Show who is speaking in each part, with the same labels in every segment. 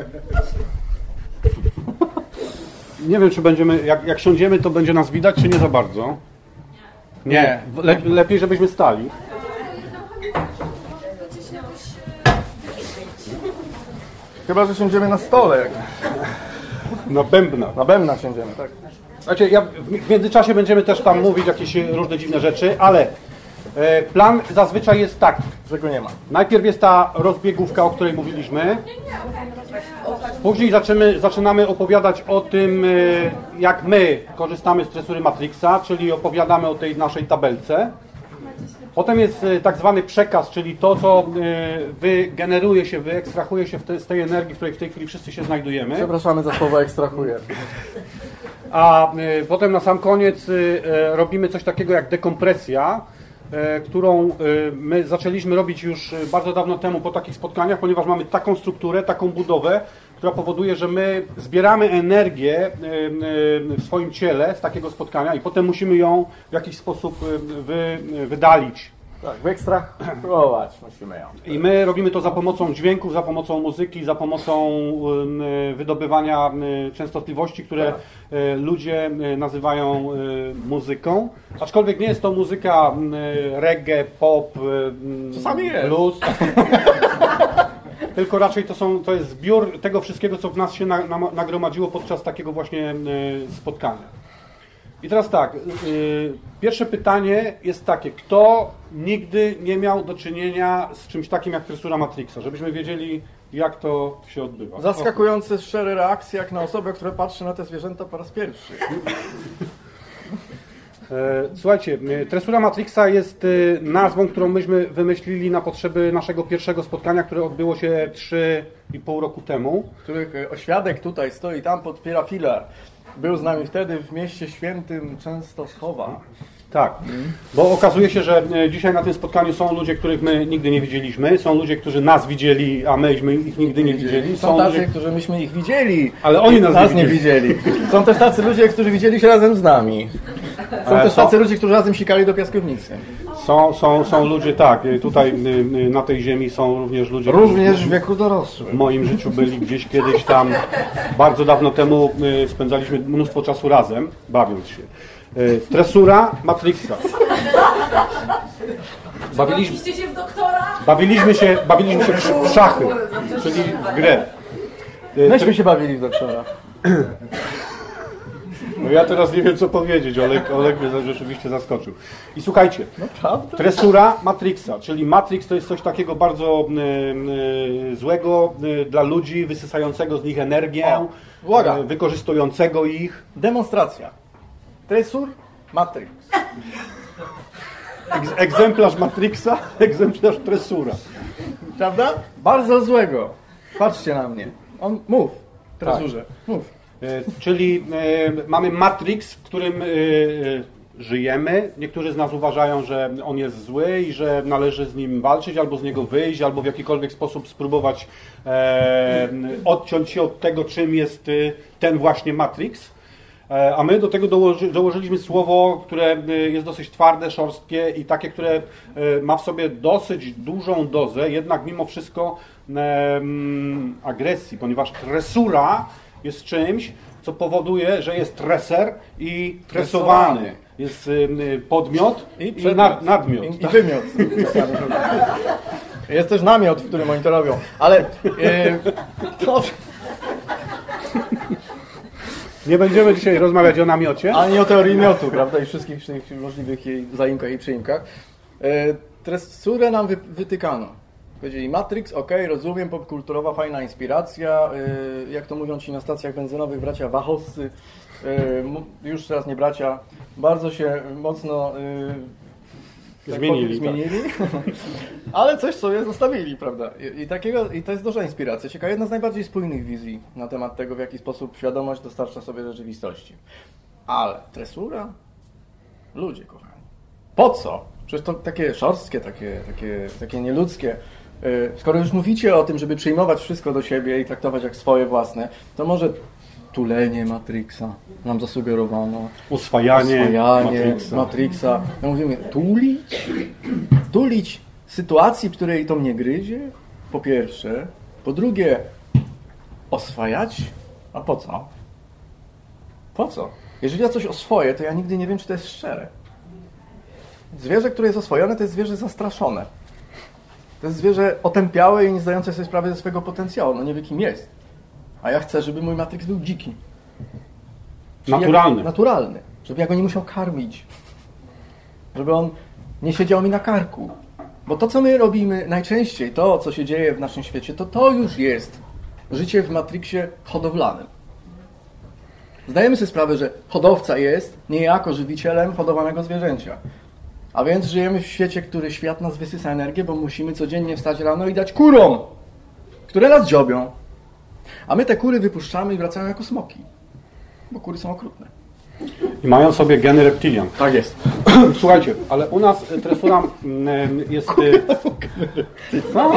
Speaker 1: Nie wiem, czy będziemy, jak siądziemy, to będzie nas widać, czy nie za bardzo? Nie. Lepiej, żebyśmy stali.
Speaker 2: Chyba, że siądziemy na stole.
Speaker 1: Na bębnach.
Speaker 2: Na bębnach siądziemy, tak.
Speaker 1: Znaczy, w międzyczasie będziemy też tam mówić jakieś różne dziwne rzeczy, ale plan zazwyczaj jest taki.
Speaker 2: Czego nie ma.
Speaker 1: Najpierw jest ta rozbiegówka, o której mówiliśmy. Później zaczynamy opowiadać o tym, jak my korzystamy z tresury Matrixa, czyli opowiadamy o tej naszej tabelce. Potem jest tak zwany przekaz, czyli to, co wygeneruje się, wyekstrahuje się z tej energii, w której w tej chwili wszyscy się znajdujemy.
Speaker 2: Przepraszamy za słowo ekstrahuje.
Speaker 1: A potem na sam koniec robimy coś takiego jak dekompresja, którą my zaczęliśmy robić już bardzo dawno temu po takich spotkaniach, ponieważ mamy taką strukturę, taką budowę, która powoduje, że my zbieramy energię w swoim ciele z takiego spotkania i potem musimy ją w jakiś sposób wydalić.
Speaker 2: Tak, wyekstrahować musimy ją.
Speaker 1: I my robimy to za pomocą dźwięków, za pomocą muzyki, za pomocą wydobywania częstotliwości, które ludzie nazywają muzyką. Aczkolwiek nie jest to muzyka reggae, pop,
Speaker 2: czasami jest.
Speaker 1: Blues. Tylko raczej to jest zbiór tego wszystkiego, co w nas się nagromadziło podczas takiego właśnie spotkania. I teraz tak, pierwsze pytanie jest takie, kto nigdy nie miał do czynienia z czymś takim jak tresura Matrixa, żebyśmy wiedzieli, jak to się odbywa.
Speaker 2: Zaskakujące, szczere reakcje, jak na osobę, która patrzy na te zwierzęta po raz pierwszy.
Speaker 1: Słuchajcie, tresura Matrixa jest nazwą, którą myśmy wymyślili na potrzeby naszego pierwszego spotkania, które odbyło się 3,5 roku temu.
Speaker 2: Których oświadek tutaj stoi, tam podpiera filar. Był z nami wtedy w mieście świętym Częstochowa.
Speaker 1: Tak, bo okazuje się, że dzisiaj na tym spotkaniu są ludzie, których my nigdy nie widzieliśmy, są ludzie, którzy nas widzieli, a myśmy ich nigdy nie widzieli.
Speaker 2: Są tacy, którzy myśmy ich widzieli,
Speaker 1: ale oni nas
Speaker 2: nie widzieli. Są też tacy ludzie, którzy widzieli się razem z nami. Są też tacy ludzie, którzy razem sikali do piaskownicy.
Speaker 1: Są ludzie, tak, tutaj na tej ziemi są również ludzie,
Speaker 2: również w wieku dorosłym.
Speaker 1: W moim życiu byli gdzieś kiedyś tam, bardzo dawno temu spędzaliśmy mnóstwo czasu razem, bawiąc się. Tresura Matrixa.
Speaker 3: Bawiliście się w doktora?
Speaker 1: Bawiliśmy się w szachy, czyli w grę.
Speaker 2: Myśmy się bawili w doktora.
Speaker 1: No ja teraz nie wiem, co powiedzieć. Oleg mnie rzeczywiście zaskoczył. I słuchajcie, tresura Matrixa, czyli Matrix to jest coś takiego bardzo złego dla ludzi, wysysającego z nich energię, wykorzystującego ich.
Speaker 2: Demonstracja. Tresur Matrix.
Speaker 1: Egzemplarz Matrixa, egzemplarz tresura.
Speaker 2: Prawda? Bardzo złego. Patrzcie na mnie. Mów, tresurze. Tak. Mów.
Speaker 1: Czyli mamy Matrix, w którym żyjemy. Niektórzy z nas uważają, że on jest zły i że należy z nim walczyć, albo z niego wyjść, albo w jakikolwiek sposób spróbować odciąć się od tego, czym jest ten właśnie Matrix. A my do tego dołożyliśmy słowo, które jest dosyć twarde, szorstkie i takie, które ma w sobie dosyć dużą dozę, jednak mimo wszystko agresji, ponieważ tresura jest czymś, co powoduje, że jest treser i tresowany. Jest podmiot i nadmiot.
Speaker 2: I wymiot. Jest też namiot, w którym oni to robią. Ale
Speaker 1: nie będziemy dzisiaj rozmawiać o namiocie.
Speaker 2: Ani o teorii miotu, prawda? I wszystkich możliwych jej zaimkach i przyimkach. Tresurę nam wytykano. Powiedzieli Matrix, rozumiem, popkulturowa, fajna inspiracja. Jak to mówią ci na stacjach benzynowych, bracia Wachowscy. Już teraz nie bracia. Bardzo się mocno
Speaker 1: zmienili.
Speaker 2: Tak. Ale coś sobie zostawili, prawda? I to jest duża inspiracja. Ciekawa, jedna z najbardziej spójnych wizji na temat tego, w jaki sposób świadomość dostarcza sobie rzeczywistości. Ale tresura? Ludzie kochani. Po co? Przecież to takie szorstkie, takie nieludzkie. Skoro już mówicie o tym, żeby przyjmować wszystko do siebie i traktować jak swoje własne, to może tulenie Matrixa nam zasugerowano.
Speaker 1: Oswajanie
Speaker 2: Matrixa. No mówimy, tulić sytuacji, w której to mnie gryzie, po pierwsze. Po drugie, oswajać? A po co? Po co? Jeżeli ja coś oswoję, to ja nigdy nie wiem, czy to jest szczere. Zwierzę, które jest oswojone, to jest zwierzę zastraszone. To jest zwierzę otępiałe i nie zdające sobie sprawy ze swojego potencjału. No nie wie, kim jest. A ja chcę, żeby mój Matrix był dziki.
Speaker 1: Naturalny.
Speaker 2: Naturalny. Żeby ja go nie musiał karmić. Żeby on nie siedział mi na karku. Bo to, co my robimy najczęściej, to, co się dzieje w naszym świecie, to już jest życie w Matrixie hodowlanym. Zdajemy sobie sprawę, że hodowca jest niejako żywicielem hodowanego zwierzęcia. A więc żyjemy w świecie, który świat nas wysysa energię, bo musimy codziennie wstać rano i dać kurom, które nas dziobią. A my te kury wypuszczamy i wracają jako smoki. Bo kury są okrutne.
Speaker 1: I mają sobie geny reptilian.
Speaker 2: Tak jest.
Speaker 1: Słuchajcie, ale u nas tresura jest... Tak.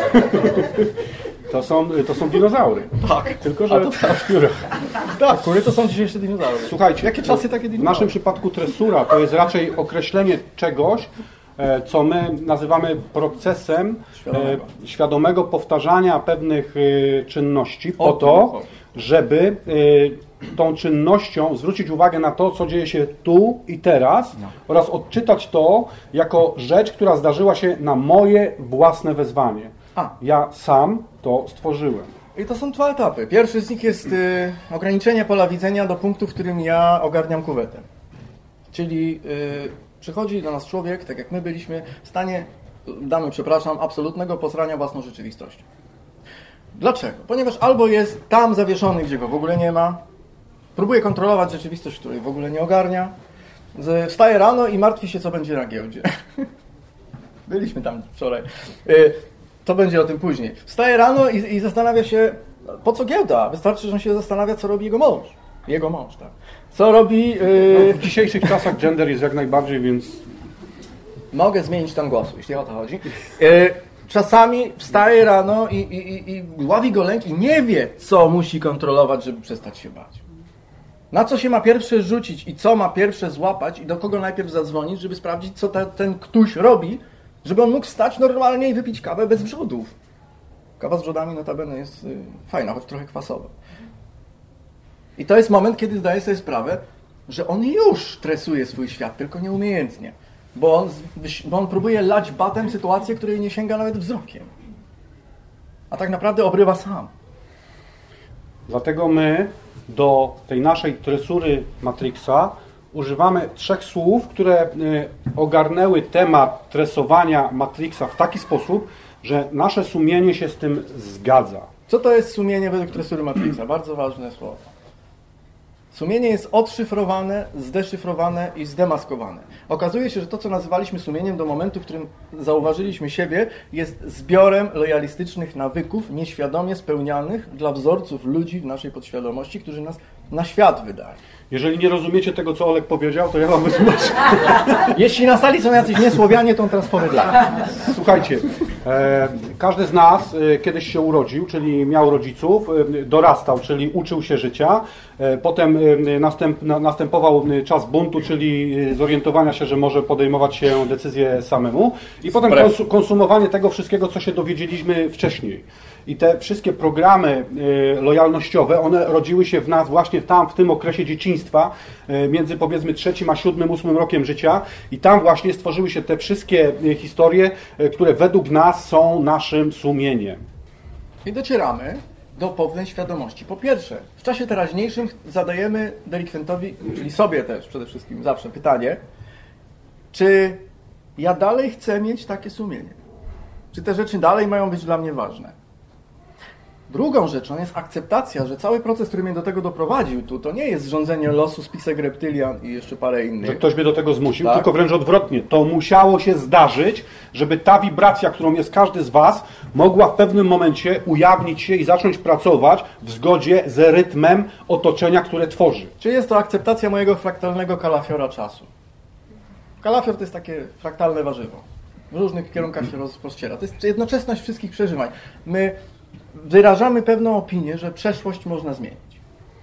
Speaker 1: To są dinozaury.
Speaker 2: Tak.
Speaker 1: Tylko, że w piórach.
Speaker 2: Tak, kury to są dzisiejsze dinozaury.
Speaker 1: Słuchajcie,
Speaker 2: jakie czasy takie dinozaury?
Speaker 1: W naszym przypadku tresura to jest raczej określenie czegoś, co my nazywamy procesem świadomego powtarzania pewnych czynności po to, żeby tą czynnością zwrócić uwagę na to, co dzieje się tu i teraz oraz odczytać to jako rzecz, która zdarzyła się na moje własne wezwanie. Ja sam to stworzyłem.
Speaker 2: I to są dwa etapy. Pierwszy z nich jest ograniczenie pola widzenia do punktu, w którym ja ogarniam kuwetę. Czyli przychodzi do nas człowiek, tak jak my byliśmy, w stanie, absolutnego posrania własną rzeczywistością. Dlaczego? Ponieważ albo jest tam zawieszony, gdzie go w ogóle nie ma, próbuje kontrolować rzeczywistość, której w ogóle nie ogarnia, wstaje rano i martwi się, co będzie na giełdzie. Byliśmy tam wczoraj. To będzie o tym później. Wstaje rano i zastanawia się, po co giełda? Wystarczy, że on się zastanawia, co robi jego mąż. Jego mąż, tak. Co robi...
Speaker 1: W dzisiejszych czasach gender jest jak najbardziej, więc...
Speaker 2: Mogę zmienić ten głosu, jeśli o to chodzi. Czasami wstaje rano i ławi go lęk i nie wie, co musi kontrolować, żeby przestać się bać. Na co się ma pierwsze rzucić i co ma pierwsze złapać i do kogo najpierw zadzwonić, żeby sprawdzić, co ten ktoś robi, żeby on mógł wstać normalnie i wypić kawę bez wrzodów. Kawa z wrzodami notabene jest fajna, choć trochę kwasowa. I to jest moment, kiedy zdaje sobie sprawę, że on już tresuje swój świat, tylko nieumiejętnie. Bo on próbuje lać batem sytuację, której nie sięga nawet wzrokiem. A tak naprawdę obrywa sam.
Speaker 1: Dlatego my do tej naszej tresury Matrixa używamy 3 słów, które ogarnęły temat tresowania Matrixa w taki sposób, że nasze sumienie się z tym zgadza.
Speaker 2: Co to jest sumienie według tresury Matrixa? Bardzo ważne słowo. Sumienie jest odszyfrowane, zdeszyfrowane i zdemaskowane. Okazuje się, że to, co nazywaliśmy sumieniem do momentu, w którym zauważyliśmy siebie, jest zbiorem lojalistycznych nawyków, nieświadomie spełnianych dla wzorców ludzi w naszej podświadomości, którzy nas na świat wydają.
Speaker 1: Jeżeli nie rozumiecie tego, co Olek powiedział, to ja wam wytłumaczę.
Speaker 2: Jeśli na sali są jacyś niesłowianie, to on teraz powie dla.
Speaker 1: Słuchajcie, każdy z nas kiedyś się urodził, czyli miał rodziców, dorastał, czyli uczył się życia, potem następował czas buntu, czyli zorientowania się, że może podejmować się decyzje samemu i potem konsumowanie tego wszystkiego, co się dowiedzieliśmy wcześniej. I te wszystkie programy lojalnościowe, one rodziły się w nas właśnie tam, w tym okresie dzieciństwa, między powiedzmy 3. a 7., 8. rokiem życia i tam właśnie stworzyły się te wszystkie historie, które według nas są naszym sumieniem.
Speaker 2: I docieramy do pewnej świadomości. Po pierwsze, w czasie teraźniejszym zadajemy delikwentowi, czyli sobie też przede wszystkim zawsze pytanie, czy ja dalej chcę mieć takie sumienie? Czy te rzeczy dalej mają być dla mnie ważne? Drugą rzeczą jest akceptacja, że cały proces, który mnie do tego doprowadził to nie jest rządzenie losu, spisek reptylian i jeszcze parę innych.
Speaker 1: Że ktoś mnie do tego zmusił,
Speaker 2: tak?
Speaker 1: Tylko wręcz odwrotnie. To musiało się zdarzyć, żeby ta wibracja, którą jest każdy z was, mogła w pewnym momencie ujawnić się i zacząć pracować w zgodzie z rytmem otoczenia, które tworzy.
Speaker 2: Czyli jest to akceptacja mojego fraktalnego kalafiora czasu. Kalafior to jest takie fraktalne warzywo. W różnych kierunkach się rozpościera. To jest jednoczesność wszystkich przeżywań. My wyrażamy pewną opinię, że przeszłość można zmienić.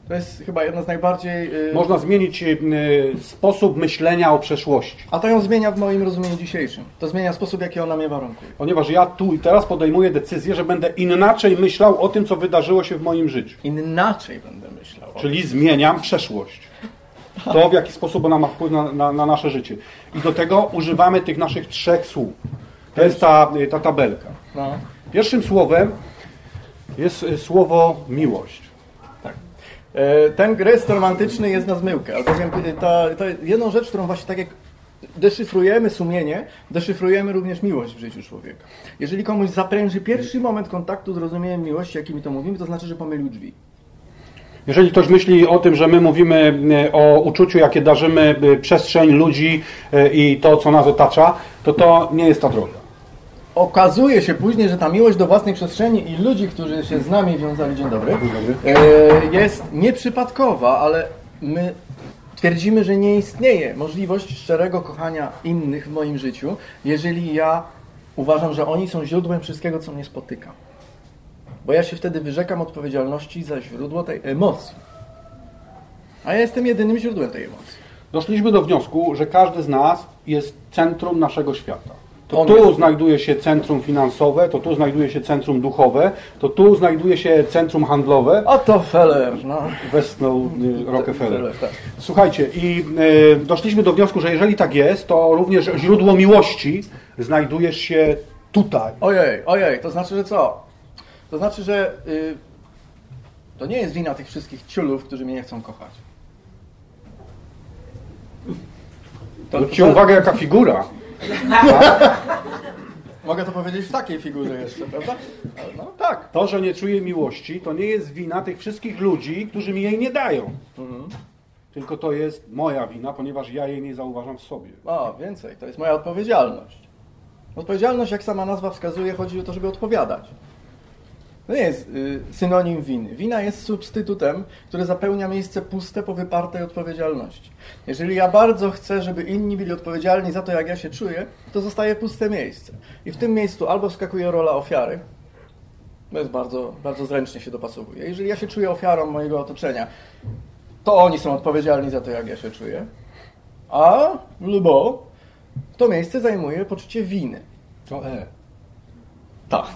Speaker 2: To jest chyba jedna z najbardziej...
Speaker 1: Można zmienić sposób myślenia o przeszłości.
Speaker 2: A to ją zmienia w moim rozumieniu dzisiejszym. To zmienia sposób, jaki ona mnie warunkuje.
Speaker 1: Ponieważ ja tu i teraz podejmuję decyzję, że będę inaczej myślał o tym, co wydarzyło się w moim życiu.
Speaker 2: Inaczej będę myślał.
Speaker 1: Czyli zmieniam przeszłość. To, w jaki sposób ona ma wpływ na nasze życie. I do tego używamy tych naszych 3 słów. To jest ta tabelka.
Speaker 2: No.
Speaker 1: Pierwszym słowem jest słowo miłość.
Speaker 2: Tak. Ten gest romantyczny jest na zmyłkę, albowiem to jedną rzecz, którą właśnie tak jak deszyfrujemy sumienie, deszyfrujemy również miłość w życiu człowieka. Jeżeli komuś zapręży pierwszy moment kontaktu z rozumieniem miłości, jakimi to mówimy, to znaczy, że pomylił drzwi.
Speaker 1: Jeżeli ktoś myśli o tym, że my mówimy o uczuciu, jakie darzymy przestrzeń, ludzi i to, co nas otacza, to nie jest ta droga.
Speaker 2: Okazuje się później, że ta miłość do własnej przestrzeni i ludzi, którzy się z nami wiązali, dzień dobry, jest nieprzypadkowa, ale my twierdzimy, że nie istnieje możliwość szczerego kochania innych w moim życiu, jeżeli ja uważam, że oni są źródłem wszystkiego, co mnie spotyka. Bo ja się wtedy wyrzekam odpowiedzialności za źródło tej emocji. A ja jestem jedynym źródłem tej emocji.
Speaker 1: Doszliśmy do wniosku, że każdy z nas jest centrum naszego świata. To tu znajduje się centrum finansowe, to tu znajduje się centrum duchowe, to tu znajduje się centrum handlowe.
Speaker 2: Oto Feller, no.
Speaker 1: Westchnął Rockefeller.
Speaker 2: Tak.
Speaker 1: Słuchajcie, i doszliśmy do wniosku, że jeżeli tak jest, to również źródło miłości znajdujesz się tutaj.
Speaker 2: Ojej, to znaczy, że co? To znaczy, że to nie jest wina tych wszystkich ciulów, którzy mnie nie chcą kochać.
Speaker 1: Zwróćcie uwagę, jaka figura.
Speaker 2: Mogę to powiedzieć w takiej figurze jeszcze, prawda? No tak.
Speaker 1: To, że nie czuję miłości, to nie jest wina tych wszystkich ludzi, którzy mi jej nie dają. Tylko to jest moja wina, ponieważ ja jej nie zauważam w sobie.
Speaker 2: Więcej. To jest moja odpowiedzialność. Odpowiedzialność, jak sama nazwa wskazuje, chodzi o to, żeby odpowiadać. To nie jest synonim winy. Wina jest substytutem, który zapełnia miejsce puste po wypartej odpowiedzialności. Jeżeli ja bardzo chcę, żeby inni byli odpowiedzialni za to, jak ja się czuję, to zostaje puste miejsce. I w tym miejscu albo wskakuje rola ofiary, to jest bardzo, bardzo zręcznie się dopasowuje. Jeżeli ja się czuję ofiarą mojego otoczenia, to oni są odpowiedzialni za to, jak ja się czuję, albo to miejsce zajmuje poczucie winy.
Speaker 1: To
Speaker 2: Tak.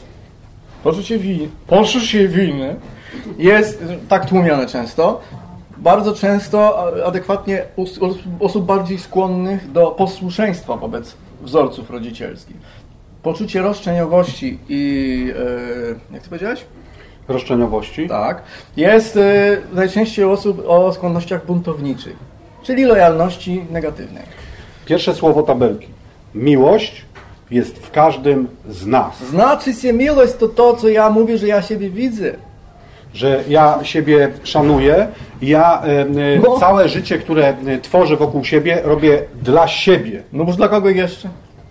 Speaker 2: Poczucie winy jest tak tłumione często, bardzo często adekwatnie osób bardziej skłonnych do posłuszeństwa wobec wzorców rodzicielskich. Poczucie roszczeniowości i... jak ty powiedziałeś?
Speaker 1: Roszczeniowości.
Speaker 2: Tak. Jest najczęściej osób o skłonnościach buntowniczych, czyli lojalności negatywnej.
Speaker 1: Pierwsze słowo tabelki. Miłość jest w każdym z nas.
Speaker 2: Znaczy się miłość to, co ja mówię, że ja siebie widzę.
Speaker 1: Że ja siebie szanuję, ja całe życie, które tworzę wokół siebie, robię dla siebie.
Speaker 2: No bo dla kogo jeszcze?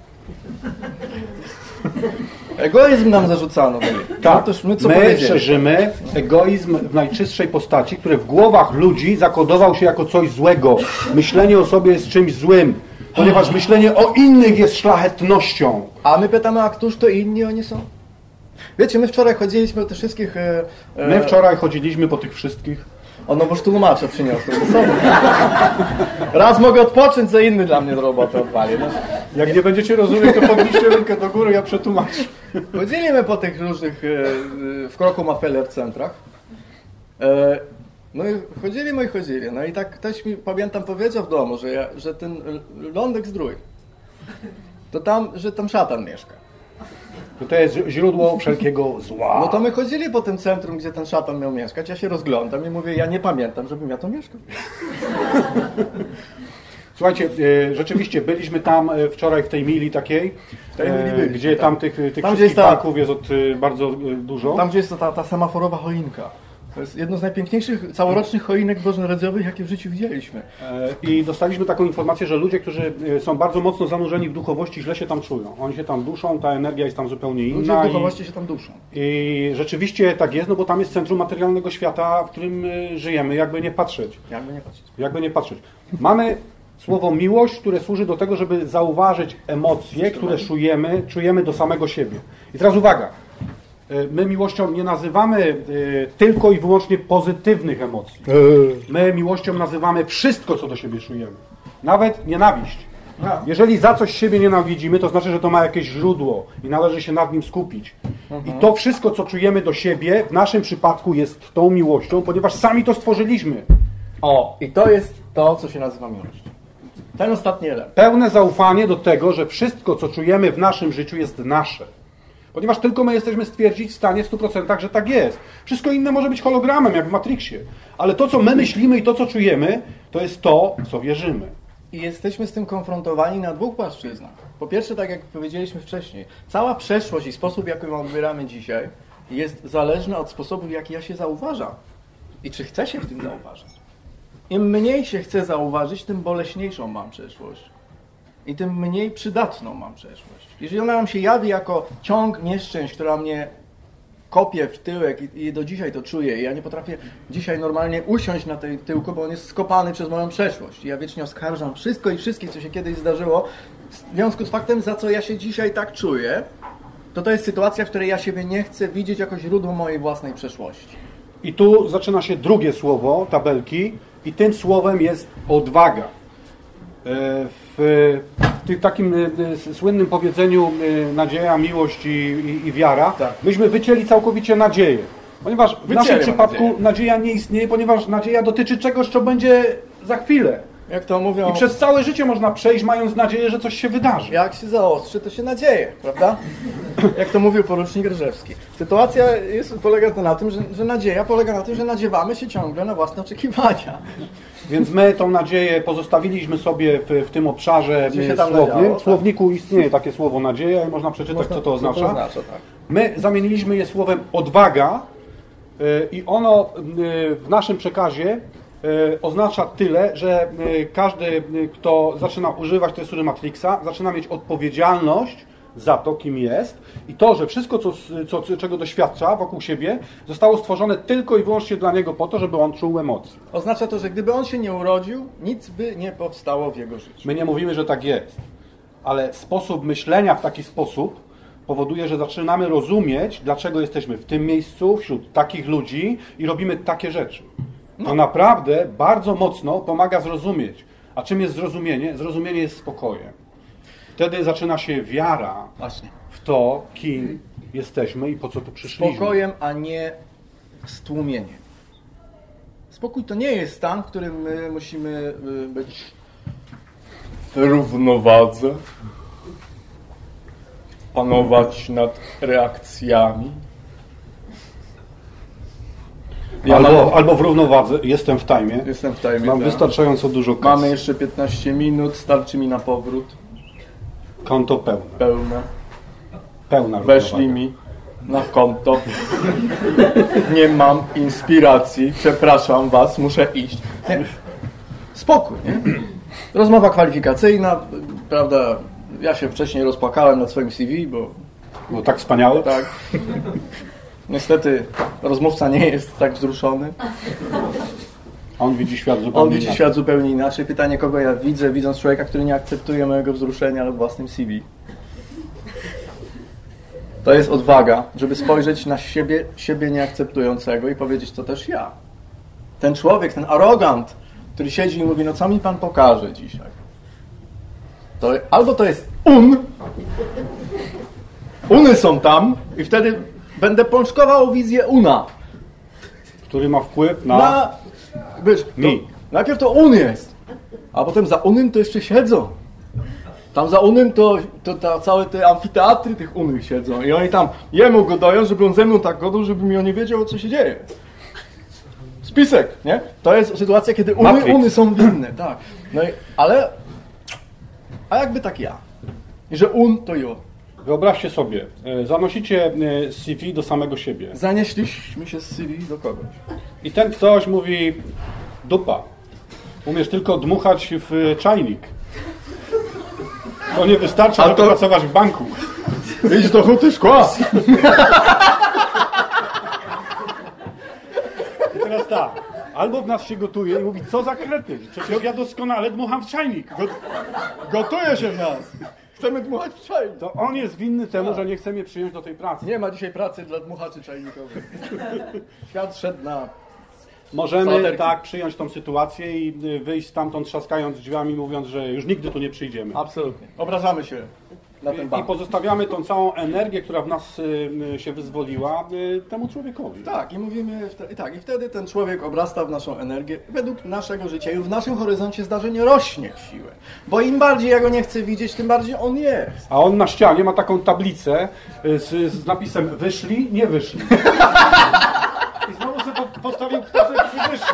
Speaker 2: Egoizm nam zarzucano.
Speaker 1: Tak,
Speaker 2: my
Speaker 1: szerzymy egoizm w najczystszej postaci, który w głowach ludzi zakodował się jako coś złego. Myślenie o sobie jest czymś złym, ponieważ myślenie o innych jest szlachetnością.
Speaker 2: A my pytamy, a któż to inni oni są? Wiecie, my wczoraj chodziliśmy po tych wszystkich...
Speaker 1: My wczoraj chodziliśmy po tych wszystkich.
Speaker 2: No boż tłumacza przyniosłem ze sobą. Raz mogę odpocząć, za inny dla mnie robotę odwali. No.
Speaker 1: Jak nie będziecie rozumieć, to podnieście rękę do góry, ja przetłumaczę.
Speaker 2: Chodziliśmy po tych różnych w kroku Mafeller centrach. No i chodzili. No i tak ktoś mi, pamiętam, powiedział w domu, że ten lądek zdrój, że tam szatan mieszka.
Speaker 1: To jest źródło wszelkiego zła.
Speaker 2: No to my chodzili po tym centrum, gdzie ten szatan miał mieszkać. Ja się rozglądam i mówię, ja nie pamiętam, żebym ja to mieszkał.
Speaker 1: Słuchajcie, rzeczywiście byliśmy tam wczoraj w tej mili takiej, gdzie tam tych wszystkich parków jest bardzo dużo.
Speaker 2: Tam, gdzie jest ta semaforowa choinka. To jest jedno z najpiękniejszych całorocznych choinek bożonarodzeniowych, jakie w życiu widzieliśmy.
Speaker 1: I dostaliśmy taką informację, że ludzie, którzy są bardzo mocno zanurzeni w duchowości, źle się tam czują. Oni się tam duszą, ta energia jest tam zupełnie inna.
Speaker 2: Ludzie w duchowości się tam duszą.
Speaker 1: I rzeczywiście tak jest, no bo tam jest centrum materialnego świata, w którym żyjemy, jakby nie patrzeć. Jakby nie patrzeć. Mamy słowo miłość, które służy do tego, żeby zauważyć emocje, które czujemy do samego siebie. I teraz uwaga. My miłością nie nazywamy tylko i wyłącznie pozytywnych emocji. My miłością nazywamy wszystko, co do siebie czujemy. Nawet nienawiść. Jeżeli za coś siebie nienawidzimy, to znaczy, że to ma jakieś źródło i należy się nad nim skupić. I to wszystko, co czujemy do siebie, w naszym przypadku jest tą miłością, ponieważ sami to stworzyliśmy.
Speaker 2: O, i to jest to, co się nazywa miłość. Ten ostatni element.
Speaker 1: Pełne zaufanie do tego, że wszystko, co czujemy w naszym życiu, jest nasze. Ponieważ tylko my jesteśmy stwierdzić w stanie w 100%, że tak jest. Wszystko inne może być hologramem, jak w Matrixie. Ale to, co my myślimy i to, co czujemy, to jest to, w co wierzymy.
Speaker 2: I jesteśmy z tym konfrontowani na dwóch płaszczyznach. Po pierwsze, tak jak powiedzieliśmy wcześniej, cała przeszłość i sposób, jaki ją odbieramy dzisiaj, jest zależny od sposobu, w jaki ja się zauważam. I czy chcę się w tym zauważać. Im mniej się chcę zauważyć, tym boleśniejszą mam przeszłość. I tym mniej przydatną mam przeszłość. Jeżeli ona nam się jawi jako ciąg nieszczęść, która mnie kopie w tyłek i do dzisiaj to czuję. I ja nie potrafię dzisiaj normalnie usiąść na tej tyłku, bo on jest skopany przez moją przeszłość. I ja wiecznie oskarżam wszystko i wszystkich, co się kiedyś zdarzyło, w związku z faktem, za co ja się dzisiaj tak czuję, to jest sytuacja, w której ja siebie nie chcę widzieć jako źródło mojej własnej przeszłości.
Speaker 1: I tu zaczyna się drugie słowo tabelki i tym słowem jest odwaga. W takim słynnym powiedzeniu nadzieja, miłość i wiara, tak. Myśmy wycięli całkowicie nadzieję. Ponieważ w naszym przypadku nadzieja nie istnieje, ponieważ nadzieja dotyczy czegoś, co będzie za chwilę.
Speaker 2: Jak to mówią...
Speaker 1: I przez całe życie można przejść, mając nadzieję, że coś się wydarzy.
Speaker 2: Jak się zaostrzy, to się nadzieje, prawda? Jak to mówił porucznik Ryżewski. Sytuacja polega na tym, że nadzieja polega na tym, że nadziewamy się ciągle na własne oczekiwania.
Speaker 1: Więc my tą nadzieję pozostawiliśmy sobie w tym obszarze słownym. W słowniku istnieje takie słowo nadzieja i można przeczytać, co to oznacza.
Speaker 2: Tak.
Speaker 1: My zamieniliśmy je słowem odwaga i ono w naszym przekazie oznacza tyle, że każdy, kto zaczyna używać tekstury Matrixa, zaczyna mieć odpowiedzialność za to, kim jest i to, że wszystko, czego doświadcza wokół siebie, zostało stworzone tylko i wyłącznie dla niego po to, żeby on czuł emocje.
Speaker 2: Oznacza to, że gdyby on się nie urodził, nic by nie powstało w jego życiu.
Speaker 1: My nie mówimy, że tak jest, ale sposób myślenia w taki sposób powoduje, że zaczynamy rozumieć, dlaczego jesteśmy w tym miejscu, wśród takich ludzi i robimy takie rzeczy. To naprawdę bardzo mocno pomaga zrozumieć. A czym jest zrozumienie? Zrozumienie jest spokojem. Wtedy zaczyna się wiara w to, kim jesteśmy i po co tu przyszliśmy.
Speaker 2: Spokojem, a nie stłumieniem. Spokój to nie jest stan, w którym my musimy być w równowadze, panować nad reakcjami.
Speaker 1: Albo w równowadze, jestem w timie. Mam wystarczająco dużo kasy.
Speaker 2: Mamy jeszcze 15 minut, starczy mi na powrót.
Speaker 1: Konto pełne. Pełna
Speaker 2: weszli mi na konto. Nie mam inspiracji. Przepraszam was, muszę iść. Spokój, nie? Rozmowa kwalifikacyjna, prawda? Ja się wcześniej rozpłakałem nad swoim CV,
Speaker 1: bo tak wspaniałe.
Speaker 2: Tak. Niestety rozmówca nie jest tak wzruszony.
Speaker 1: On widzi świat zupełnie
Speaker 2: inaczej. Pytanie, kogo ja widzę, widząc człowieka, który nie akceptuje mojego wzruszenia nad własnym CV. To jest odwaga, żeby spojrzeć na siebie nieakceptującego i powiedzieć, to też ja. Ten człowiek, ten arogant, który siedzi i mówi, no co mi pan pokaże dzisiaj? Albo to jest Uny są tam i wtedy będę pączkował wizję Una.
Speaker 1: Który ma wpływ na mi.
Speaker 2: Najpierw to jest, a potem za Unym to jeszcze siedzą. Tam za Unym to całe te amfiteatry tych Unych siedzą i oni tam jemu godają, żeby on ze mną tak godał, żeby mi on nie wiedział, co się dzieje. Spisek, nie? To jest sytuacja, kiedy Uny są winne, tak. No i, a jakby tak ja. I że to jo.
Speaker 1: Wyobraźcie sobie, zanosicie CV do samego siebie.
Speaker 2: Zanieśliśmy się z CV do kogoś.
Speaker 1: I ten ktoś mówi, dupa, umiesz tylko dmuchać w czajnik. To nie wystarcza, żeby pracować w banku.
Speaker 2: Idź do huty szkła.
Speaker 1: I teraz tak, albo w nas się gotuje i mówi, co za krety, przecież ja doskonale dmucham w czajnik.
Speaker 2: Gotuje się w nas. Chcemy dmuchać w czajnik.
Speaker 1: To on jest winny temu, że nie chce mnie przyjąć do tej pracy.
Speaker 2: Nie ma dzisiaj pracy dla dmuchaczy czajnikowych. Świat szedł na...
Speaker 1: Możemy
Speaker 2: Sałaterki.
Speaker 1: tak przyjąć tą sytuację i wyjść stamtąd trzaskając drzwiami, mówiąc, że już nigdy tu nie przyjdziemy.
Speaker 2: Absolutnie. Obrażamy się na ten
Speaker 1: I
Speaker 2: bank.
Speaker 1: pozostawiamy tą całą energię, która w nas się wyzwoliła, temu człowiekowi.
Speaker 2: Tak, i mówimy, i wtedy ten człowiek obrasta w naszą energię według naszego życia i w naszym horyzoncie zdarzeń rośnie w siłę. Bo im bardziej ja go nie chcę widzieć, tym bardziej on jest.
Speaker 1: A on na ścianie ma taką tablicę z napisem wyszli, nie wyszli. I znowu sobie postawił ptaszek i wyszli.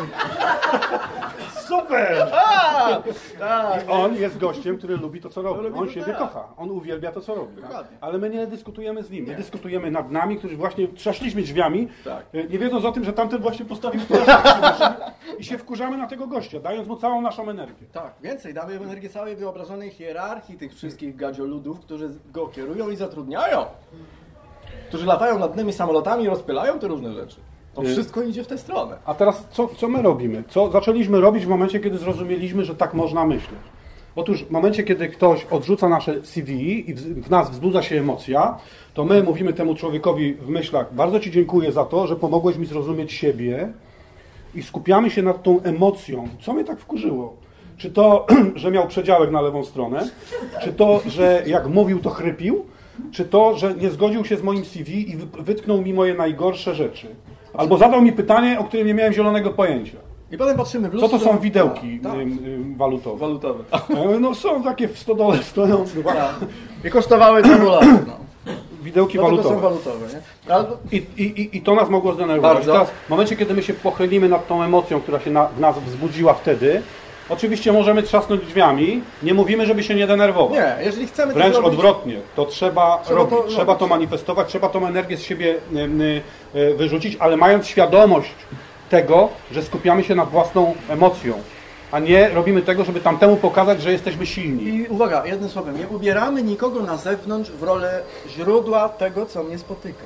Speaker 1: Super!
Speaker 2: Tak.
Speaker 1: I on jest gościem, który lubi to, co robi.
Speaker 2: Lubi
Speaker 1: On
Speaker 2: to,
Speaker 1: siebie
Speaker 2: tak.
Speaker 1: kocha. On uwielbia to, co robi.
Speaker 2: Dokładnie.
Speaker 1: Ale my nie dyskutujemy z nim. My dyskutujemy nad nami, którzy właśnie trzaszliśmy drzwiami,
Speaker 2: Tak.
Speaker 1: nie wiedząc o tym, że tamten właśnie postawił ptaszek i się wkurzamy na tego gościa, dając mu całą naszą energię.
Speaker 2: Tak, więcej, damy energię całej wyobrażonej hierarchii tych wszystkich gadzioludów, którzy go kierują i zatrudniają. Którzy latają nad nymi samolotami i rozpylają te różne rzeczy. To wszystko idzie w tę stronę.
Speaker 1: A teraz co my robimy? Co zaczęliśmy robić w momencie, kiedy zrozumieliśmy, że tak można myśleć? Otóż w momencie, kiedy ktoś odrzuca nasze CV i w nas wzbudza się emocja, to my mówimy temu człowiekowi w myślach: bardzo Ci dziękuję za to, że pomogłeś mi zrozumieć siebie, i skupiamy się nad tą emocją. Co mnie tak wkurzyło? Czy to, że miał przedziałek na lewą stronę? Czy to, że jak mówił, to chrypił? Czy to, że nie zgodził się z moim CV i wytknął mi moje najgorsze rzeczy? Albo zadał mi pytanie, o którym nie miałem zielonego pojęcia.
Speaker 2: I potem patrzymy w
Speaker 1: Co
Speaker 2: lustro.
Speaker 1: to są widełki
Speaker 2: Tak.
Speaker 1: walutowe?
Speaker 2: Walutowe.
Speaker 1: No są takie w stodole stoją.
Speaker 2: I kosztowały $2. No.
Speaker 1: Widełki
Speaker 2: To
Speaker 1: walutowe.
Speaker 2: są walutowe, nie? Albo...
Speaker 1: I to nas mogło zdenerwować.
Speaker 2: Bardzo.
Speaker 1: Teraz, w momencie, kiedy my się pochylimy nad tą emocją, która się w nas wzbudziła wtedy, oczywiście możemy trzasnąć drzwiami, nie mówimy, żeby się nie denerwować.
Speaker 2: Nie, jeżeli chcemy
Speaker 1: Wręcz
Speaker 2: to zrobić...
Speaker 1: odwrotnie, to trzeba robić,
Speaker 2: to
Speaker 1: trzeba
Speaker 2: robić.
Speaker 1: to manifestować, trzeba tą energię z siebie wyrzucić, ale mając świadomość tego, że skupiamy się nad własną emocją, a nie robimy tego, żeby tamtemu pokazać, że jesteśmy silni.
Speaker 2: I uwaga, jednym słowem, nie ubieramy nikogo na zewnątrz w rolę źródła tego, co mnie spotyka.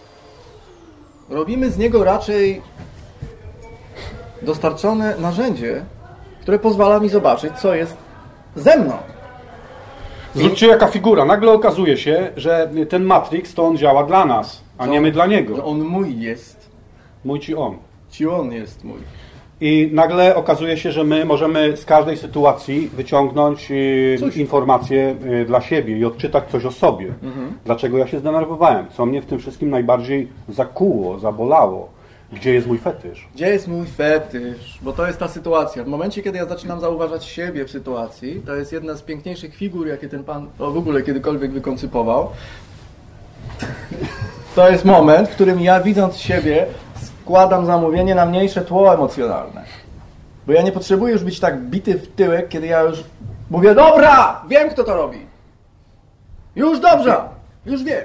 Speaker 2: Robimy z niego raczej dostarczone narzędzie, które pozwala mi zobaczyć, co jest ze mną.
Speaker 1: Zwróćcie, jaka figura. Nagle okazuje się, że ten Matrix to on działa dla nas, a nie my dla
Speaker 2: Że
Speaker 1: niego.
Speaker 2: on mój jest,
Speaker 1: Mój ci on.
Speaker 2: ci on jest mój.
Speaker 1: I nagle okazuje się, że my możemy z każdej sytuacji wyciągnąć informacje dla siebie i odczytać coś o sobie. Dlaczego ja się zdenerwowałem? Co mnie w tym wszystkim najbardziej zakuło, zabolało? Gdzie jest mój fetysz?
Speaker 2: Gdzie jest mój fetysz? Bo to jest ta sytuacja. W momencie, kiedy ja zaczynam zauważać siebie w sytuacji, to jest jedna z piękniejszych figur, jakie ten pan w ogóle kiedykolwiek wykoncypował. To jest moment, w którym ja, widząc siebie, składam zamówienie na mniejsze tło emocjonalne. Bo ja nie potrzebuję już być tak bity w tyłek, kiedy ja już mówię: dobra, wiem, kto to robi. Już dobrze, już wiem.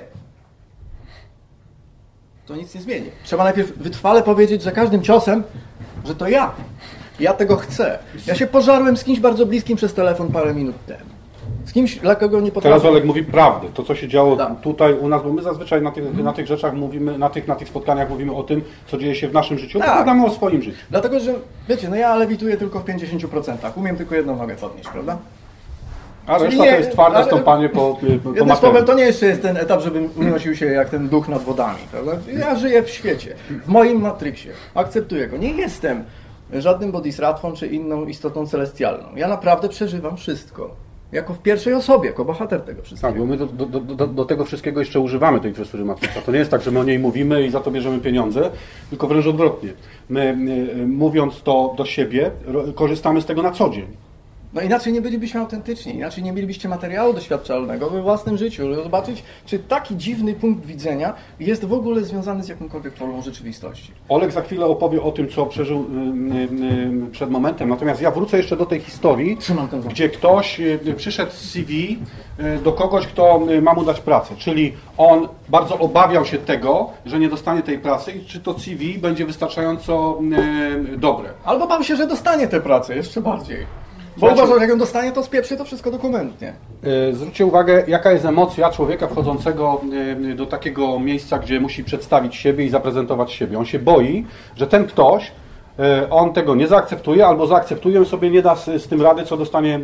Speaker 2: To nic nie zmieni. Trzeba najpierw wytrwale powiedzieć, że każdym ciosem, że to ja. Ja tego chcę. Ja się pożarłem z kimś bardzo bliskim przez telefon parę minut temu. Z kimś, dla kogo nie potrafię.
Speaker 1: Teraz Olek mówi prawdę. To, co się działo
Speaker 2: Tak.
Speaker 1: tutaj u nas, bo my zazwyczaj na tych rzeczach mówimy, na tych spotkaniach mówimy o tym, co dzieje się w naszym życiu.
Speaker 2: Tak.
Speaker 1: Opowiadamy o swoim życiu.
Speaker 2: Dlatego, że wiecie, no ja lewituję tylko w 50%. Umiem tylko jedną nogę podnieść, prawda?
Speaker 1: A
Speaker 2: Czyli
Speaker 1: reszta
Speaker 2: nie-
Speaker 1: to jest twarde
Speaker 2: ale-
Speaker 1: stąpanie po
Speaker 2: Jednym
Speaker 1: materii.
Speaker 2: słowem, to nie jeszcze jest ten etap, żebym unosił się jak ten duch nad wodami, prawda? Ja żyję w świecie, w moim matryksie. Akceptuję go. Nie jestem żadnym bodhisattwą czy inną istotą celestialną. Ja naprawdę przeżywam wszystko. Jako w pierwszej osobie, jako bohater tego wszystkiego.
Speaker 1: Tak, bo my do tego wszystkiego jeszcze używamy tej tresury Matrixa. To nie jest tak, że my o niej mówimy i za to bierzemy pieniądze, tylko wręcz odwrotnie. My, mówiąc to do siebie, korzystamy z tego na co dzień.
Speaker 2: No inaczej nie bylibyśmy autentyczni, inaczej nie mielibyście materiału doświadczalnego we własnym życiu, żeby zobaczyć, czy taki dziwny punkt widzenia jest w ogóle związany z jakąkolwiek formą rzeczywistości.
Speaker 1: Olek za chwilę opowie o tym, co przeżył przed momentem. Natomiast ja wrócę jeszcze do tej historii,
Speaker 2: Trzymam ten wątek.
Speaker 1: gdzie ktoś przyszedł z CV do kogoś, kto ma mu dać pracę. Czyli on bardzo obawiał się tego, że nie dostanie tej pracy i czy to CV będzie wystarczająco dobre.
Speaker 2: Albo bał się, że dostanie tę pracę jeszcze bardziej. Bo
Speaker 1: Znaczy-
Speaker 2: uważał, że jak ją dostanie, to spieprzy to wszystko dokumentnie.
Speaker 1: Zwróćcie uwagę, jaka jest emocja człowieka wchodzącego do takiego miejsca, gdzie musi przedstawić siebie i zaprezentować siebie. On się boi, że ten ktoś on tego nie zaakceptuje, albo zaakceptuje i sobie nie da z tym rady, co dostanie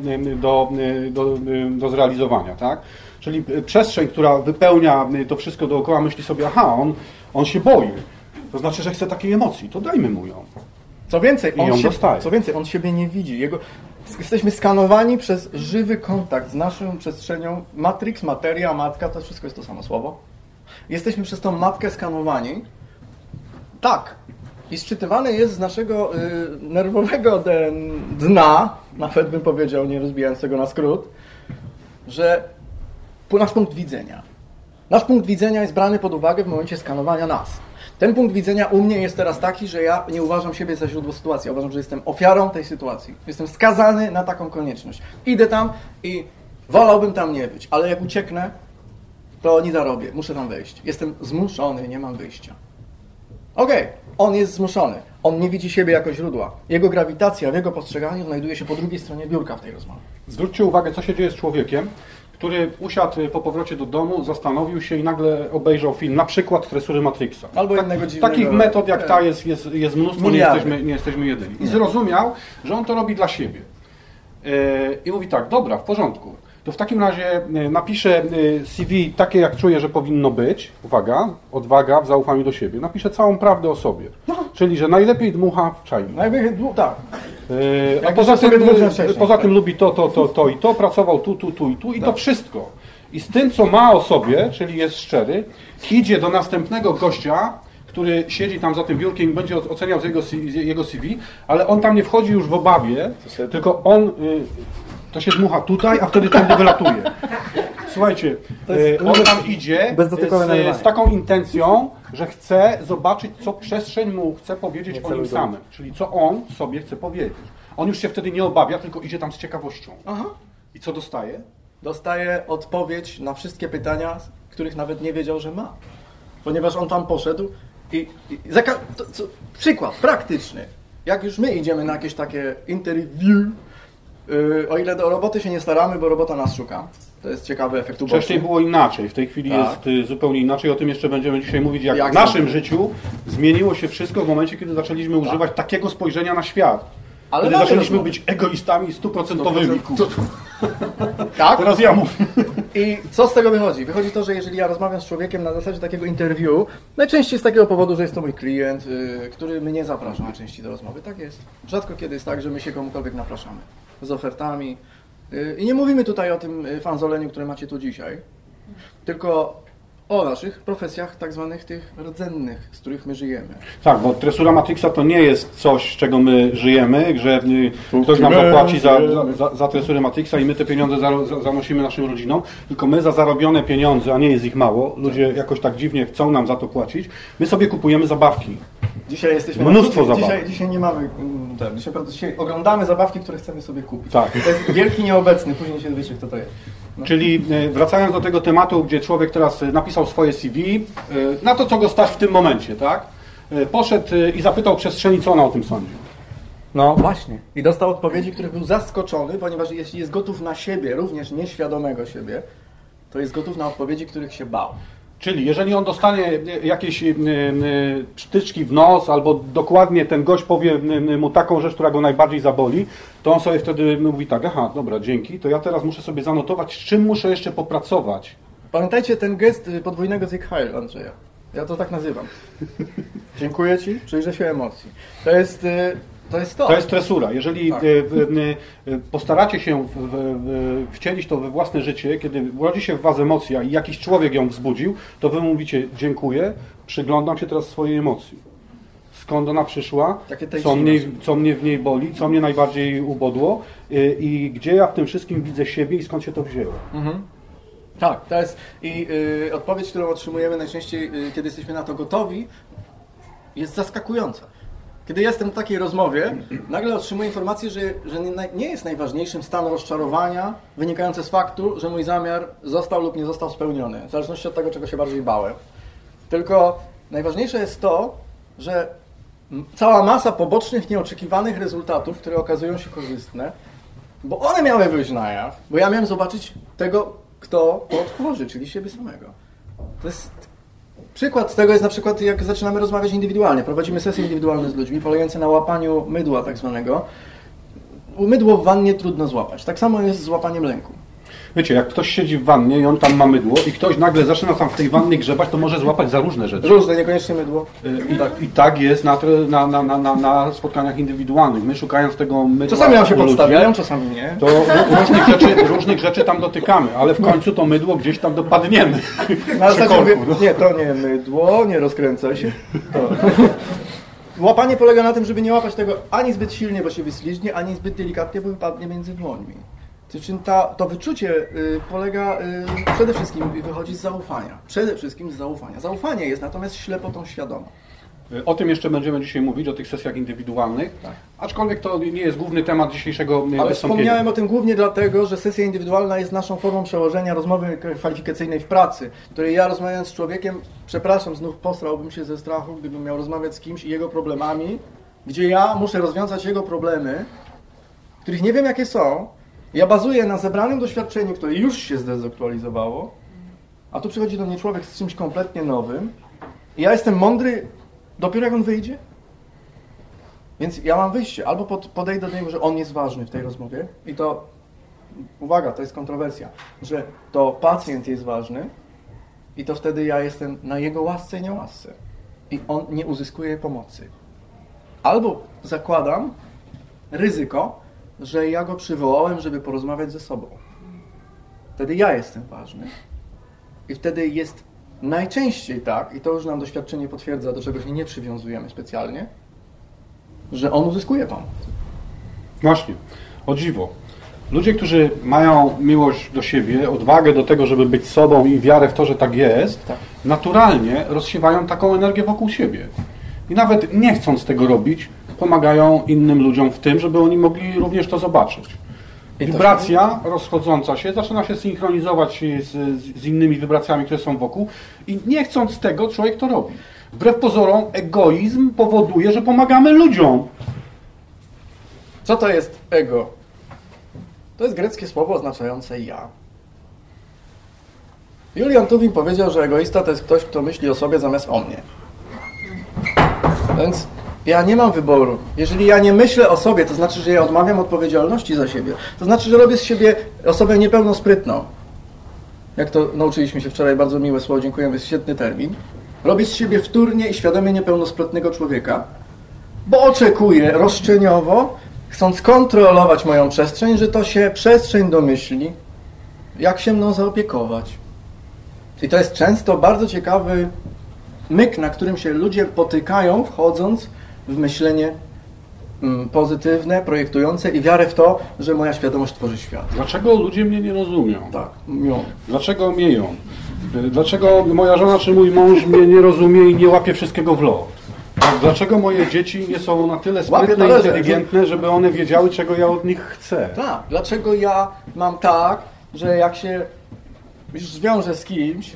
Speaker 1: do zrealizowania, tak? Czyli przestrzeń, która wypełnia to wszystko dookoła, myśli sobie, aha, on się boi. To znaczy, że chce takiej emocji, to dajmy mu ją.
Speaker 2: Co więcej,
Speaker 1: dostaje.
Speaker 2: On siebie nie widzi. Jesteśmy skanowani przez żywy kontakt z naszą przestrzenią. Matrix, materia, matka, to wszystko jest to samo słowo. Jesteśmy przez tą matkę skanowani. Tak. I sczytywane jest z naszego nerwowego dna, nawet bym powiedział, nie rozbijając tego na skrót, że nasz punkt widzenia. Nasz punkt widzenia jest brany pod uwagę w momencie skanowania nas. Ten punkt widzenia u mnie jest teraz taki, że ja nie uważam siebie za źródło sytuacji. Ja uważam, że jestem ofiarą tej sytuacji. Jestem skazany na taką konieczność. Idę tam i wolałbym tam nie być, ale jak ucieknę, to nie zarobię. Muszę tam wejść. Jestem zmuszony, nie mam wyjścia. Okej, on jest zmuszony. On nie widzi siebie jako źródła. Jego grawitacja w jego postrzeganiu znajduje się po drugiej stronie biurka w tej rozmowie.
Speaker 1: Zwróćcie uwagę, co się dzieje z człowiekiem, który usiadł po powrocie do domu, zastanowił się i nagle obejrzał film, na przykład Tresury Matrixa.
Speaker 2: Albo innego dziwnego.
Speaker 1: Takich metod jak ta jest mnóstwo, nie jesteśmy jedyni. I zrozumiał, że on to robi dla siebie. I mówi tak, dobra, w porządku. To w takim razie napiszę CV takie, jak czuję, że powinno być. Uwaga, odwaga w zaufaniu do siebie. Napiszę całą prawdę o sobie. Czyli, że najlepiej dmucha w czajnik.
Speaker 2: Tak.
Speaker 1: A poza tym lubi to i to, pracował tu i to wszystko. I z tym, co ma o sobie, czyli jest szczery, idzie do następnego gościa, który siedzi tam za tym biurkiem i będzie oceniał jego CV, ale on tam nie wchodzi już w obawie, tylko on to się dmucha tutaj, a wtedy tam wylatuje. Słuchajcie, on tam idzie z taką intencją, że chce zobaczyć, co przestrzeń mu chce powiedzieć o nim samym. Czyli co on sobie chce powiedzieć. On już się wtedy nie obawia, tylko idzie tam z ciekawością. Aha. I co dostaje?
Speaker 2: Dostaje odpowiedź na wszystkie pytania, których nawet nie wiedział, że ma. Ponieważ on tam poszedł przykład praktyczny. Jak już my idziemy na jakieś takie interview, o ile do roboty się nie staramy, bo robota nas szuka. To jest ciekawy efekt uboczny.
Speaker 1: Wcześniej było inaczej, w tej chwili jest zupełnie inaczej. O tym jeszcze będziemy dzisiaj mówić, jak w naszym życiu zmieniło się wszystko w momencie, kiedy zaczęliśmy używać takiego spojrzenia na świat. Ale wtedy zaczęliśmy być egoistami 100%.
Speaker 2: Tak?
Speaker 1: Teraz ja mówię.
Speaker 2: I co z tego wychodzi? Wychodzi to, że jeżeli ja rozmawiam z człowiekiem na zasadzie takiego interview, najczęściej z takiego powodu, że jest to mój klient, który mnie zaprasza najczęściej do rozmowy. Tak jest. Rzadko kiedy jest tak, że my się komukolwiek napraszamy z ofertami. I nie mówimy tutaj o tym fanzoleniu, które macie tu dzisiaj, tylko o naszych profesjach tak zwanych tych rdzennych, z których my żyjemy.
Speaker 1: Tak, bo Tresura Matrixa to nie jest coś, z czego my żyjemy, że ktoś nam zapłaci za Tresury Matrixa i my te pieniądze zanosimy naszym rodzinom, tylko my za zarobione pieniądze, a nie jest ich mało, ludzie jakoś tak dziwnie chcą nam za to płacić, my sobie kupujemy zabawki.
Speaker 2: Dzisiaj jesteśmy
Speaker 1: mnóstwo zabawek.
Speaker 2: Dzisiaj nie mamy, dzisiaj oglądamy zabawki, które chcemy sobie kupić.
Speaker 1: Tak.
Speaker 2: To jest wielki nieobecny, później się dowiecie, kto to jest. No.
Speaker 1: Czyli wracając do tego tematu, gdzie człowiek teraz napisał swoje CV, na to, co go stać w tym momencie, tak? Poszedł i zapytał przestrzeni, co ona o tym sądzi.
Speaker 2: No właśnie. I dostał odpowiedzi, których był zaskoczony, ponieważ jeśli jest gotów na siebie, również nieświadomego siebie, to jest gotów na odpowiedzi, których się bał.
Speaker 1: Czyli jeżeli on dostanie jakieś przytyczki w nos, albo dokładnie ten gość powie mu taką rzecz, która go najbardziej zaboli, to on sobie wtedy mówi tak, aha, dobra, dzięki, to ja teraz muszę sobie zanotować, z czym muszę jeszcze popracować.
Speaker 2: Pamiętajcie ten gest podwójnego Sieg Heil Andrzeja. Ja to tak nazywam. Dziękuję Ci, przyjrzę się emocji. To jest to.
Speaker 1: To jest tresura. Jeżeli postaracie się wcielić to we własne życie, kiedy urodzi się w was emocja i jakiś człowiek ją wzbudził, to wy mówicie, dziękuję, przyglądam się teraz swojej emocji. Skąd ona przyszła, co mnie w niej boli, co mnie najbardziej ubodło i gdzie ja w tym wszystkim widzę siebie i skąd się to wzięło.
Speaker 2: Mhm. Tak, to jest odpowiedź, którą otrzymujemy najczęściej, kiedy jesteśmy na to gotowi, jest zaskakująca. Kiedy jestem w takiej rozmowie, nagle otrzymuję informację, że nie jest najważniejszym stan rozczarowania wynikający z faktu, że mój zamiar został lub nie został spełniony, w zależności od tego, czego się bardziej bałem. Tylko najważniejsze jest to, że cała masa pobocznych, nieoczekiwanych rezultatów, które okazują się korzystne, bo one miały wyjść na jaw, bo ja miałem zobaczyć tego, kto to otworzy, czyli siebie samego. To jest Przykład z tego jest na przykład, jak zaczynamy rozmawiać indywidualnie. Prowadzimy sesje indywidualne z ludźmi, polegające na łapaniu mydła tak zwanego. Mydło w wannie trudno złapać. Tak samo jest z łapaniem lęku.
Speaker 1: Wiecie, jak ktoś siedzi w wannie i on tam ma mydło i ktoś nagle zaczyna tam w tej wannie grzebać, to może złapać za różne rzeczy.
Speaker 2: Różne, niekoniecznie mydło.
Speaker 1: I tak jest na spotkaniach indywidualnych. My szukając tego mydła...
Speaker 2: Czasami nam się podstawiają, czasami nie.
Speaker 1: To różnych rzeczy tam dotykamy, ale w końcu to mydło gdzieś tam dopadniemy.
Speaker 2: Nie, to nie mydło, nie rozkręcaj się. To. Łapanie polega na tym, żeby nie łapać tego ani zbyt silnie, bo się wyslizgnie, ani zbyt delikatnie, bo wypadnie między dłońmi. To wyczucie polega przede wszystkim wychodzi z zaufania. Przede wszystkim z zaufania. Zaufanie jest natomiast ślepotą świadomą.
Speaker 1: O tym jeszcze będziemy dzisiaj mówić, o tych sesjach indywidualnych, tak. Aczkolwiek to nie jest główny temat dzisiejszego wystąpienia.
Speaker 2: Ale wspomniałem o tym głównie dlatego, że sesja indywidualna jest naszą formą przełożenia rozmowy kwalifikacyjnej w pracy, której ja rozmawiając z człowiekiem, przepraszam, znów posrałbym się ze strachu, gdybym miał rozmawiać z kimś i jego problemami, gdzie ja muszę rozwiązać jego problemy, których nie wiem jakie są. Ja bazuję na zebranym doświadczeniu, które już się zdezaktualizowało, a tu przychodzi do mnie człowiek z czymś kompletnie nowym i ja jestem mądry dopiero jak on wyjdzie. Więc ja mam wyjście. Albo podejdę do niego, że on jest ważny w tej rozmowie i to, uwaga, to jest kontrowersja, że to pacjent jest ważny i to wtedy ja jestem na jego łasce i niełasce i on nie uzyskuje pomocy. Albo zakładam ryzyko, że ja go przywołałem, żeby porozmawiać ze sobą. Wtedy ja jestem ważny. I wtedy jest najczęściej tak, i to już nam doświadczenie potwierdza, do czego się nie przywiązujemy specjalnie, że on uzyskuje pomoc.
Speaker 1: Właśnie. O dziwo. Ludzie, którzy mają miłość do siebie, odwagę do tego, żeby być sobą i wiarę w to, że tak jest, tak, naturalnie rozsiewają taką energię wokół siebie. I nawet nie chcąc tego robić, pomagają innym ludziom w tym, żeby oni mogli również to zobaczyć. Wibracja rozchodząca się zaczyna się synchronizować z innymi wibracjami, które są wokół i nie chcąc tego, człowiek to robi. Wbrew pozorom egoizm powoduje, że pomagamy ludziom.
Speaker 2: Co to jest ego? To jest greckie słowo oznaczające ja. Julian Tuwim powiedział, że egoista to jest ktoś, kto myśli o sobie zamiast o mnie. Więc ja nie mam wyboru. Jeżeli ja nie myślę o sobie, to znaczy, że ja odmawiam odpowiedzialności za siebie. To znaczy, że robię z siebie osobę niepełnosprytną. Jak to nauczyliśmy się wczoraj, bardzo miłe słowo, dziękujemy, jest świetny termin. Robię z siebie wtórnie i świadomie niepełnosprytnego człowieka, bo oczekuję roszczeniowo, chcąc kontrolować moją przestrzeń, że to się przestrzeń domyśli, jak się mną zaopiekować. I to jest często bardzo ciekawy myk, na którym się ludzie potykają, wchodząc w myślenie pozytywne, projektujące i wiarę w to, że moja świadomość tworzy świat.
Speaker 1: Dlaczego ludzie mnie nie rozumią?
Speaker 2: Tak, mią.
Speaker 1: Dlaczego mieją? Dlaczego moja żona czy mój mąż mnie nie rozumie i nie łapie wszystkiego w lot? Dlaczego moje dzieci nie są na tyle sprytne i inteligentne, żeby one wiedziały, czego ja od nich chcę?
Speaker 2: Tak, dlaczego ja mam tak, że jak się już zwiążę z kimś,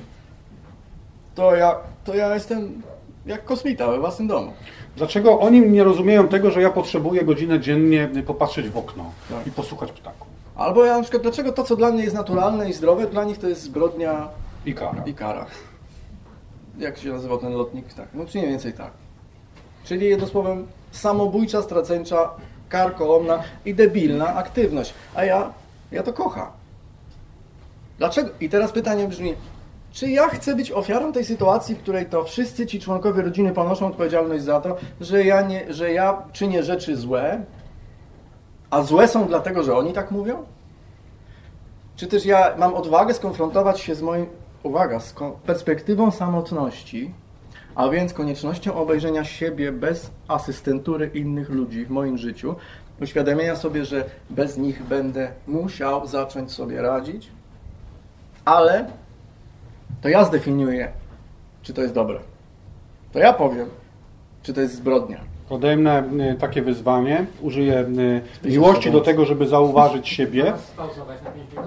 Speaker 2: to ja jestem jak kosmita we własnym domu.
Speaker 1: Dlaczego oni nie rozumieją tego, że ja potrzebuję godzinę dziennie popatrzeć w okno i posłuchać ptaków?
Speaker 2: Albo ja na przykład, dlaczego to, co dla mnie jest naturalne i zdrowe, dla nich to jest zbrodnia i kara. Jak się nazywał ten lotnik? Tak, no mniej więcej tak. Czyli jednym słowem samobójcza, straceńcza, karkołomna i debilna aktywność. A ja to kocham. Dlaczego? I teraz pytanie brzmi, czy ja chcę być ofiarą tej sytuacji, w której to wszyscy ci członkowie rodziny ponoszą odpowiedzialność za to, że ja czynię rzeczy złe, a złe są dlatego, że oni tak mówią? Czy też ja mam odwagę skonfrontować się z moim, z perspektywą samotności, a więc koniecznością obejrzenia siebie bez asystentury innych ludzi w moim życiu, uświadomienia sobie, że bez nich będę musiał zacząć sobie radzić, ale to ja zdefiniuję, czy to jest dobre. To ja powiem, czy to jest zbrodnia.
Speaker 1: Podejmę takie wyzwanie, użyję miłości do tego, żeby zauważyć siebie.
Speaker 3: Spauzować na 5 minut?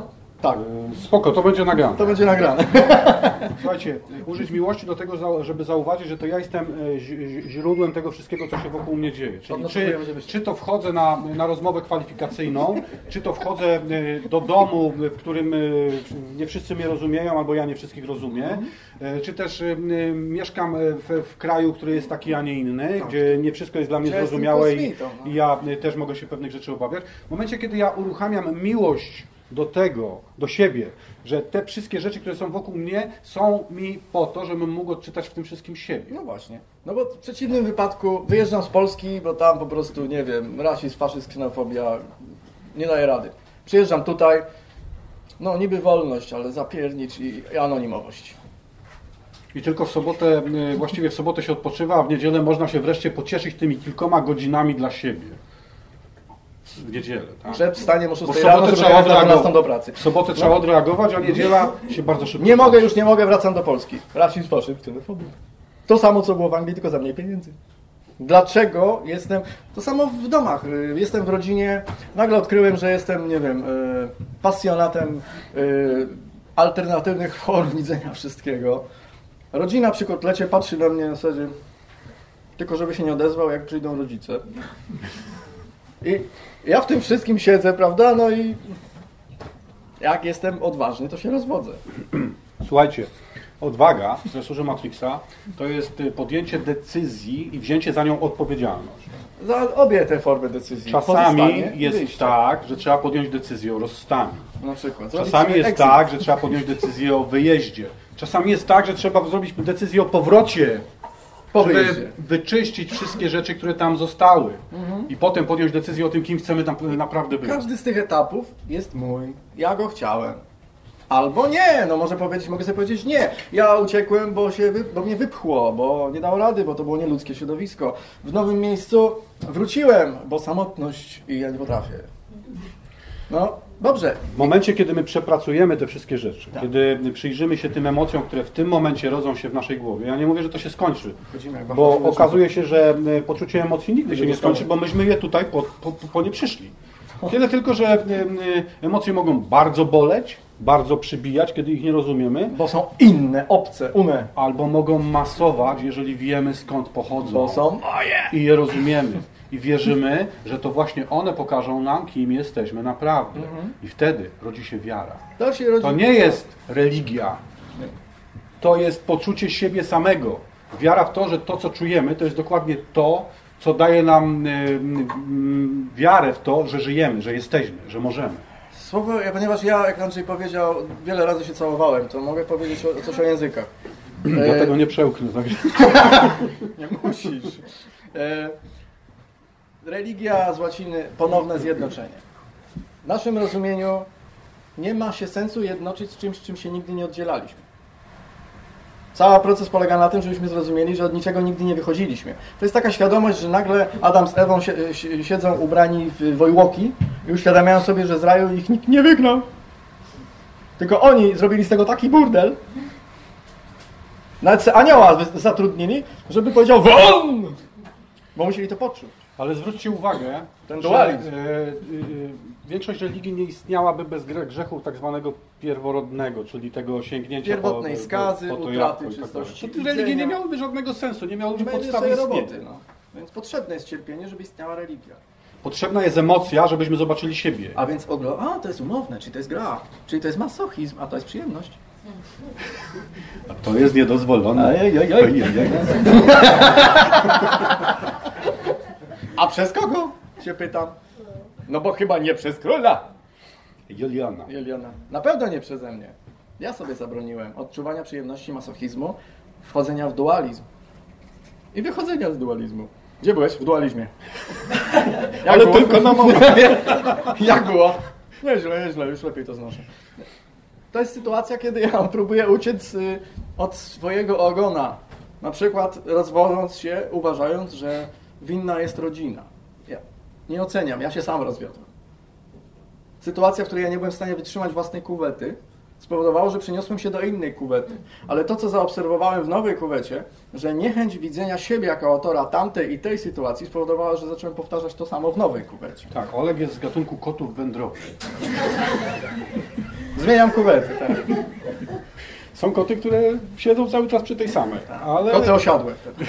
Speaker 2: Tak.
Speaker 1: Spoko, to będzie nagrane.
Speaker 2: To będzie nagrane.
Speaker 1: Słuchajcie, użyć miłości do tego, żeby zauważyć, że to ja jestem źródłem tego wszystkiego, co się wokół mnie dzieje. Czyli czy to wchodzę na rozmowę kwalifikacyjną, czy to wchodzę do domu, w którym nie wszyscy mnie rozumieją, albo ja nie wszystkich rozumiem, czy też mieszkam w kraju, który jest taki, a nie inny, gdzie nie wszystko jest dla mnie zrozumiałe i ja też mogę się pewnych rzeczy obawiać. W momencie, kiedy ja uruchamiam miłość do tego, do siebie, że te wszystkie rzeczy, które są wokół mnie, są mi po to, żebym mógł odczytać w tym wszystkim siebie.
Speaker 2: No właśnie. No bo w przeciwnym wypadku wyjeżdżam z Polski, bo tam po prostu, nie wiem, rasizm, faszyzm, ksenofobia, nie daje rady. Przyjeżdżam tutaj, no niby wolność, ale zapiernicz i anonimowość.
Speaker 1: I tylko w sobotę, właściwie w sobotę się odpoczywa, a w niedzielę można się wreszcie pocieszyć tymi kilkoma godzinami dla siebie. W niedzielę, tak?
Speaker 2: Przed wstaniem o 6 rano, żeby jechać na 12 do pracy.
Speaker 1: W sobotę trzeba odreagować, a niedziela się bardzo szybko...
Speaker 2: Nie mogę, wracam do Polski. Rasizm, faszyzm, ksenofobia. To samo, co było w Anglii, tylko za mniej pieniędzy. Dlaczego jestem... To samo w domach. Jestem w rodzinie, nagle odkryłem, że jestem, nie wiem, pasjonatem alternatywnych form widzenia wszystkiego. Rodzina przy kotlecie patrzy na mnie na zasadzie, tylko żeby się nie odezwał, jak przyjdą rodzice. I ja w tym wszystkim siedzę, prawda? No i jak jestem odważny, to się rozwodzę.
Speaker 1: Słuchajcie, odwaga w tresurze Matrixa to jest podjęcie decyzji i wzięcie za nią odpowiedzialność.
Speaker 2: Za obie te formy decyzji.
Speaker 1: Czasami jest tak, że trzeba podjąć decyzję o rozstaniu.
Speaker 2: Na przykład.
Speaker 1: Czasami jest tak, że trzeba podjąć decyzję o wyjeździe. Czasami jest tak, że trzeba zrobić decyzję o powrocie. Żeby wyczyścić wszystkie rzeczy, które tam zostały. I potem podjąć decyzję o tym, kim chcemy naprawdę być.
Speaker 2: Każdy z tych etapów jest mój. Ja go chciałem. Albo nie, no mogę sobie powiedzieć nie. Ja uciekłem, bo mnie wypchło, bo nie dało rady, bo to było nieludzkie środowisko. W nowym miejscu wróciłem, bo samotność i ja nie potrafię. No, dobrze.
Speaker 1: W momencie, kiedy my przepracujemy te wszystkie rzeczy, tak, kiedy przyjrzymy się tym emocjom, które w tym momencie rodzą się w naszej głowie, ja nie mówię, że to się skończy, bo okazuje się, że poczucie emocji nigdy się nie skończy, bo myśmy je tutaj po nie przyszli. Tyle tylko, że emocje mogą bardzo boleć, bardzo przybijać, kiedy ich nie rozumiemy.
Speaker 2: Bo są inne, obce, une.
Speaker 1: Albo mogą masować, jeżeli wiemy, skąd pochodzą.
Speaker 2: Bo są
Speaker 1: i je rozumiemy. I wierzymy, że to właśnie one pokażą nam, kim jesteśmy naprawdę. I wtedy rodzi się wiara. To nie jest religia. To jest poczucie siebie samego. Wiara w to, że to, co czujemy, to jest dokładnie to, co daje nam wiarę w to, że żyjemy, że jesteśmy, że możemy.
Speaker 2: Słowo, ponieważ ja, jak Andrzej powiedział, wiele razy się całowałem, to mogę powiedzieć coś o językach.
Speaker 1: Ja tego nie przełknę. Także...
Speaker 2: Nie musisz. Religia z łaciny ponowne zjednoczenie. W naszym rozumieniu nie ma się sensu jednoczyć z czymś, czym się nigdy nie oddzielaliśmy. Cały proces polega na tym, żebyśmy zrozumieli, że od niczego nigdy nie wychodziliśmy. To jest taka świadomość, że nagle Adam z Ewą siedzą ubrani w wojłoki i uświadamiają sobie, że z raju ich nikt nie wygnał. Tylko oni zrobili z tego taki burdel, nawet se anioła zatrudnili, żeby powiedział WON! Bo musieli to poczuć.
Speaker 1: Ale zwróćcie uwagę,
Speaker 2: że
Speaker 1: większość religii nie istniałaby bez grzechu tak zwanego pierworodnego, czyli tego sięgnięcia
Speaker 2: pierwotnej skazy, utraty czystości.
Speaker 1: To religie nie miałyby żadnego sensu, nie miałyby podstawy istnienia.
Speaker 2: No. Więc potrzebne jest cierpienie, żeby istniała religia.
Speaker 1: Potrzebna jest emocja, żebyśmy zobaczyli siebie.
Speaker 2: A więc to jest umowne, czyli to jest gra, czyli to jest masochizm, a to jest przyjemność.
Speaker 1: A to jest niedozwolone.
Speaker 2: A przez kogo? Się pytam. No bo chyba nie przez króla.
Speaker 1: Juliana.
Speaker 2: Na pewno nie przeze mnie. Ja sobie zabroniłem odczuwania przyjemności masochizmu, wchodzenia w dualizm i wychodzenia z dualizmu. Gdzie byłeś? W dualizmie.
Speaker 1: Ale było? Tylko na moment.
Speaker 2: Jak było? Nieźle, już lepiej to znoszę. To jest sytuacja, kiedy ja próbuję uciec od swojego ogona. Na przykład rozwodząc się, uważając, że winna jest rodzina. Ja nie oceniam, ja się sam rozwiodłem. Sytuacja, w której ja nie byłem w stanie wytrzymać własnej kuwety, spowodowało, że przeniosłem się do innej kuwety. Ale to, co zaobserwowałem w nowej kuwecie, że niechęć widzenia siebie jako autora tamtej i tej sytuacji spowodowało, że zacząłem powtarzać to samo w nowej kuwecie.
Speaker 1: Tak, Oleg jest z gatunku kotów wędrownych.
Speaker 2: Zmieniam kuwety, tak.
Speaker 1: Są koty, które siedzą cały czas przy tej samej, ale
Speaker 2: Koty osiadłe.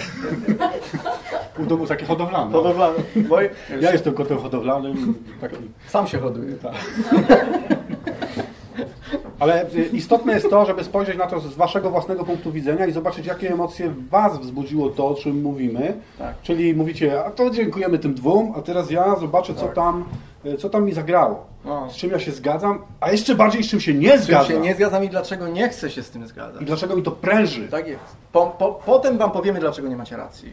Speaker 1: u domu takie hodowlane.
Speaker 2: Hodowlane. Bo
Speaker 1: Ja jestem kotem hodowlanym. Taki.
Speaker 2: sam się hoduje.
Speaker 1: Tak. Ale istotne jest to, żeby spojrzeć na to z waszego własnego punktu widzenia i zobaczyć, jakie emocje w was wzbudziło to, o czym mówimy.
Speaker 2: Tak.
Speaker 1: Czyli mówicie, a to dziękujemy tym dwóm, a teraz ja zobaczę, co tam mi zagrało.
Speaker 2: No.
Speaker 1: Z czym ja się zgadzam, a jeszcze bardziej z czym się nie
Speaker 2: Z czym
Speaker 1: zgadzam.
Speaker 2: się nie zgadzam i dlaczego nie chcę się z tym zgadzać.
Speaker 1: I dlaczego mi to pręży.
Speaker 2: Tak jest. Potem wam powiemy, dlaczego nie macie racji.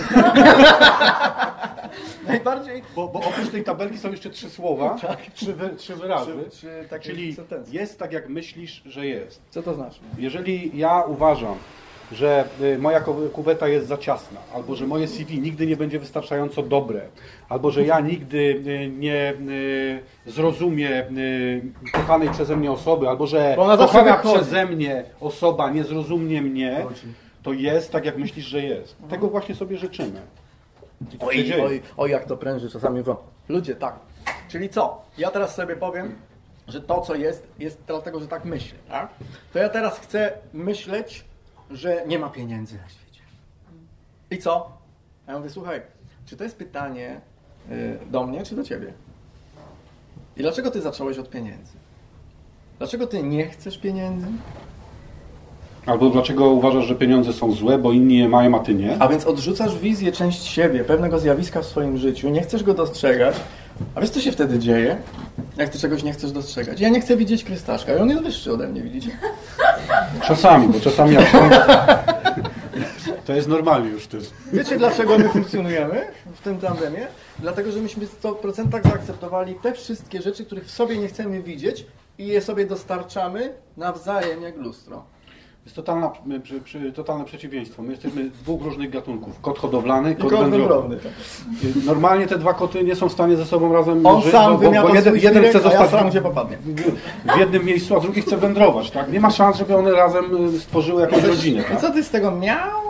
Speaker 2: Najbardziej...
Speaker 1: Bo oprócz tej tabelki są jeszcze 3 słowa,
Speaker 2: Tak.
Speaker 1: 3 wyrazy.
Speaker 2: Trzy takie
Speaker 1: Czyli
Speaker 2: sentencje.
Speaker 1: jest tak, jak myślisz, że jest.
Speaker 2: Co to znaczy?
Speaker 1: Jeżeli ja uważam, że moja kuweta jest za ciasna, albo że moje CV nigdy nie będzie wystarczająco dobre, albo że ja nigdy nie zrozumiem kochanej przeze mnie osoby, albo że
Speaker 2: Bo ona zawsze
Speaker 1: kochana
Speaker 2: wychodzi.
Speaker 1: przeze mnie osoba nie zrozumie mnie, to jest tak, jak myślisz, że jest. Tego właśnie sobie życzymy. I to się dzieje.
Speaker 2: Oj, jak to pręży czasami w ludzie, tak. Czyli co? Ja teraz sobie powiem, że to, co jest dlatego, że tak myślę, tak? To ja teraz chcę myśleć, że nie ma pieniędzy na świecie. I co? A ja mówię, słuchaj, czy to jest pytanie do mnie, czy do ciebie? I dlaczego ty zacząłeś od pieniędzy? Dlaczego ty nie chcesz pieniędzy?
Speaker 1: Albo dlaczego uważasz, że pieniądze są złe, bo inni je mają, a ty nie?
Speaker 2: A więc odrzucasz wizję, część siebie, pewnego zjawiska w swoim życiu, nie chcesz go dostrzegać, a wiesz, co się wtedy dzieje, jak ty czegoś nie chcesz dostrzegać? Ja nie chcę widzieć Krystaszka i on jest wyższy ode mnie, widzicie?
Speaker 1: Czasami, bo czasami jak się... To jest normalnie już. To jest...
Speaker 2: Wiecie, dlaczego my funkcjonujemy w tym tandemie? Dlatego, że myśmy w 100% zaakceptowali te wszystkie rzeczy, których w sobie nie chcemy widzieć i je sobie dostarczamy nawzajem jak lustro.
Speaker 1: Jest totalne przeciwieństwo. My jesteśmy z 2 różnych gatunków. Kot hodowlany,
Speaker 2: I
Speaker 1: kot
Speaker 2: kot
Speaker 1: wędrowny.
Speaker 2: wędrowny, tak.
Speaker 1: Normalnie te 2 koty nie są w stanie ze sobą razem
Speaker 2: On
Speaker 1: żyć,
Speaker 2: sam wymiata
Speaker 1: bo
Speaker 2: swój
Speaker 1: jeden chce
Speaker 2: świrek, a ja
Speaker 1: zostać
Speaker 2: sam gdzie popadnie.
Speaker 1: w jednym miejscu, a drugi chce wędrować. Tak? Nie ma szans, żeby one razem stworzyły jakąś rodzinę.
Speaker 2: I
Speaker 1: Tak?
Speaker 2: co ty z tego miałeś?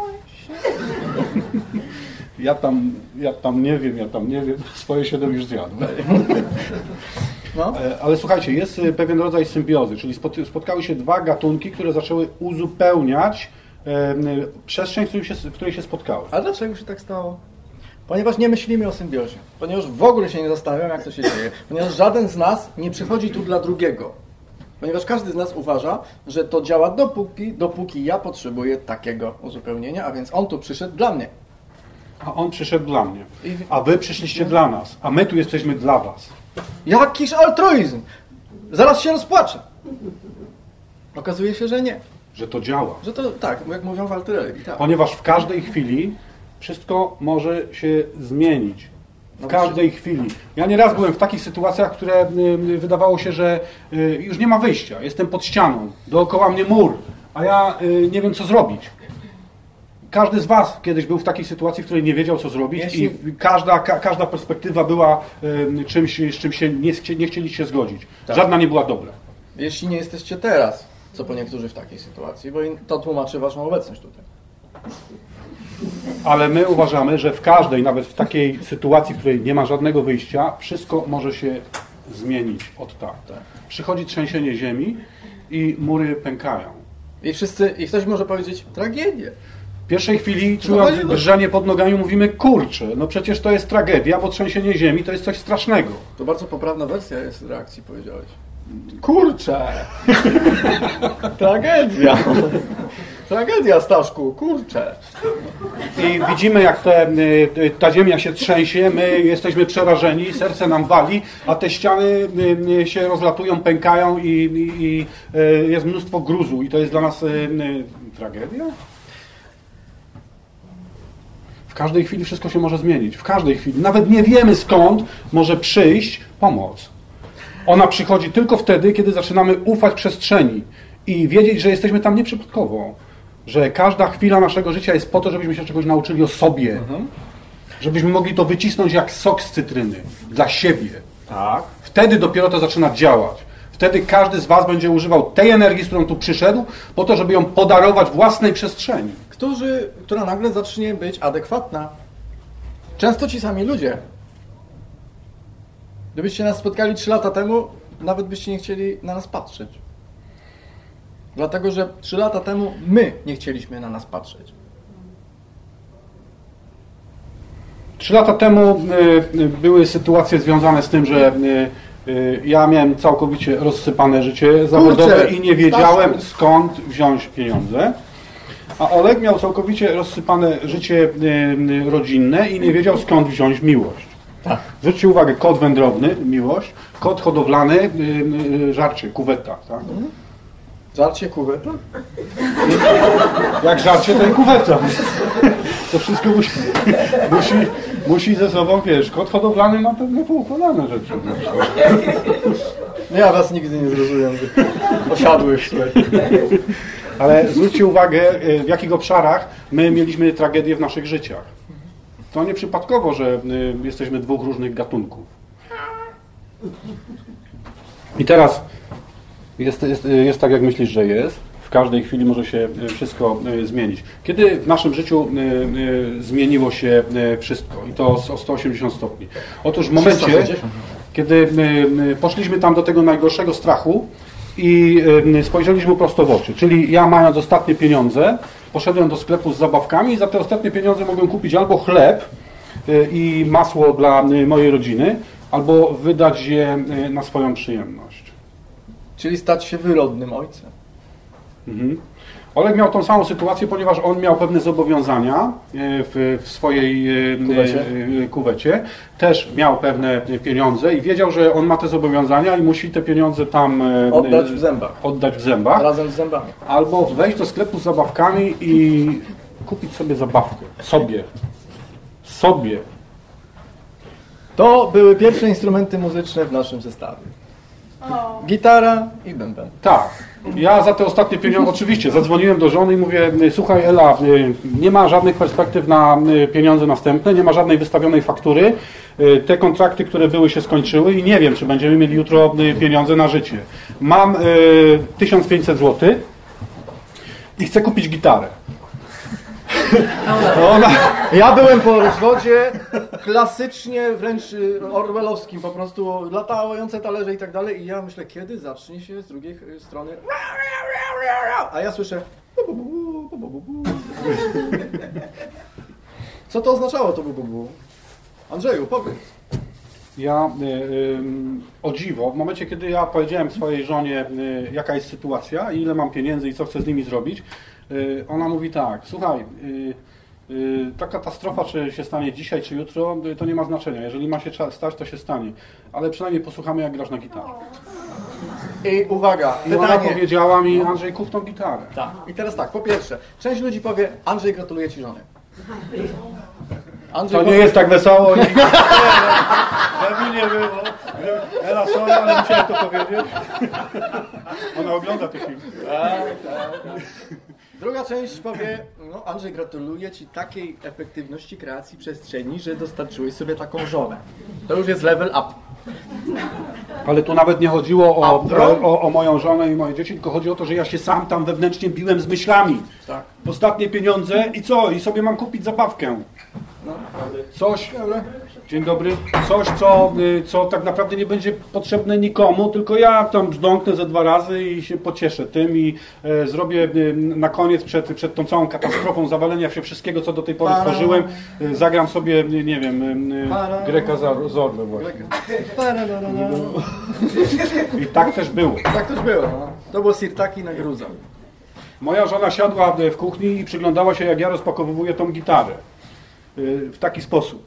Speaker 1: Ja tam nie wiem. Swoje 7 już zjadłem.
Speaker 2: No.
Speaker 1: Ale słuchajcie, jest pewien rodzaj symbiozy, czyli spotkały się 2 gatunki, które zaczęły uzupełniać przestrzeń, w której się spotkały.
Speaker 2: A dlaczego się tak stało? Ponieważ nie myślimy o symbiozie. Ponieważ w ogóle się nie zastanawiamy, jak to się dzieje. Ponieważ żaden z nas nie przychodzi tu dla drugiego. Ponieważ każdy z nas uważa, że to działa dopóki ja potrzebuję takiego uzupełnienia, a więc on tu przyszedł dla mnie.
Speaker 1: A on przyszedł dla mnie. A wy przyszliście dla nas. A my tu jesteśmy dla was.
Speaker 2: Jakiż altruizm! Zaraz się rozpłaczę. Okazuje się, że nie.
Speaker 1: Że to działa.
Speaker 2: Że to tak, jak mówią w alterelii. Tak.
Speaker 1: Ponieważ w każdej chwili wszystko może się zmienić. W każdej chwili. Ja nieraz byłem w takich sytuacjach, które wydawało się, że już nie ma wyjścia. Jestem pod ścianą. Dookoła mnie mur. A ja nie wiem, co zrobić. Każdy z was kiedyś był w takiej sytuacji, w której nie wiedział, co zrobić i każda perspektywa była czymś, z czym się nie chcieliście zgodzić.
Speaker 2: Tak.
Speaker 1: Żadna nie była dobra.
Speaker 2: Jeśli nie jesteście teraz, co po niektórzy w takiej sytuacji, bo to tłumaczy waszą obecność tutaj.
Speaker 1: Ale my uważamy, że w każdej, nawet w takiej sytuacji, w której nie ma żadnego wyjścia, wszystko może się zmienić od tak. Przychodzi trzęsienie ziemi i mury pękają.
Speaker 2: I ktoś może powiedzieć, tragedię.
Speaker 1: W pierwszej chwili czując drżenie pod nogami mówimy, kurczę, no przecież to jest tragedia, bo trzęsienie ziemi to jest coś strasznego.
Speaker 2: To bardzo poprawna wersja jest reakcji, powiedziałeś.
Speaker 1: Kurczę!
Speaker 2: Tragedia! Tragedia, Staszku, kurczę!
Speaker 1: I widzimy, jak ta ziemia się trzęsie, my jesteśmy przerażeni, serce nam wali, a te ściany się rozlatują, pękają i jest mnóstwo gruzu. I to jest dla nas tragedia? W każdej chwili wszystko się może zmienić. W każdej chwili. Nawet nie wiemy, skąd może przyjść pomoc. Ona przychodzi tylko wtedy, kiedy zaczynamy ufać przestrzeni i wiedzieć, że jesteśmy tam nieprzypadkowo. Że każda chwila naszego życia jest po to, żebyśmy się czegoś nauczyli o sobie. Żebyśmy mogli to wycisnąć jak sok z cytryny. Dla siebie. Tak. Wtedy dopiero to zaczyna działać. Wtedy każdy z was będzie używał tej energii, z którą tu przyszedł, po to, żeby ją podarować własnej przestrzeni.
Speaker 2: Która nagle zacznie być adekwatna. Często ci sami ludzie. Gdybyście nas spotkali 3 lata temu, nawet byście nie chcieli na nas patrzeć. Dlatego, że 3 lata temu my nie chcieliśmy na nas patrzeć.
Speaker 1: 3 lata temu były sytuacje związane z tym, że ja miałem całkowicie rozsypane życie zawodowe i nie wiedziałem skąd wziąć pieniądze. A Oleg miał całkowicie rozsypane życie rodzinne i nie wiedział skąd wziąć miłość.
Speaker 2: Tak.
Speaker 1: Zwróćcie uwagę, kot wędrowny, miłość, kot hodowlany, żarcie, kuweta. Tak?
Speaker 2: Żarcie kuweta?
Speaker 1: Jak żarcie, to i kuweta. To wszystko musi ze sobą, wiesz, kot hodowlany ma pewne poukładane rzeczy.
Speaker 2: Ja was nigdy nie zrozumiem, osiadłych, słuchaj.
Speaker 1: Ale zwróćcie uwagę, w jakich obszarach my mieliśmy tragedię w naszych życiach. To nie przypadkowo, że jesteśmy 2 różnych gatunków. I teraz jest tak, jak myślisz, że jest. W każdej chwili może się wszystko zmienić. Kiedy w naszym życiu zmieniło się wszystko? I to o 180 stopni. Otóż w momencie, kiedy poszliśmy tam do tego najgorszego strachu i spojrzeliśmy prosto w oczy. Czyli ja, mając ostatnie pieniądze, poszedłem do sklepu z zabawkami i za te ostatnie pieniądze mogłem kupić albo chleb i masło dla mojej rodziny, albo wydać je na swoją przyjemność.
Speaker 2: Czyli stać się wyrodnym ojcem.
Speaker 1: Mhm. Oleg miał tą samą sytuację, ponieważ on miał pewne zobowiązania w swojej kuwecie. Też miał pewne pieniądze i wiedział, że on ma te zobowiązania i musi te pieniądze tam
Speaker 2: oddać w zębach. Razem z zębami.
Speaker 1: Albo wejść do sklepu z zabawkami i kupić sobie zabawkę. Sobie.
Speaker 2: To były pierwsze instrumenty muzyczne w naszym zestawie. Gitara i bęben.
Speaker 1: Tak. Ja za te ostatnie pieniądze, oczywiście, zadzwoniłem do żony i mówię, słuchaj Ela, nie ma żadnych perspektyw na pieniądze następne, nie ma żadnej wystawionej faktury. Te kontrakty, które były, się skończyły i nie wiem, czy będziemy mieli jutro pieniądze na życie. Mam 1500 zł i chcę kupić gitarę.
Speaker 2: Ja byłem po rozwodzie, klasycznie, wręcz orwellowskim, po prostu latające talerze i tak dalej i ja myślę, kiedy zacznie się z drugiej strony, a ja słyszę co to oznaczało to bu? Andrzeju, powiedz.
Speaker 1: Ja o dziwo, w momencie, kiedy ja powiedziałem swojej żonie, jaka jest sytuacja, ile mam pieniędzy i co chcę z nimi zrobić, ona mówi tak, słuchaj, ta katastrofa, czy się stanie dzisiaj, czy jutro, to nie ma znaczenia. Jeżeli ma się stać, to się stanie. Ale przynajmniej posłuchamy, jak grasz na gitarze.
Speaker 2: I uwaga,
Speaker 1: I ona powiedziała mi, Andrzej, kup tą gitarę.
Speaker 2: Tak. I teraz tak, po pierwsze, część ludzi powie, Andrzej, gratuluję Ci żony.
Speaker 1: Andrzej, to nie jest tak wesoło. Żeby nie było. Ela, sorry, ale musiałem to powiedzieć. Ona ogląda te filmy.
Speaker 2: Tak. Druga część powie, no Andrzej, gratuluję Ci takiej efektywności kreacji przestrzeni, że dostarczyłeś sobie taką żonę. To już jest level up.
Speaker 1: Ale tu nawet nie chodziło o moją żonę i moje dzieci, tylko chodzi o to, że ja się sam tam wewnętrznie biłem z myślami.
Speaker 2: Tak.
Speaker 1: Ostatnie pieniądze i co? I sobie mam kupić zabawkę. Coś, dzień dobry, coś, co tak naprawdę nie będzie potrzebne nikomu, tylko ja tam brzdąknę ze 2 razy i się pocieszę tym i zrobię na koniec przed tą całą katastrofą zawalenia się wszystkiego, co do tej pory tworzyłem, zagram sobie, nie wiem, Greka Zorlę właśnie. I tak też było.
Speaker 2: Tak też było, no. To było sirtaki na gruza.
Speaker 1: Moja żona siadła w kuchni i przyglądała się, jak ja rozpakowywuję tą gitarę. W taki sposób.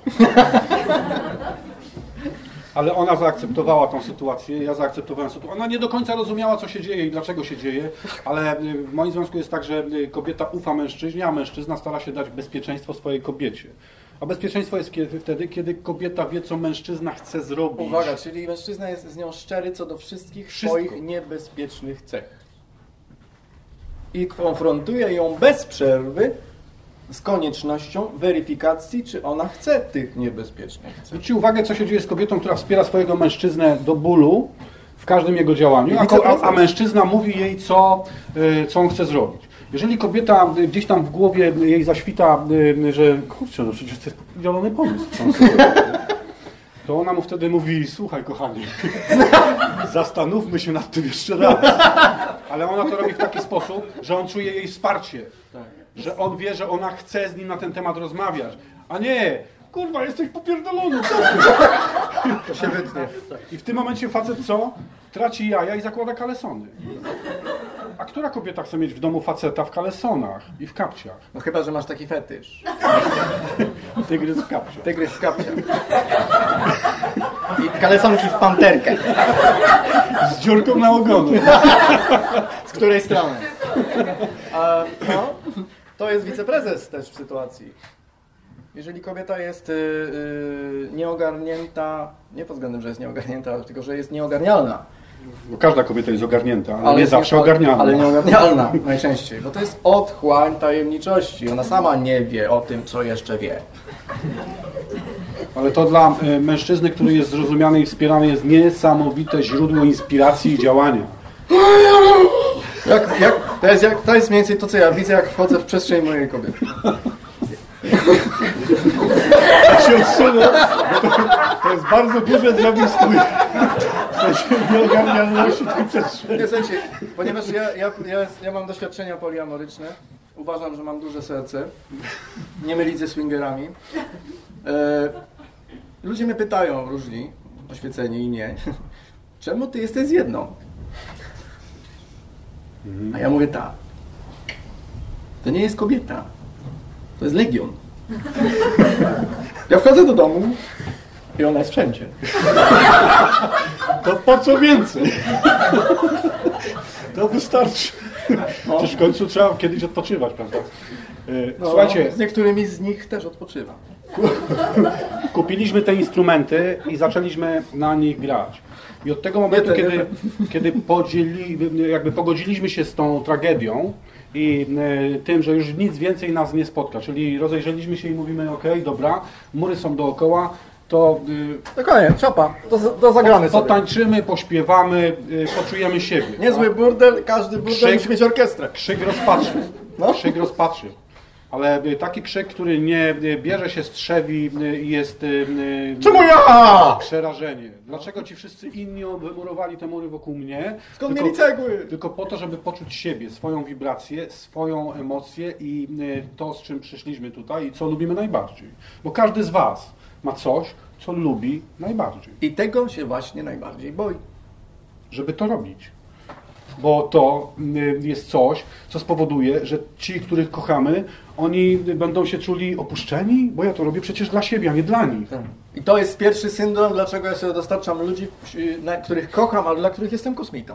Speaker 1: Ale ona zaakceptowała tą sytuację, ja zaakceptowałem sytuację. Ona nie do końca rozumiała, co się dzieje i dlaczego się dzieje, ale w moim związku jest tak, że kobieta ufa mężczyźnie, a mężczyzna stara się dać bezpieczeństwo swojej kobiecie. A bezpieczeństwo jest wtedy, kiedy kobieta wie, co mężczyzna chce zrobić.
Speaker 2: Uwaga, czyli mężczyzna jest z nią szczery co do wszystkich swoich niebezpiecznych cech. I konfrontuje ją bez przerwy z koniecznością weryfikacji, czy ona chce tych niebezpiecznych cech.
Speaker 1: Zwróćcie uwagę, co się dzieje z kobietą, która wspiera swojego mężczyznę do bólu w każdym jego działaniu, a mężczyzna mówi jej, co on chce zrobić. Jeżeli kobieta gdzieś tam w głowie jej zaświta, że kurczę, no przecież to jest zielony pomysł. to ona mu wtedy mówi, słuchaj kochanie, zastanówmy się nad tym jeszcze raz. Ale ona to robi w taki sposób, że on czuje jej wsparcie. Że on wie, że ona chce z nim na ten temat rozmawiać. A nie, kurwa, jesteś popierdolony.
Speaker 2: To się wytnie.
Speaker 1: I w tym momencie facet co? Traci jaja i zakłada kalesony. A która kobieta chce mieć w domu faceta w kalesonach i w kapciach?
Speaker 2: No chyba, że masz taki fetysz.
Speaker 1: Tygrys w kapciach.
Speaker 2: Tygrys w kapciach. I kalesonki w panterkę.
Speaker 1: Z dziurką na ogonu.
Speaker 2: Z której strony? A, no, to jest wiceprezes też w sytuacji. Jeżeli kobieta jest nieogarnięta, nie pod względem, że jest nieogarnięta, tylko że jest nieogarnialna.
Speaker 1: Bo każda kobieta jest ogarnięta, ale nie zawsze ogarnialna.
Speaker 2: Ale nieogarnialna najczęściej, bo to jest otchłań tajemniczości. Ona sama nie wie o tym, co jeszcze wie.
Speaker 1: Ale to dla mężczyzny, który jest zrozumiany i wspierany, jest niesamowite źródło inspiracji i działania.
Speaker 2: To jest mniej więcej to, co ja widzę, jak wchodzę w przestrzeń mojej kobiety.
Speaker 1: Jak się odsunę, bo to jest bardzo duże zjawisko w sensie nieogarnialności tej przestrzeni.
Speaker 2: Nie, w sensie, ponieważ ja mam doświadczenia poliamoryczne, uważam, że mam duże serce, nie mylić ze swingerami. Ludzie mnie pytają, różni, oświeceni i nie, czemu ty jesteś z jedną? A ja mówię tak, to nie jest kobieta, to jest legion. Ja wchodzę do domu i ona jest wszędzie.
Speaker 1: To po co więcej? To wystarczy. Przecież w końcu trzeba kiedyś odpoczywać, prawda? Słuchajcie,
Speaker 2: z niektórymi z nich też odpoczywam.
Speaker 1: Kupiliśmy te instrumenty i zaczęliśmy na nich grać. I od tego momentu, kiedy pogodziliśmy się z tą tragedią i tym, że już nic więcej nas nie spotka, czyli rozejrzeliśmy się i mówimy, okej, dobra, mury są dookoła, to
Speaker 2: koniec, czapa, to zagramy sobie.
Speaker 1: Potańczymy, pośpiewamy, poczujemy siebie.
Speaker 2: Niezły burdel, każdy burdel musi mieć orkiestrę.
Speaker 1: Krzyk rozpaczy. No? Krzyk rozpaczy. Ale taki krzyk, który nie bierze się z trzewi i jest
Speaker 2: czemu ja?
Speaker 1: Przerażenie. Dlaczego ci wszyscy inni wymurowali te mury wokół mnie?
Speaker 2: Skąd mieli cegły?
Speaker 1: Tylko po to, żeby poczuć siebie, swoją wibrację, swoją emocję i to, z czym przyszliśmy tutaj i co lubimy najbardziej. Bo każdy z was ma coś, co lubi najbardziej.
Speaker 2: I tego się właśnie najbardziej boi.
Speaker 1: Żeby to robić. Bo to jest coś, co spowoduje, że ci, których kochamy, oni będą się czuli opuszczeni, bo ja to robię przecież dla siebie, a nie dla nich.
Speaker 2: I to jest pierwszy syndrom, dlaczego ja sobie dostarczam ludzi, których kocham, ale dla których jestem kosmitą.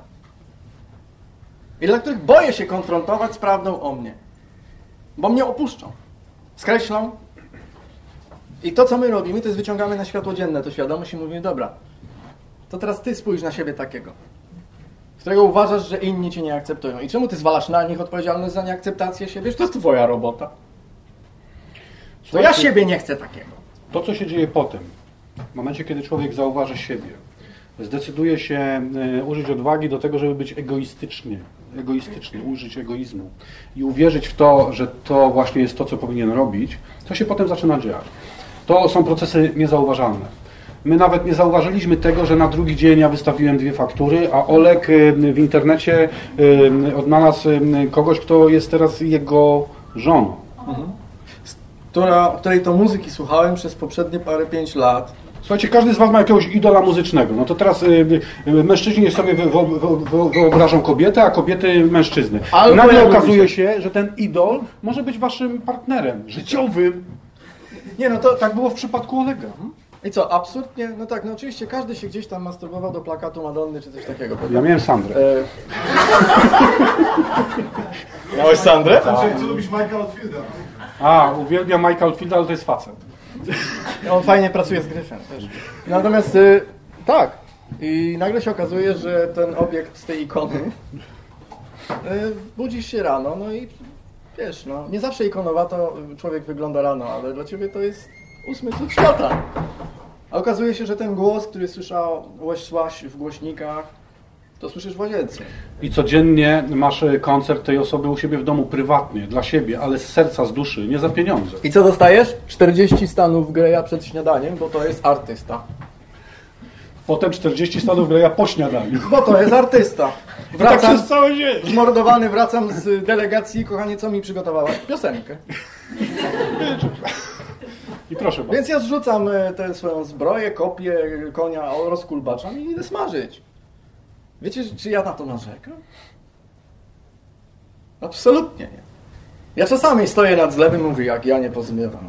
Speaker 2: I dla których boję się konfrontować z prawdą o mnie. Bo mnie opuszczą. Skreślą. I to, co my robimy, to jest wyciągamy na światło dzienne to świadomość i mówimy, dobra, to teraz ty spójrz na siebie takiego, z którego uważasz, że inni cię nie akceptują. I czemu ty zwalasz na nich odpowiedzialność za nieakceptację siebie? To jest twoja robota. To ja siebie nie chcę takiego.
Speaker 1: To, co się dzieje potem, w momencie, kiedy człowiek zauważy siebie, zdecyduje się użyć odwagi do tego, żeby być egoistyczny, użyć egoizmu i uwierzyć w to, że to właśnie jest to, co powinien robić, to się potem zaczyna dziać. To są procesy niezauważalne. My nawet nie zauważyliśmy tego, że na drugi dzień ja wystawiłem 2 faktury, a Olek w internecie odnalazł kogoś, kto jest teraz jego żoną.
Speaker 2: Której to muzyki słuchałem przez poprzednie 5 lat.
Speaker 1: Słuchajcie, każdy z was ma jakiegoś idola muzycznego. No to teraz mężczyźni sobie wyobrażą kobietę, a kobiety mężczyzny. I nagle okazuje się, że ten idol może być waszym partnerem życiowym.
Speaker 2: Nie, no to
Speaker 1: tak było w przypadku Olega.
Speaker 2: I co, absurdnie? No tak, no oczywiście każdy się gdzieś tam masturbował do plakatu Madonny czy coś takiego.
Speaker 1: Ja miałem Sandrę.
Speaker 2: Miałeś Sandrę?
Speaker 4: Czy lubisz Mike'a Oldfielda?
Speaker 1: Uwielbiam Mike'a Oldfielda, ale to jest facet.
Speaker 2: On fajnie pracuje z gryfem też. Natomiast tak. I nagle się okazuje, że ten obiekt z tej ikony budzisz się rano, no i wiesz, no nie zawsze ikonowato człowiek wygląda rano, ale dla ciebie to jest 8 cud świata. A okazuje się, że ten głos, który słyszałeś w głośnikach, to słyszysz w łazience.
Speaker 1: I codziennie masz koncert tej osoby u siebie w domu prywatnie, dla siebie, ale z serca, z duszy, nie za pieniądze.
Speaker 2: I co dostajesz? 40 stanów Greya przed śniadaniem, bo to jest artysta.
Speaker 4: Potem 40 stanów Greya po śniadaniu.
Speaker 2: Bo to jest artysta.
Speaker 4: Tak przez całe dzień.
Speaker 2: Zmordowany, wracam z delegacji. Kochanie, co mi przygotowałaś? Piosenkę.
Speaker 4: I proszę bardzo.
Speaker 2: Więc ja zrzucam tę swoją zbroję, kopię konia, rozkulbaczam i idę smażyć. Wiecie, czy ja na to narzekam? Absolutnie nie. Ja czasami stoję nad zlewem i mówię, jak ja nie pozmywam.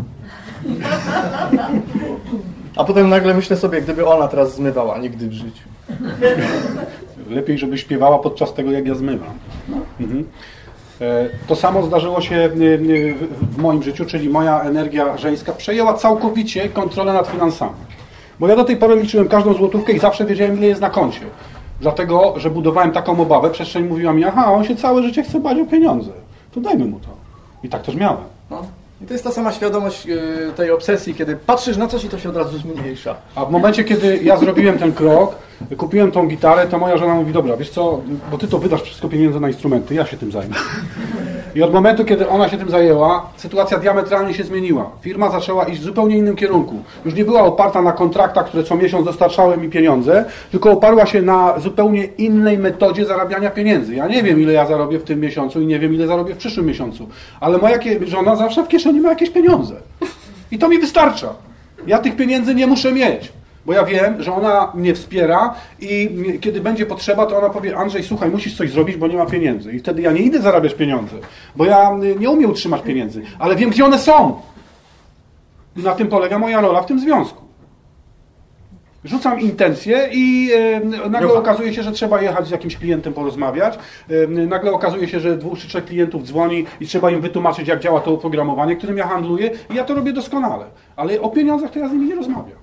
Speaker 2: A potem nagle myślę sobie, gdyby ona teraz zmywała, nigdy w życiu.
Speaker 4: Lepiej, żeby śpiewała podczas tego, jak ja zmywam. Mhm. To samo zdarzyło się w moim życiu, czyli moja energia żeńska przejęła całkowicie kontrolę nad finansami. Bo ja do tej pory liczyłem każdą złotówkę i zawsze wiedziałem, ile jest na koncie. Dlatego, że budowałem taką obawę, przestrzeń mówiła mi, aha, on się całe życie chce bać o pieniądze. To dajmy mu to. I tak też miałem.
Speaker 2: No. I to jest ta sama świadomość tej obsesji, kiedy patrzysz na coś i to się od razu zmniejsza.
Speaker 4: A w momencie, kiedy ja zrobiłem ten krok, kupiłem tą gitarę, to moja żona mówi, dobra, wiesz co, bo ty to wydasz wszystko pieniądze na instrumenty, ja się tym zajmę. I od momentu, kiedy ona się tym zajęła, sytuacja diametralnie się zmieniła. Firma zaczęła iść w zupełnie innym kierunku. Już nie była oparta na kontraktach, które co miesiąc dostarczały mi pieniądze, tylko oparła się na zupełnie innej metodzie zarabiania pieniędzy. Ja nie wiem, ile ja zarobię w tym miesiącu i nie wiem, ile zarobię w przyszłym miesiącu, ale moja żona zawsze w kieszeni ma jakieś pieniądze. I to mi wystarcza. Ja tych pieniędzy nie muszę mieć. Bo ja wiem, że ona mnie wspiera i kiedy będzie potrzeba, to ona powie, Andrzej, słuchaj, musisz coś zrobić, bo nie ma pieniędzy. I wtedy ja nie idę zarabiać pieniądze, bo ja nie umiem utrzymać pieniędzy, ale wiem, gdzie one są. I na tym polega moja rola w tym związku. Rzucam intencje i nagle okazuje się, że trzeba jechać z jakimś klientem porozmawiać. Nagle okazuje się, że 2 czy 3 klientów dzwoni i trzeba im wytłumaczyć, jak działa to oprogramowanie, którym ja handluję. I ja to robię doskonale. Ale o pieniądzach to ja z nimi nie rozmawiam.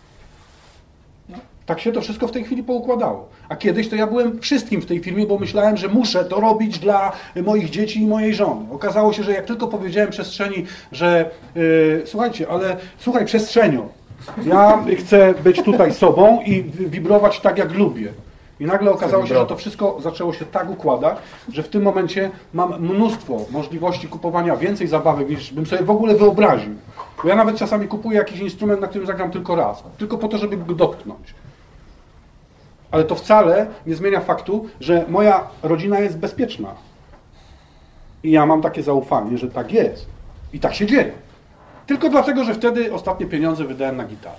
Speaker 4: Tak się to wszystko w tej chwili poukładało. A kiedyś to ja byłem wszystkim w tej firmie, bo myślałem, że muszę to robić dla moich dzieci i mojej żony. Okazało się, że jak tylko powiedziałem przestrzeni, że słuchajcie, ale słuchaj przestrzenią, ja chcę być tutaj sobą i wibrować tak, jak lubię. I nagle okazało się, że to wszystko zaczęło się tak układać, że w tym momencie mam mnóstwo możliwości kupowania więcej zabawek, niż bym sobie w ogóle wyobraził. Bo ja nawet czasami kupuję jakiś instrument, na którym zagram tylko raz. Tylko po to, żeby go dotknąć. Ale to wcale nie zmienia faktu, że moja rodzina jest bezpieczna. I ja mam takie zaufanie, że tak jest. I tak się dzieje. Tylko dlatego, że wtedy ostatnie pieniądze wydałem na gitarę.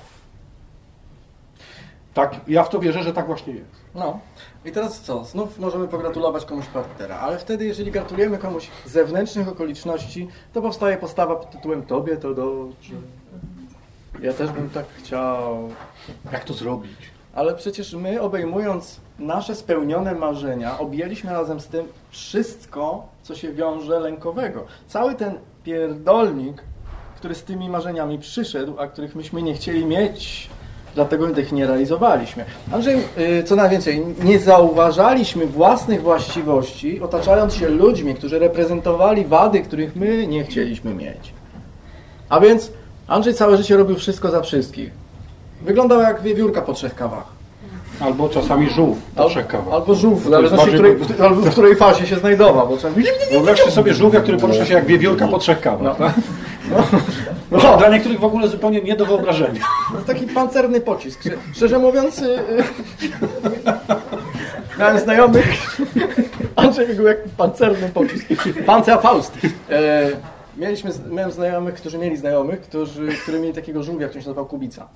Speaker 4: Tak, ja w to wierzę, że tak właśnie jest.
Speaker 2: No. I teraz co? Znów możemy pogratulować komuś partnera, ale wtedy, jeżeli gratulujemy komuś z zewnętrznych okoliczności, to powstaje postawa pod tytułem Tobie to dobrze. Ja też bym tak chciał.
Speaker 4: Jak to zrobić?
Speaker 2: Ale przecież my, obejmując nasze spełnione marzenia, objęliśmy razem z tym wszystko, co się wiąże lękowego. Cały ten pierdolnik, który z tymi marzeniami przyszedł, a których myśmy nie chcieli mieć, dlatego tych nie realizowaliśmy. Andrzej, co najwięcej, nie zauważaliśmy własnych właściwości, otaczając się ludźmi, którzy reprezentowali wady, których my nie chcieliśmy mieć. A więc Andrzej całe życie robił wszystko za wszystkich. Wyglądał jak wiewiórka po 3 kawach.
Speaker 4: Albo czasami żółw po 3 kawach.
Speaker 2: Albo żółw, w zależności w której fazie się znajdował.
Speaker 4: Wyobraźcie sobie żółwia, który porusza się jak wiewiórka po 3 kawach. Tak? No. Dla niektórych w ogóle zupełnie nie do wyobrażenia.
Speaker 2: To jest taki pancerny pocisk. Szczerze mówiąc, miałem znajomych, Andrzej był jak pancerny pocisk. Panzerfaust. Miałem znajomych, którzy mieli znajomych, którzy mieli takiego żółwia, który się nazywał Kubica.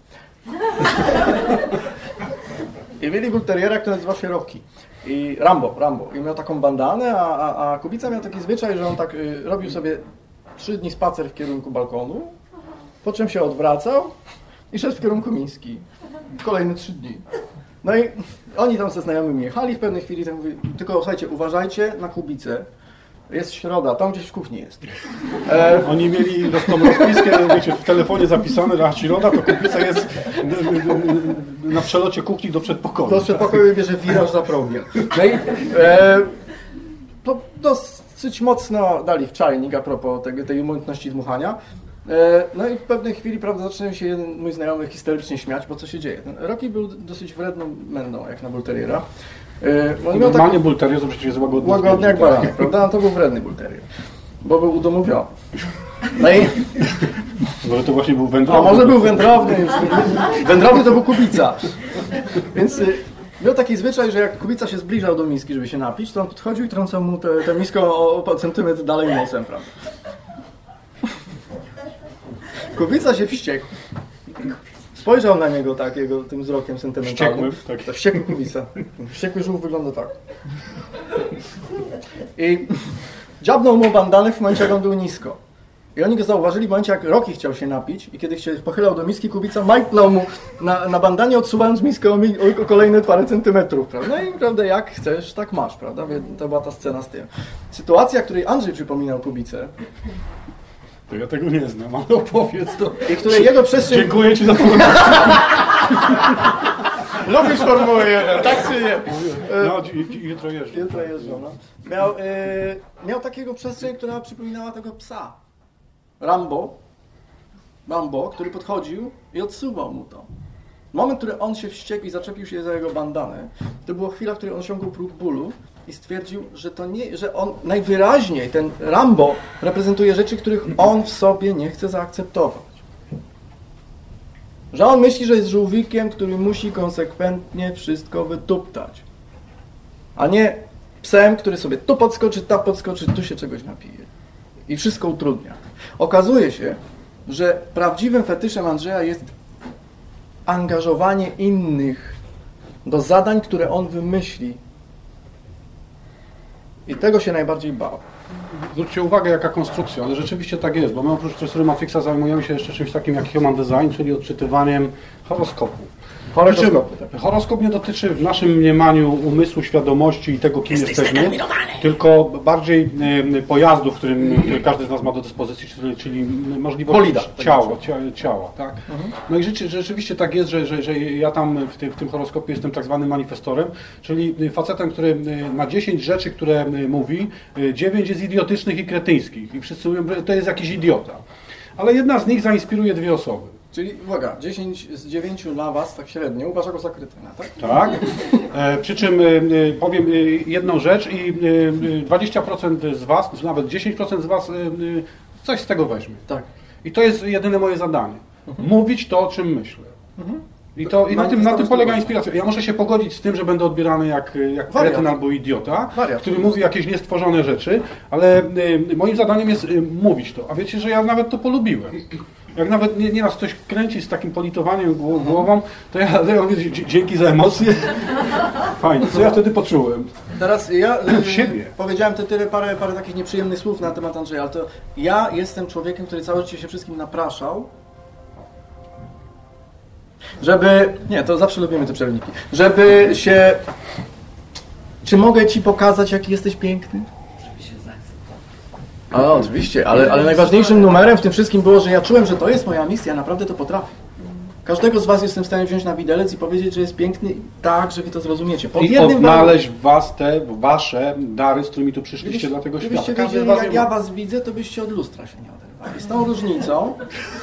Speaker 2: I mieli bulteriera, który nazywał się Rocky. I Rambo. I miał taką bandanę, a Kubica miał taki zwyczaj, że on tak robił sobie 3 dni spacer w kierunku balkonu, po czym się odwracał i szedł w kierunku Miński. Kolejne 3 dni. No i oni tam ze znajomymi jechali w pewnej chwili, tak mówili, tylko słuchajcie, uważajcie na Kubicę. Jest środa, tam gdzieś w kuchni jest.
Speaker 4: Oni mieli tą rozpiskę, wiecie, w telefonie zapisane, że środa to Kubica jest na przelocie kuchni do przedpokoju.
Speaker 2: Do przedpokoju bierze wiraż za progiem. No i to dosyć mocno dali w czajnik a propos tej umiejętności dmuchania. No i w pewnej chwili, prawda, zaczyna się jeden mój znajomy histerycznie śmiać, bo co się dzieje? Ten Rocky był dosyć wredną mędą, jak na bulteriera.
Speaker 4: Normalnie bulterier to przecież jest łagodny.
Speaker 2: Łagodny jak baranek, prawda? No to był wredny bulterier, bo był udomowiony. No i
Speaker 1: Może to właśnie był
Speaker 2: A
Speaker 1: wędrowny.
Speaker 2: może był wędrowny już. Wędrowny to był Kubica. Więc miał taki zwyczaj, że jak Kubica się zbliżał do miski, żeby się napić, to on podchodził i trącał mu tę miskę o centymetr dalej nosem, prawda? Kubica się wściekł. Spojrzał na niego tak, jego tym wzrokiem sentymentalnym.
Speaker 1: Wściekły, tak.
Speaker 2: To wściekły Kubica. Wściekły żółw wygląda tak. I dziabnął mu bandanę w momencie, jak on był nisko. I oni go zauważyli w momencie, jak Rocky chciał się napić i kiedy się pochylał do miski, Kubica majtnął mu na bandanie, odsuwając miskę o kolejne parę centymetrów, prawda? No i prawda, jak chcesz, tak masz, prawda? To była ta scena z tym. Sytuacja, której Andrzej przypominał Kubicę.
Speaker 1: To ja tego nie znam, ale opowiedz to.
Speaker 2: I której jego przestrzeń...
Speaker 1: Dziękuję Ci za to.
Speaker 2: Lubisz Formułę 1, tak czy nie?
Speaker 1: No, jutro jeżdżę.
Speaker 2: Jutro jeżdżą, no. Miał takiego przestrzeń, która przypominała tego psa. Rambo, który podchodził i odsuwał mu to. Moment, w którym on się wściekł i zaczepił się za jego bandanę, to była chwila, w której on osiągnął próg bólu i stwierdził, że to nie, że on najwyraźniej, ten Rambo reprezentuje rzeczy, których on w sobie nie chce zaakceptować. Że on myśli, że jest żółwikiem, który musi konsekwentnie wszystko wytuptać. A nie psem, który sobie tu podskoczy, tam podskoczy, tu się czegoś napije. I wszystko utrudnia. Okazuje się, że prawdziwym fetyszem Andrzeja jest angażowanie innych do zadań, które on wymyśli. I tego się najbardziej bał.
Speaker 1: Zwróćcie uwagę, jaka konstrukcja, ale rzeczywiście tak jest, bo my oprócz tresury Matrixa zajmujemy się jeszcze czymś takim jak Human Design, czyli odczytywaniem horoskopu. Horoskop nie dotyczy w naszym mniemaniu umysłu, świadomości i tego, kim jesteśmy, tylko bardziej pojazdu, który każdy z nas ma do dyspozycji, czyli możliwości ciała. Tak? No i rzeczywiście tak jest, że ja tam w tym horoskopie jestem tak zwanym manifestorem, czyli facetem, który na 10 rzeczy, które mówi, 9 jest idiotycznych i kretyńskich i wszyscy mówią, że to jest jakiś idiota. Ale jedna z nich zainspiruje 2 osoby.
Speaker 2: Czyli uwaga, 10 z 9 na was, tak średnio, uważa go za kretyna, tak?
Speaker 1: Tak. Przy czym powiem jedną rzecz i 20% z was, czy nawet 10% z was coś z tego weźmie.
Speaker 2: Tak.
Speaker 1: I to jest jedyne moje zadanie. Mówić to, o czym myślę. I na tym polega inspiracja. Ja muszę się pogodzić z tym, że będę odbierany jak kretyn albo idiota, który mówi jakieś niestworzone rzeczy, ale moim zadaniem jest mówić to. A wiecie, że ja nawet to polubiłem. Jak nawet nieraz ktoś kręci z takim politowaniem głową, to ja mówię, dzięki za emocje. Fajnie, co ja wtedy poczułem?
Speaker 2: Teraz ja
Speaker 1: w siebie.
Speaker 2: Powiedziałem tyle parę takich nieprzyjemnych słów na temat Andrzeja, ale to ja jestem człowiekiem, który całe życie się wszystkim napraszał, żeby... Nie, to zawsze lubimy te przerywniki. Żeby się... Czy mogę Ci pokazać, jaki jesteś piękny? A, oczywiście, ale najważniejszym numerem w tym wszystkim było, że ja czułem, że to jest moja misja, naprawdę to potrafię. Każdego z was jestem w stanie wziąć na widelec i powiedzieć, że jest piękny tak, że wy to zrozumiecie.
Speaker 1: I odnaleźć w was te wasze dary, z którymi tu przyszliście do tego świata.
Speaker 2: Gdybyście wiedzieli, jak ja was widzę, to byście od lustra się nie oderwali. Z tą różnicą...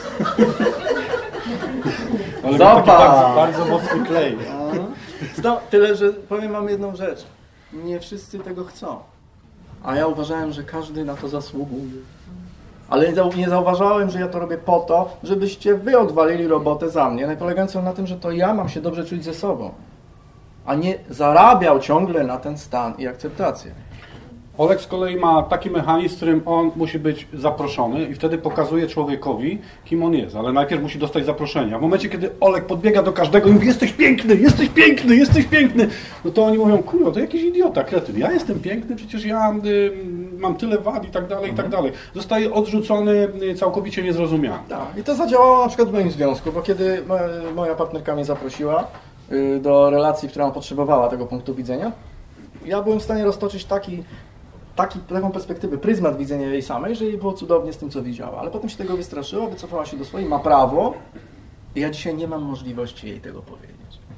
Speaker 1: Ale taki bardzo mocny klej.
Speaker 2: Tyle, że powiem wam jedną rzecz. Nie wszyscy tego chcą. A ja uważałem, że każdy na to zasługuje. Ale nie zauważałem, że ja to robię po to, żebyście wy odwalili robotę za mnie, polegającą na tym, że to ja mam się dobrze czuć ze sobą, a nie zarabiał ciągle na ten stan i akceptację.
Speaker 1: Olek z kolei ma taki mechanizm, w którym on musi być zaproszony i wtedy pokazuje człowiekowi, kim on jest, ale najpierw musi dostać zaproszenie. A w momencie, kiedy Olek podbiega do każdego i mówi, jesteś piękny, jesteś piękny, jesteś piękny, no to oni mówią, kurwa, to jakiś idiota, kretyn. Ja jestem piękny, przecież ja mam tyle wad i tak dalej, i tak dalej. Zostaje odrzucony, całkowicie niezrozumiany.
Speaker 2: Tak. I to zadziałało na przykład w moim związku, bo kiedy moja partnerka mnie zaprosiła do relacji, która potrzebowała tego punktu widzenia, ja byłem w stanie roztoczyć taką perspektywę, pryzmat widzenia jej samej, że jej było cudownie z tym, co widziała. Ale potem się tego wystraszyła, wycofała się do swojej, ma prawo i ja dzisiaj nie mam możliwości jej tego powiedzieć.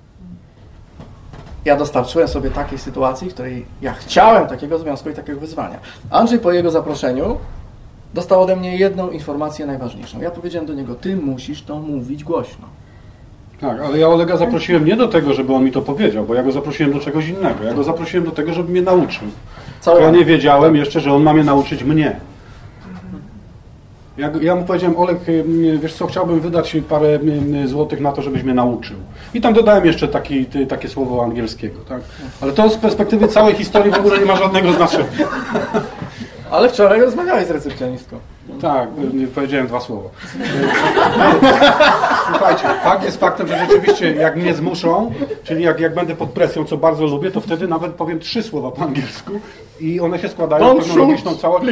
Speaker 2: Ja dostarczyłem sobie takiej sytuacji, w której ja chciałem takiego związku i takiego wyzwania. Andrzej po jego zaproszeniu dostał ode mnie jedną informację najważniejszą. Ja powiedziałem do niego, ty musisz to mówić głośno.
Speaker 1: Tak, ale ja Olega zaprosiłem nie do tego, żeby on mi to powiedział, bo ja go zaprosiłem do czegoś innego. Ja go zaprosiłem do tego, żeby mnie nauczył. Ja nie wiedziałem jeszcze, że on ma mnie nauczyć mnie.
Speaker 4: Ja mu powiedziałem, Olek, wiesz co, chciałbym wydać parę złotych na to, żebyś mnie nauczył. I tam dodałem jeszcze takie słowo angielskiego, tak? Ale to z perspektywy całej historii w ogóle nie ma żadnego znaczenia.
Speaker 2: Ale wczoraj rozmawiałeś z recepcjonistką.
Speaker 4: Tak, powiedziałem 2 słowa. Słuchajcie, fakt jest faktem, że rzeczywiście jak mnie zmuszą, czyli jak będę pod presją, co bardzo lubię, to wtedy nawet powiem 3 słowa po angielsku i one się składają w pewną logiczną całość.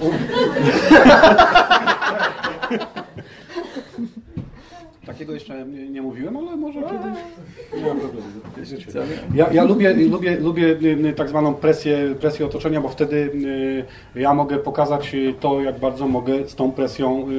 Speaker 4: Takiego jeszcze nie mówiłem, ale może kiedyś nie mam problemu. Ja lubię tak zwaną presję otoczenia, bo wtedy ja mogę pokazać to, jak bardzo mogę z tą presją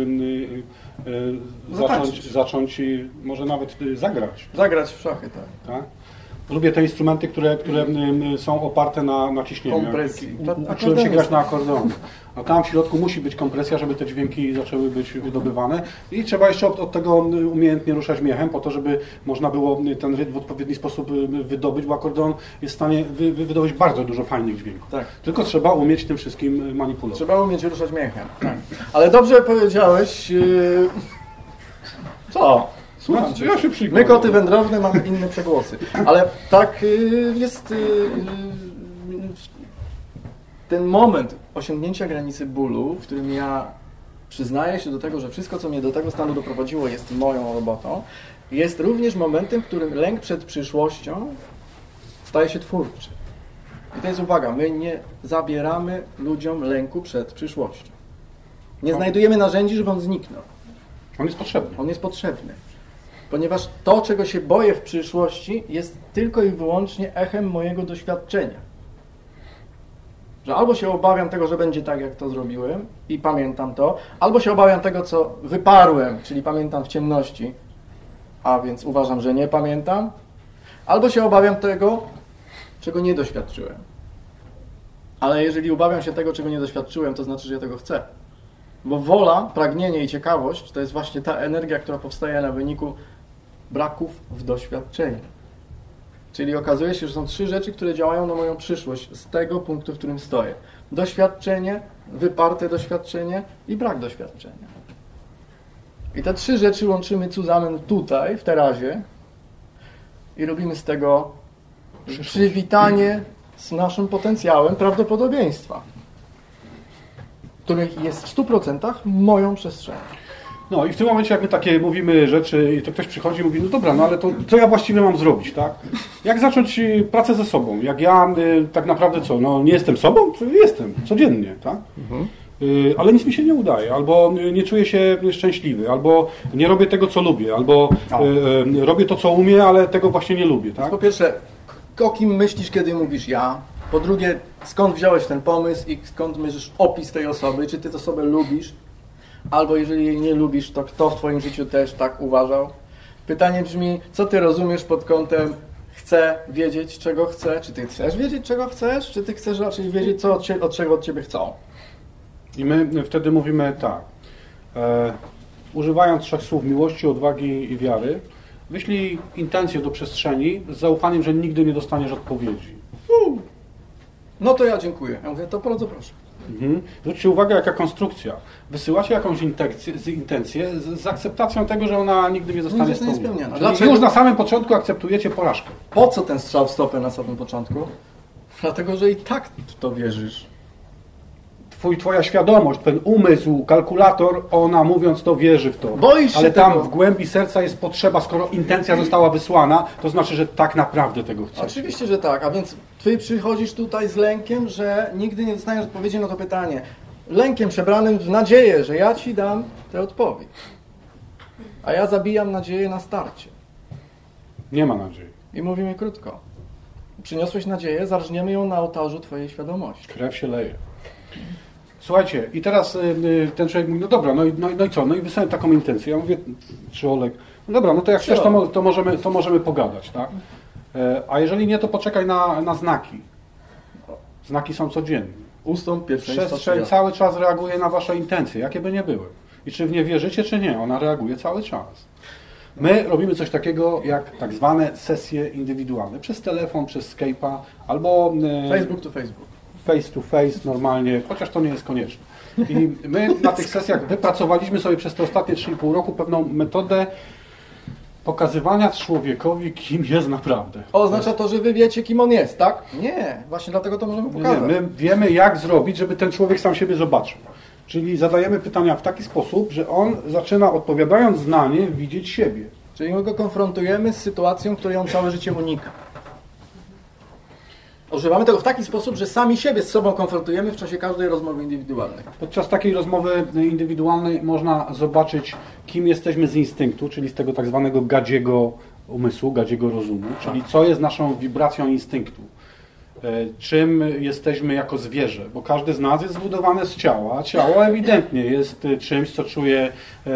Speaker 4: zacząć może nawet zagrać.
Speaker 2: Zagrać w szachy, tak.
Speaker 4: Lubię te instrumenty, które są oparte na ciśnieniu.
Speaker 2: Kompresji.
Speaker 4: Uczyłem się grać na akordeonie. A tam w środku musi być kompresja, żeby te dźwięki zaczęły być wydobywane. I trzeba jeszcze od tego umiejętnie ruszać miechem, po to, żeby można było ten rytm w odpowiedni sposób wydobyć, bo akordeon jest w stanie wydobyć bardzo dużo fajnych dźwięków.
Speaker 2: Tak.
Speaker 4: Tylko trzeba umieć tym wszystkim manipulować.
Speaker 2: Trzeba umieć ruszać miechem. Ale dobrze powiedziałeś... Co? Słucham cię.
Speaker 4: Ja się
Speaker 2: My koty wędrowne mamy inne przegłosy. Ale tak jest ten moment osiągnięcia granicy bólu, w którym ja przyznaję się do tego, że wszystko, co mnie do tego stanu doprowadziło, jest moją robotą, jest również momentem, w którym lęk przed przyszłością staje się twórczy. I to jest uwaga, my nie zabieramy ludziom lęku przed przyszłością. Nie znajdujemy narzędzi, żeby on zniknął.
Speaker 4: On jest potrzebny.
Speaker 2: On jest potrzebny. Ponieważ to, czego się boję w przyszłości, jest tylko i wyłącznie echem mojego doświadczenia. Że albo się obawiam tego, że będzie tak, jak to zrobiłem i pamiętam to, albo się obawiam tego, co wyparłem, czyli pamiętam w ciemności, a więc uważam, że nie pamiętam, albo się obawiam tego, czego nie doświadczyłem. Ale jeżeli obawiam się tego, czego nie doświadczyłem, to znaczy, że ja tego chcę. Bo wola, pragnienie i ciekawość to jest właśnie ta energia, która powstaje na wyniku braków w doświadczeniu. Czyli okazuje się, że są 3 rzeczy, które działają na moją przyszłość z tego punktu, w którym stoję. Doświadczenie, wyparte doświadczenie i brak doświadczenia. I te 3 rzeczy łączymy zusammen tutaj, w terazie i robimy z tego przywitanie z naszym potencjałem prawdopodobieństwa, który jest w 100% moją przestrzenią.
Speaker 4: No i w tym momencie, jak my takie mówimy rzeczy i to ktoś przychodzi i mówi, no dobra, no ale to co ja właściwie mam zrobić, tak? Jak zacząć pracę ze sobą? Jak ja tak naprawdę co? No nie jestem sobą? Jestem, codziennie, tak? Ale nic mi się nie udaje, albo nie czuję się szczęśliwy, albo nie robię tego, co lubię, albo robię to, co umiem, ale tego właśnie nie lubię, tak?
Speaker 2: Po pierwsze, o kim myślisz, kiedy mówisz ja? Po drugie, skąd wziąłeś ten pomysł i skąd mierzysz opis tej osoby? Czy ty tę osobę lubisz? Albo jeżeli jej nie lubisz, to kto w twoim życiu też tak uważał? Pytanie brzmi, co ty rozumiesz pod kątem chcę wiedzieć, czego chcę? Czy ty chcesz wiedzieć, czego chcesz? Czy ty chcesz raczej wiedzieć, czego od ciebie chcą?
Speaker 4: I my wtedy mówimy tak. Używając 3 słów miłości, odwagi i wiary, wyślij intencję do przestrzeni z zaufaniem, że nigdy nie dostaniesz odpowiedzi.
Speaker 2: No to ja dziękuję. Ja mówię, to bardzo proszę.
Speaker 4: Zwróćcie uwagę, jaka konstrukcja. Wysyłacie jakąś intencję z akceptacją tego, że ona nigdy nie zostanie spełniona. Dlaczego? Już na samym początku akceptujecie porażkę.
Speaker 2: Po co ten strzał w stopę na samym początku? Dlatego, że i tak w to wierzysz.
Speaker 4: Twoja świadomość, ten umysł, kalkulator, ona mówiąc to wierzy w to.
Speaker 2: Boisz się
Speaker 4: ale tam
Speaker 2: tego.
Speaker 4: W głębi serca jest potrzeba, skoro intencja została wysłana, to znaczy, że tak naprawdę tego chcesz.
Speaker 2: Oczywiście, że tak, a więc ty przychodzisz tutaj z lękiem, że nigdy nie dostaniesz odpowiedzi na to pytanie. Lękiem przebranym w nadzieję, że ja ci dam tę odpowiedź. A ja zabijam nadzieję na starcie.
Speaker 4: Nie ma nadziei.
Speaker 2: I mówimy krótko. Przyniosłeś nadzieję, zarżniemy ją na ołtarzu twojej świadomości.
Speaker 4: Krew się leje. Słuchajcie, i teraz ten człowiek mówi, no dobra, no i co? No i wysłałem taką intencję. Ja mówię, czy Olek, no dobra, no to jak chcesz, to możemy pogadać, tak? A jeżeli nie, to poczekaj na znaki. Znaki są codziennie.
Speaker 2: Ustąp pierwszeństwa.
Speaker 4: Przestrzeń cały czas reaguje na wasze intencje, jakie by nie były. I czy w nie wierzycie, czy nie, ona reaguje cały czas. My robimy coś takiego jak tak zwane sesje indywidualne. Przez telefon, przez Skype'a, albo
Speaker 2: Facebook to Facebook.
Speaker 4: Face to face normalnie, chociaż to nie jest konieczne. I my na tych sesjach wypracowaliśmy sobie przez te ostatnie 3,5 roku pewną metodę pokazywania człowiekowi, kim jest naprawdę.
Speaker 2: Oznacza to, że wy wiecie, kim on jest, tak? Nie, właśnie dlatego to możemy pokazać.
Speaker 4: Nie, my wiemy, jak zrobić, żeby ten człowiek sam siebie zobaczył. Czyli zadajemy pytania w taki sposób, że on zaczyna, odpowiadając na nie, widzieć siebie.
Speaker 2: Czyli my go konfrontujemy z sytuacją, której on całe życie unika. Używamy tego w taki sposób, że sami siebie z sobą konfrontujemy w czasie każdej rozmowy indywidualnej.
Speaker 4: Podczas takiej rozmowy indywidualnej można zobaczyć, kim jesteśmy z instynktu, czyli z tego tak zwanego gadziego umysłu, gadziego rozumu, czyli co jest naszą wibracją instynktu. Czym jesteśmy jako zwierzę, bo każdy z nas jest zbudowany z ciała, a ciało ewidentnie jest czymś, co czuje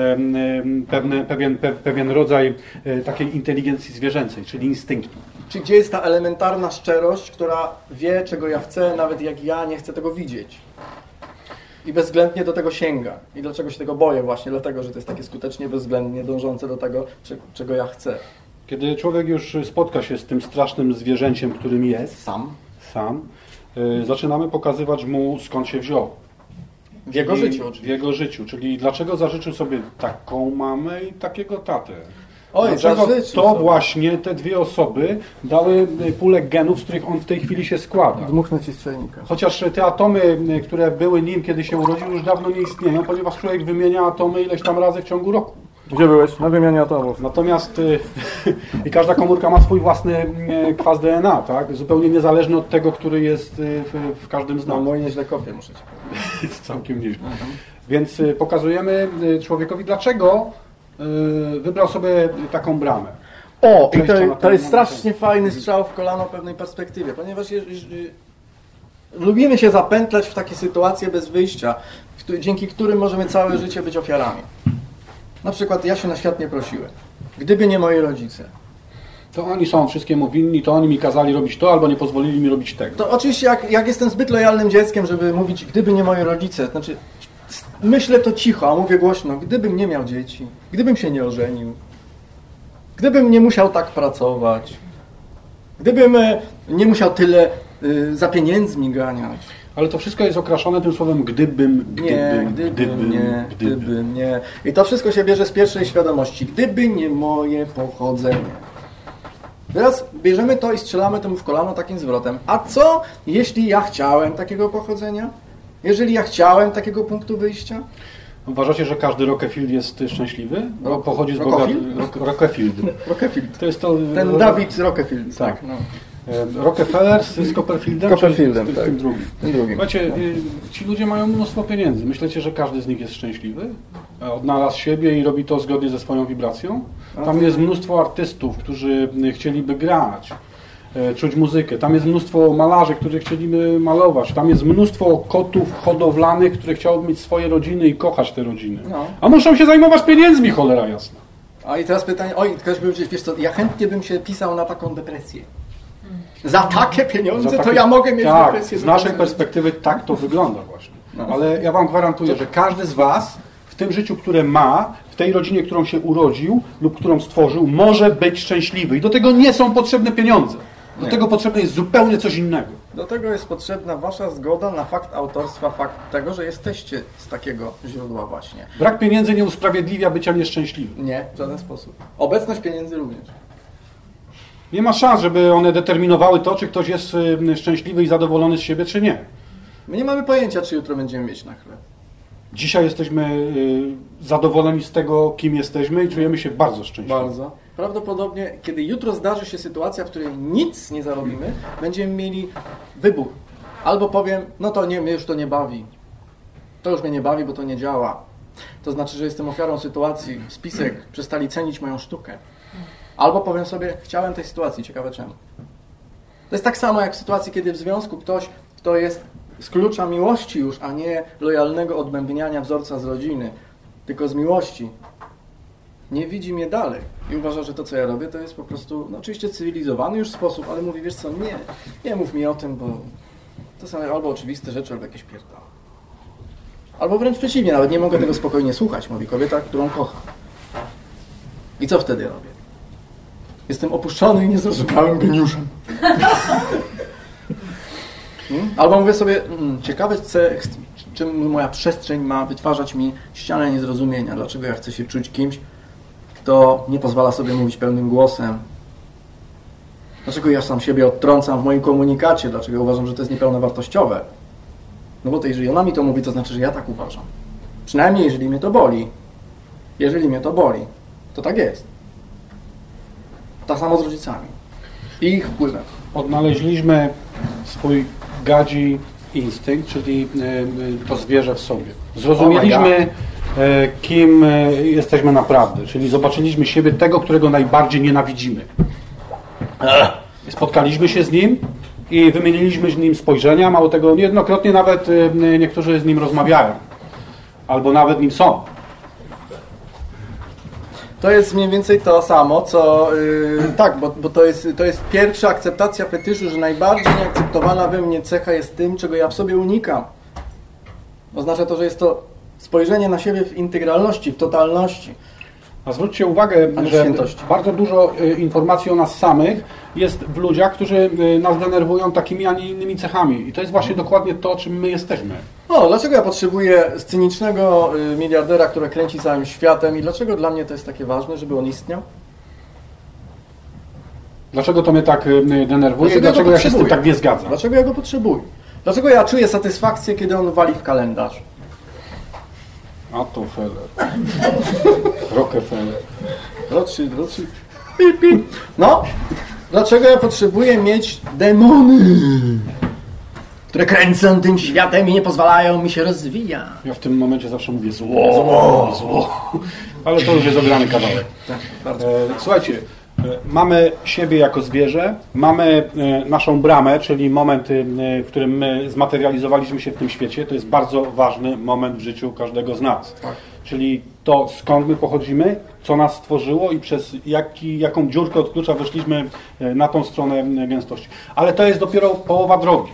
Speaker 4: pewien rodzaj takiej inteligencji zwierzęcej, czyli instynktu.
Speaker 2: Czy gdzie jest ta elementarna szczerość, która wie, czego ja chcę, nawet jak ja nie chcę tego widzieć. I bezwzględnie do tego sięga. I dlaczego się tego boję? Właśnie dlatego, że to jest takie skutecznie bezwzględnie dążące do tego, czego ja chcę.
Speaker 4: Kiedy człowiek już spotka się z tym strasznym zwierzęciem, którym jest, sam, zaczynamy pokazywać mu, skąd się wziął.
Speaker 2: W jego życiu oczywiście.
Speaker 4: W jego życiu, czyli dlaczego zażyczył sobie taką mamę i takiego tatę.
Speaker 2: Oj,
Speaker 4: dlaczego to
Speaker 2: sobie.
Speaker 4: właśnie te dwie osoby dały pulę genów, z których on w tej chwili się składa.
Speaker 2: Dmuchnę ci strzelnika.
Speaker 4: Chociaż te atomy, które były nim, kiedy się urodził, już dawno nie istnieją, ponieważ człowiek wymienia atomy ileś tam razy w ciągu roku.
Speaker 2: Gdzie byłeś? Na wymianie atomów.
Speaker 4: Natomiast i każda komórka ma swój własny kwas DNA, tak? Zupełnie niezależny od tego, który jest w każdym z nas.
Speaker 2: No, moje nieźle kopie, muszę ci powiedzieć.
Speaker 4: Jest całkiem nieźle. Więc pokazujemy człowiekowi, dlaczego wybrał sobie taką bramę.
Speaker 2: O, i to jest strasznie fajny strzał w kolano w pewnej perspektywie, ponieważ lubimy się zapętlać w takie sytuacje bez wyjścia, dzięki którym możemy całe życie być ofiarami. Na przykład ja się na świat nie prosiłem. Gdyby nie moi rodzice.
Speaker 4: To oni są wszystkiemu winni, to oni mi kazali robić to, albo nie pozwolili mi robić tego.
Speaker 2: To oczywiście jak jestem zbyt lojalnym dzieckiem, żeby mówić, gdyby nie moi rodzice, znaczy myślę to cicho, a mówię głośno, gdybym nie miał dzieci, gdybym się nie ożenił, gdybym nie musiał tak pracować, gdybym nie musiał tyle za pieniędzmi ganiać.
Speaker 4: Ale to wszystko jest okraszone tym słowem gdybym.
Speaker 2: I to wszystko się bierze z pierwszej świadomości. Gdyby nie moje pochodzenie. Teraz bierzemy to i strzelamy temu w kolano takim zwrotem. A co, jeśli ja chciałem takiego pochodzenia? Jeżeli ja chciałem takiego punktu wyjścia?
Speaker 4: Uważacie, że każdy Rockefeller jest szczęśliwy? Bo pochodzi z Rockefeller. To jest to...
Speaker 2: Ten David Rockefeller.
Speaker 4: Tak. No. Rockefeller z Copperfieldem?
Speaker 2: Copperfieldem,
Speaker 4: czy
Speaker 2: tak.
Speaker 4: Z tym drugim. Słuchajcie, ci ludzie mają mnóstwo pieniędzy. Myślicie, że każdy z nich jest szczęśliwy? Odnalazł siebie i robi to zgodnie ze swoją wibracją? Tam jest mnóstwo artystów, którzy chcieliby grać, czuć muzykę. Tam jest mnóstwo malarzy, którzy chcieliby malować. Tam jest mnóstwo kotów hodowlanych, które chciałyby mieć swoje rodziny i kochać te rodziny. No. A muszą się zajmować pieniędzmi, cholera jasna.
Speaker 2: A i teraz pytanie, ktoś by powiedział, wiesz co, ja chętnie bym się pisał na taką depresję. Za takie pieniądze to ja mogę mieć depresję.
Speaker 4: Z naszej perspektywy tak to wygląda właśnie. No. Ale ja wam gwarantuję, że każdy z was w tym życiu, które ma, w tej rodzinie, którą się urodził lub którą stworzył, może być szczęśliwy. I do tego nie są potrzebne pieniądze. Do tego potrzebne jest zupełnie coś innego.
Speaker 2: Do tego jest potrzebna wasza zgoda na fakt autorstwa, fakt tego, że jesteście z takiego źródła właśnie.
Speaker 4: Brak pieniędzy nie usprawiedliwia bycia nieszczęśliwym.
Speaker 2: Nie, w żaden sposób. Obecność pieniędzy również.
Speaker 4: Nie ma szans, żeby one determinowały to, czy ktoś jest szczęśliwy i zadowolony z siebie, czy nie.
Speaker 2: My nie mamy pojęcia, czy jutro będziemy mieć na chleb.
Speaker 4: Dzisiaj jesteśmy zadowoleni z tego, kim jesteśmy i czujemy się bardzo szczęśliwi.
Speaker 2: Bardzo. Prawdopodobnie, kiedy jutro zdarzy się sytuacja, w której nic nie zarobimy, będziemy mieli wybór. Albo powiem, no to nie, mnie już to nie bawi. To już mnie nie bawi, bo to nie działa. To znaczy, że jestem ofiarą sytuacji, spisek, przestali cenić moją sztukę. Albo powiem sobie, chciałem tej sytuacji, ciekawe czemu. To jest tak samo jak w sytuacji, kiedy w związku ktoś, kto jest z klucza miłości już, a nie lojalnego odbębniania wzorca z rodziny, tylko z miłości, nie widzi mnie dalej i uważa, że to, co ja robię, to jest po prostu, no oczywiście cywilizowany już sposób, ale mówi, wiesz co, nie mów mi o tym, bo to są albo oczywiste rzeczy, albo jakieś pierdoły. Albo wręcz przeciwnie, nawet nie mogę tego spokojnie słuchać, mówi kobieta, którą kocham. I co wtedy robię? Jestem opuszczony i niezrozumiałym geniuszem. Albo mówię sobie, ciekawe, czym moja przestrzeń ma wytwarzać mi ścianę niezrozumienia, dlaczego ja chcę się czuć kimś, kto nie pozwala sobie mówić pełnym głosem. Dlaczego ja sam siebie odtrącam w moim komunikacie? Dlaczego uważam, że to jest niepełnowartościowe? No bo to jeżeli ona mi to mówi, to znaczy, że ja tak uważam. Przynajmniej jeżeli mnie to boli. Jeżeli mnie to boli, to tak jest. Tak samo z rodzicami. I ich wpływem.
Speaker 4: Odnaleźliśmy swój gadzi instynkt, czyli to zwierzę w sobie. Zrozumieliśmy, kim jesteśmy naprawdę, czyli zobaczyliśmy siebie tego, którego najbardziej nienawidzimy. Spotkaliśmy się z nim i wymieniliśmy z nim spojrzenia, mało tego, niejednokrotnie nawet niektórzy z nim rozmawiają, albo nawet nim są.
Speaker 2: To jest mniej więcej to samo, co... tak, bo to jest pierwsza akceptacja fetyszu, że najbardziej nieakceptowana we mnie cecha jest tym, czego ja w sobie unikam. Oznacza to, że jest to spojrzenie na siebie w integralności, w totalności.
Speaker 4: A zwróćcie uwagę, że bardzo dużo informacji o nas samych jest w ludziach, którzy nas denerwują takimi, a nie innymi cechami. I to jest właśnie dokładnie to, czym my jesteśmy.
Speaker 2: O, dlaczego ja potrzebuję cynicznego miliardera, który kręci całym światem i dlaczego dla mnie to jest takie ważne, żeby on istniał?
Speaker 4: Dlaczego to mnie tak denerwuje i dlaczego ja się z tym tak nie zgadzam?
Speaker 2: Dlaczego ja go potrzebuję? Dlaczego ja czuję satysfakcję, kiedy on wali w kalendarz?
Speaker 4: A to Feller. Rockefeller.
Speaker 2: Rothschild. Pip, pip. No, dlaczego ja potrzebuję mieć demony, które kręcą tym światem i nie pozwalają mi się rozwijać?
Speaker 4: Ja w tym momencie zawsze mówię zło. Ale to już jest ograny kawałek.
Speaker 2: Tak, bardzo.
Speaker 4: Słuchajcie, mamy siebie jako zwierzę, mamy naszą bramę, czyli moment, w którym my zmaterializowaliśmy się w tym świecie. To jest bardzo ważny moment w życiu każdego z nas.
Speaker 2: Tak.
Speaker 4: Czyli to, skąd my pochodzimy, co nas stworzyło i przez jaką dziurkę od klucza weszliśmy na tą stronę gęstości. Ale to jest dopiero połowa drogi.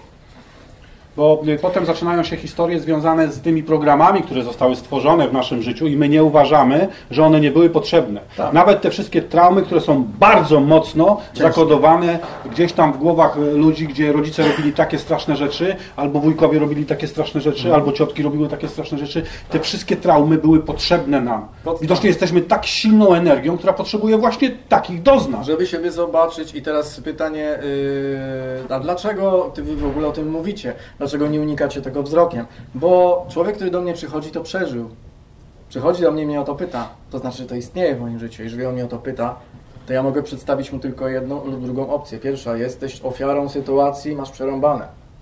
Speaker 4: Bo potem zaczynają się historie związane z tymi programami, które zostały stworzone w naszym życiu i my nie uważamy, że one nie były potrzebne. Tak. Nawet te wszystkie traumy, które są bardzo mocno zakodowane gdzieś tam w głowach ludzi, gdzie rodzice robili takie straszne rzeczy, albo wujkowie robili takie straszne rzeczy, albo ciotki robiły takie straszne rzeczy. Te wszystkie traumy były potrzebne nam. Widocznie jesteśmy tak silną energią, która potrzebuje właśnie takich doznań.
Speaker 2: Żeby siebie zobaczyć i teraz pytanie, a dlaczego wy w ogóle o tym mówicie? Dlaczego nie unikacie tego wzrokiem? Bo człowiek, który do mnie przychodzi, to przeżył. Przychodzi do mnie i mnie o to pyta. To znaczy, że to istnieje w moim życiu. Jeżeli on mnie o to pyta, to ja mogę przedstawić mu tylko jedną lub drugą opcję. Pierwsza, jesteś ofiarą sytuacji, masz przerąbane.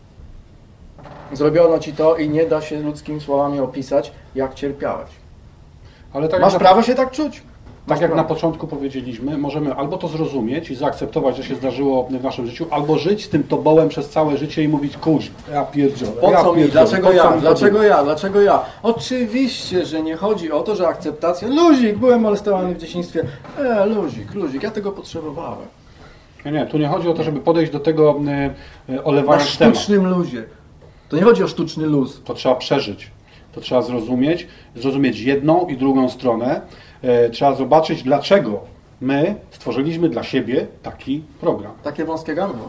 Speaker 2: Zrobiono ci to i nie da się ludzkimi słowami opisać, jak cierpiałeś.
Speaker 4: Ale tak
Speaker 2: masz prawo się tak czuć.
Speaker 4: Tak jak na początku powiedzieliśmy, możemy albo to zrozumieć i zaakceptować, że się zdarzyło w naszym życiu, albo żyć z tym tobołem przez całe życie i mówić, kuź, ja pierdzielę.
Speaker 2: Po co mi? Dlaczego ja? Oczywiście, że nie chodzi o to, że akceptacja... Luzik, byłem molestowany w dzieciństwie. Luzik, ja tego potrzebowałem.
Speaker 4: Nie, tu nie chodzi o to, żeby podejść do tego olewania
Speaker 2: na sztucznym luzie. To nie chodzi o sztuczny luz.
Speaker 4: To trzeba przeżyć. To trzeba zrozumieć jedną i drugą stronę. Trzeba zobaczyć, dlaczego my stworzyliśmy dla siebie taki program.
Speaker 2: Takie wąskie gardło.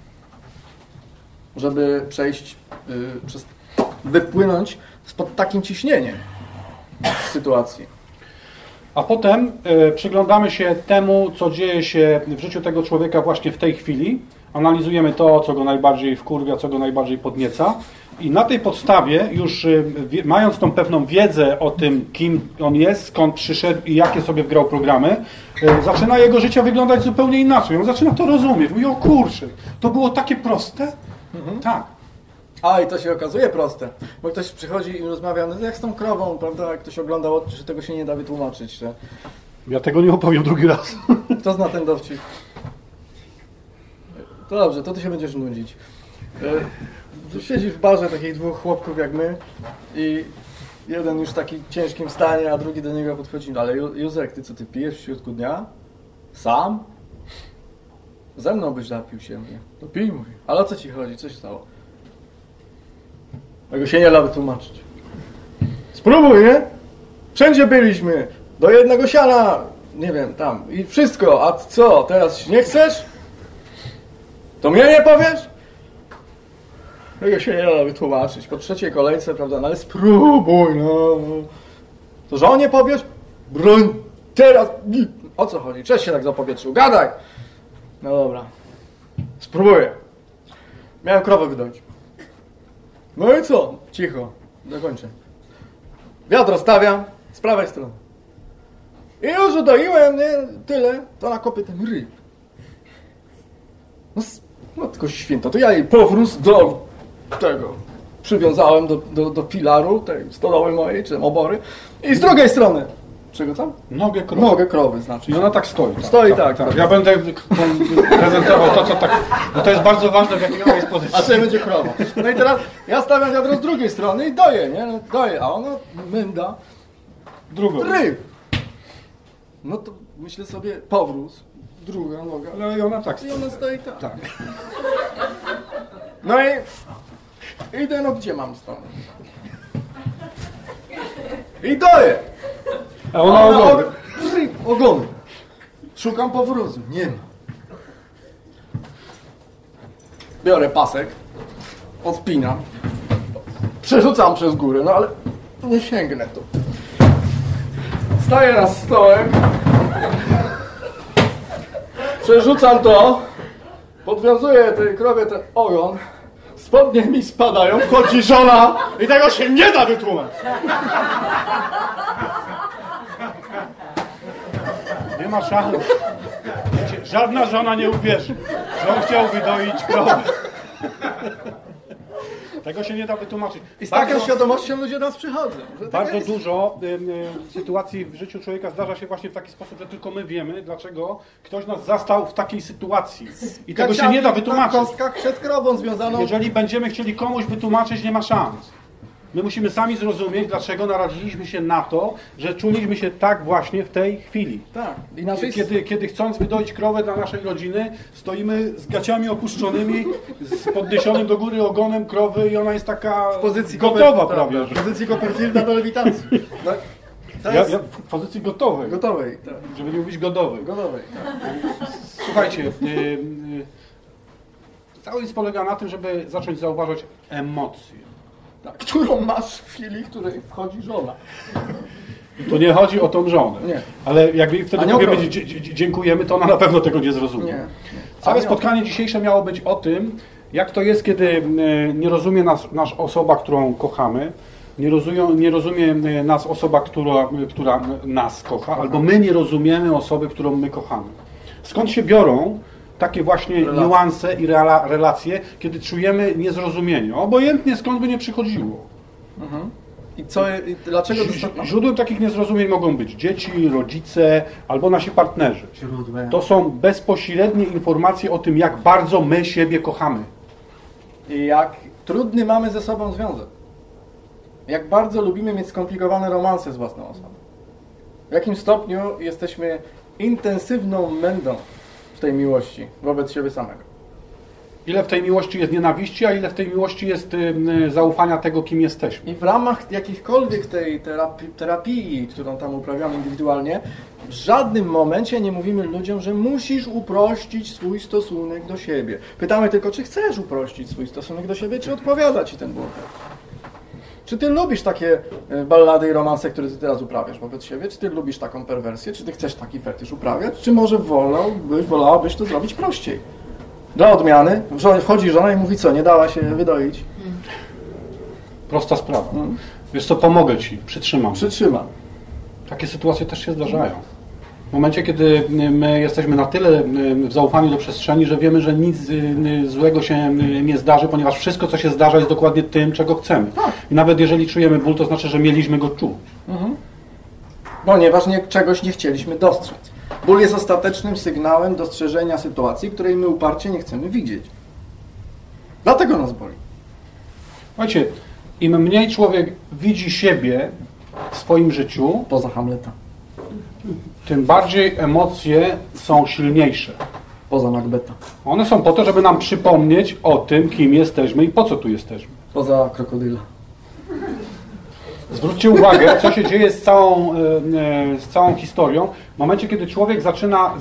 Speaker 2: Żeby przejść, wypłynąć spod takim ciśnieniem sytuacji.
Speaker 4: A potem przyglądamy się temu, co dzieje się w życiu tego człowieka właśnie w tej chwili. Analizujemy to, co go najbardziej wkurwia, co go najbardziej podnieca. I na tej podstawie, już mając tą pewną wiedzę o tym, kim on jest, skąd przyszedł i jakie sobie wgrał programy, zaczyna jego życie wyglądać zupełnie inaczej. On zaczyna to rozumieć. Mówi, o kurczę, to było takie proste? Tak.
Speaker 2: A, i to się okazuje proste. Bo ktoś przychodzi i rozmawia, no jak z tą krową, prawda? Jak ktoś oglądał, że tego się nie da wytłumaczyć. Że...
Speaker 4: Ja tego nie opowiem drugi raz.
Speaker 2: Kto zna ten dowcip? To dobrze, to ty się będziesz nudzić. Siedzi w barze takich dwóch chłopków jak my i jeden już w takim ciężkim stanie, a drugi do niego podchodzi. Ale Józek, ty co, ty pijesz w środku dnia? Sam? Ze mną byś napił się. Mówię, to pij, mówi. Ale o co ci chodzi? Co się stało? Tego się nie da wytłumaczyć. Spróbuj, nie? Wszędzie byliśmy. Do jednego siana. Nie wiem, tam. I wszystko. A co? Teraz nie chcesz? To mnie nie powiesz? Tego się nie da wytłumaczyć. Po trzeciej kolejce, prawda, no ale spróbuj, no. To żonie powiesz? Broń, teraz, o co chodzi? Cześć się tak zapowietrzył, gadaj! No dobra, spróbuję. Miałem krowę wydoić. No i co? Cicho, dokończę. Wiadro stawiam z prawej strony. I już udoiłem, nie? Tyle, to na kopytem ryb. No tylko święto, to ja jej powróz do tego przywiązałem do filaru tej stodoły mojej, czy obory. I z drugiej strony. Czego tam?
Speaker 4: Nogę krowy.
Speaker 2: Nogę krowy, znaczy.
Speaker 4: I ona tak stoi. Tak,
Speaker 2: stoi tak.
Speaker 4: Ja będę prezentował to, co tak... Bo to jest bardzo ważne, w jakiej ona jest pozycji.
Speaker 2: A co będzie krowa? No i teraz ja stawiam wiadro z drugiej strony i doję, nie? No, doję, a ona męda
Speaker 4: Drugą.
Speaker 2: ryb. No to myślę sobie, powróz, druga noga.
Speaker 4: No i ona tak stoi.
Speaker 2: I ona stoi tak.
Speaker 4: Tak.
Speaker 2: No i idę, no gdzie mam stąd? I doję.
Speaker 4: A ona ogólnie.
Speaker 2: Ogony. Szukam powrozu. Nie ma. Biorę pasek, odpinam, przerzucam przez górę, no ale nie sięgnę tu. Staję na stołem, przerzucam to, podwiązuję tej krowie ten ogon, spodnie mi spadają, wchodzi żona i tego się nie da wytłumaczyć.
Speaker 4: Nie ma szans. Wiecie, żadna żona nie uwierzy, że on chciał wydoić krowę. Tego się nie da wytłumaczyć.
Speaker 2: I z taką świadomością ludzie do nas przychodzą.
Speaker 4: Bardzo dużo sytuacji w życiu człowieka zdarza się właśnie w taki sposób, że tylko my wiemy, dlaczego ktoś nas zastał w takiej sytuacji. I tego się nie da wytłumaczyć.
Speaker 2: Na kostkach przed krową związaną.
Speaker 4: Jeżeli będziemy chcieli komuś wytłumaczyć, nie ma szans. My musimy sami zrozumieć, dlaczego naradziliśmy się na to, że czuliśmy się tak właśnie w tej chwili.
Speaker 2: Tak. Inaczej...
Speaker 4: Kiedy chcąc wydoić krowę dla naszej rodziny, stoimy z gaciami opuszczonymi, z podniesionym do góry ogonem krowy i ona jest taka
Speaker 2: w pozycji
Speaker 4: gotowa prawie.
Speaker 2: W pozycji Copperfielda do lewitacji. No,
Speaker 4: ja w pozycji gotowej.
Speaker 2: Gotowej, tak.
Speaker 4: Żeby nie mówić godowej.
Speaker 2: Gotowej, tak.
Speaker 4: Słuchajcie, cały list polega na tym, żeby zacząć zauważać emocje.
Speaker 2: Tak, którą masz w chwili, w której wchodzi żona.
Speaker 4: To nie chodzi o tą żonę.
Speaker 2: Nie.
Speaker 4: Ale jak jej wtedy powiemy dziękujemy, to ona na pewno tego nie zrozumie.
Speaker 2: Nie.
Speaker 4: Całe spotkanie dzisiejsze miało być o tym, jak to jest, kiedy nie rozumie nas osoba, którą kochamy, nie rozumie nas osoba, która nas kocha, albo my nie rozumiemy osoby, którą my kochamy. Skąd się biorą takie właśnie niuanse i relacje, kiedy czujemy niezrozumienie? Obojętnie skąd by nie przychodziło.
Speaker 2: Mhm. I dlaczego
Speaker 4: Źródłem takich niezrozumień mogą być dzieci, rodzice albo nasi partnerzy. To są bezpośrednie informacje o tym, jak bardzo my siebie kochamy.
Speaker 2: I jak trudny mamy ze sobą związek. Jak bardzo lubimy mieć skomplikowane romanse z własną osobą. W jakim stopniu jesteśmy intensywną mędą w tej miłości wobec siebie samego.
Speaker 4: Ile w tej miłości jest nienawiści, a ile w tej miłości jest zaufania tego, kim jesteśmy.
Speaker 2: I w ramach jakichkolwiek tej terapii, którą tam uprawiamy indywidualnie, w żadnym momencie nie mówimy ludziom, że musisz uprościć swój stosunek do siebie. Pytamy tylko, czy chcesz uprościć swój stosunek do siebie, czy odpowiada ci ten ból. Czy ty lubisz takie ballady i romanse, które ty teraz uprawiasz wobec siebie? Czy ty lubisz taką perwersję? Czy ty chcesz taki fetysz uprawiać? Czy może wolałabyś to zrobić prościej? Dla odmiany wchodzi żona i mówi co, nie dała się wydoić?
Speaker 4: Prosta sprawa. Wiesz co, pomogę ci, przytrzymam.
Speaker 2: Przytrzymam.
Speaker 4: Takie sytuacje też się zdarzają. W momencie, kiedy my jesteśmy na tyle w zaufaniu do przestrzeni, że wiemy, że nic złego się nie zdarzy, ponieważ wszystko, co się zdarza, jest dokładnie tym, czego chcemy.
Speaker 2: Tak.
Speaker 4: I nawet jeżeli czujemy ból, to znaczy, że mieliśmy go czuć.
Speaker 2: Mhm. Ponieważ czegoś nie chcieliśmy dostrzec. Ból jest ostatecznym sygnałem dostrzeżenia sytuacji, której my uparcie nie chcemy widzieć. Dlatego nas boli.
Speaker 4: Słuchajcie, im mniej człowiek widzi siebie w swoim życiu,
Speaker 2: poza Hamleta,
Speaker 4: tym bardziej emocje są silniejsze.
Speaker 2: Poza Macbeta.
Speaker 4: One są po to, żeby nam przypomnieć o tym, kim jesteśmy i po co tu jesteśmy.
Speaker 2: Poza Krokodyla. Zwróćcie
Speaker 4: uwagę, co się dzieje z całą historią. W momencie, kiedy człowiek zaczyna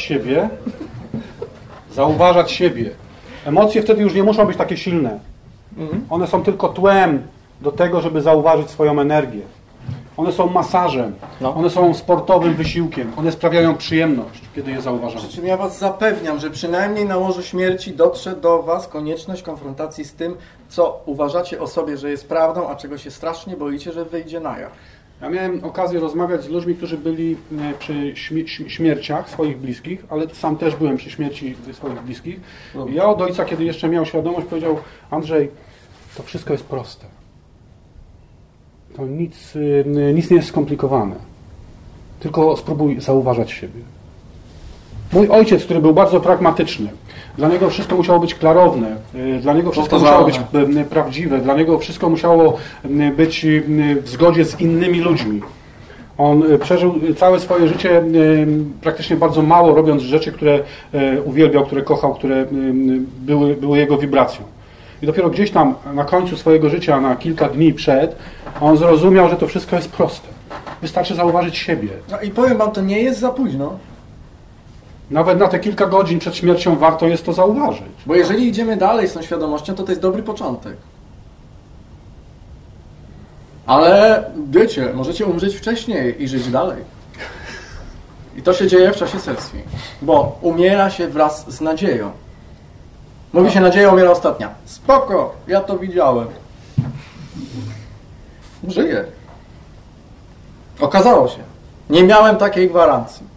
Speaker 4: zauważać siebie, emocje wtedy już nie muszą być takie silne. One są tylko tłem do tego, żeby zauważyć swoją energię. One są masażem, one są sportowym wysiłkiem, one sprawiają przyjemność, kiedy je zauważamy.
Speaker 2: Przy czym ja was zapewniam, że przynajmniej na łożu śmierci dotrze do was konieczność konfrontacji z tym, co uważacie o sobie, że jest prawdą, a czego się strasznie boicie, że wyjdzie na jaw.
Speaker 4: Ja miałem okazję rozmawiać z ludźmi, którzy byli przy śmierciach swoich bliskich, ale sam też byłem przy śmierci swoich bliskich. I ja od ojca, kiedy jeszcze miał świadomość, powiedział: Andrzej, to wszystko jest proste. To nic nie jest skomplikowane. Tylko spróbuj zauważać siebie. Mój ojciec, który był bardzo pragmatyczny, dla niego wszystko musiało być klarowne, dla niego wszystko musiało być prawdziwe, dla niego wszystko musiało być w zgodzie z innymi ludźmi. On przeżył całe swoje życie praktycznie bardzo mało robiąc rzeczy, które uwielbiał, które kochał, które były jego wibracją. I dopiero gdzieś tam na końcu swojego życia, na kilka dni przed, on zrozumiał, że to wszystko jest proste. Wystarczy zauważyć siebie.
Speaker 2: No i powiem wam, to nie jest za późno.
Speaker 4: Nawet na te kilka godzin przed śmiercią warto jest to zauważyć.
Speaker 2: Bo jeżeli idziemy dalej z tą świadomością, to jest dobry początek. Ale wiecie, możecie umrzeć wcześniej i żyć dalej. I to się dzieje w czasie sesji. Bo umiera się wraz z nadzieją. Mówi się, nadzieja umiera ostatnia. Spoko, ja to widziałem. Żyję. Okazało się. Nie miałem takiej gwarancji.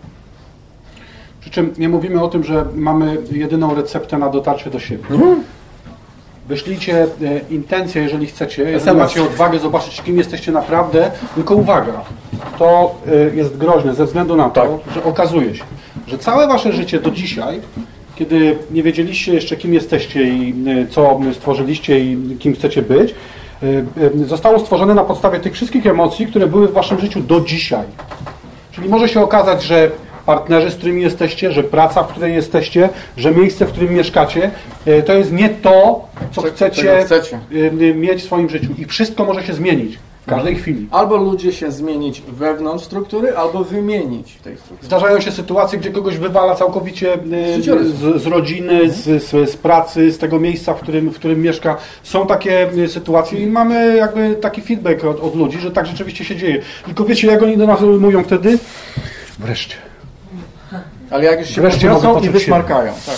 Speaker 4: Przy czym nie mówimy o tym, że mamy jedyną receptę na dotarcie do siebie. Wyślijcie intencję, jeżeli chcecie, jeżeli macie odwagę zobaczyć, kim jesteście naprawdę, tylko uwaga, to jest groźne ze względu na to, że okazuje się, że całe wasze życie do dzisiaj, kiedy nie wiedzieliście jeszcze, kim jesteście i co stworzyliście i kim chcecie być, zostało stworzone na podstawie tych wszystkich emocji, które były w waszym życiu do dzisiaj. Czyli może się okazać, że partnerzy, z którymi jesteście, że praca, w której jesteście, że miejsce, w którym mieszkacie, to jest nie to, co chcecie mieć w swoim życiu. I wszystko może się zmienić w każdej chwili.
Speaker 2: Albo ludzie się zmienić wewnątrz struktury, albo wymienić w tej strukturze.
Speaker 4: Zdarzają się sytuacje, gdzie kogoś wywala całkowicie z rodziny, z pracy, z tego miejsca, w którym mieszka. Są takie sytuacje i mamy jakby taki feedback od ludzi, że tak rzeczywiście się dzieje. Tylko wiecie, jak oni do nas mówią wtedy? Wreszcie.
Speaker 2: Ale jak już się podniosą i wysmarkają. Tak.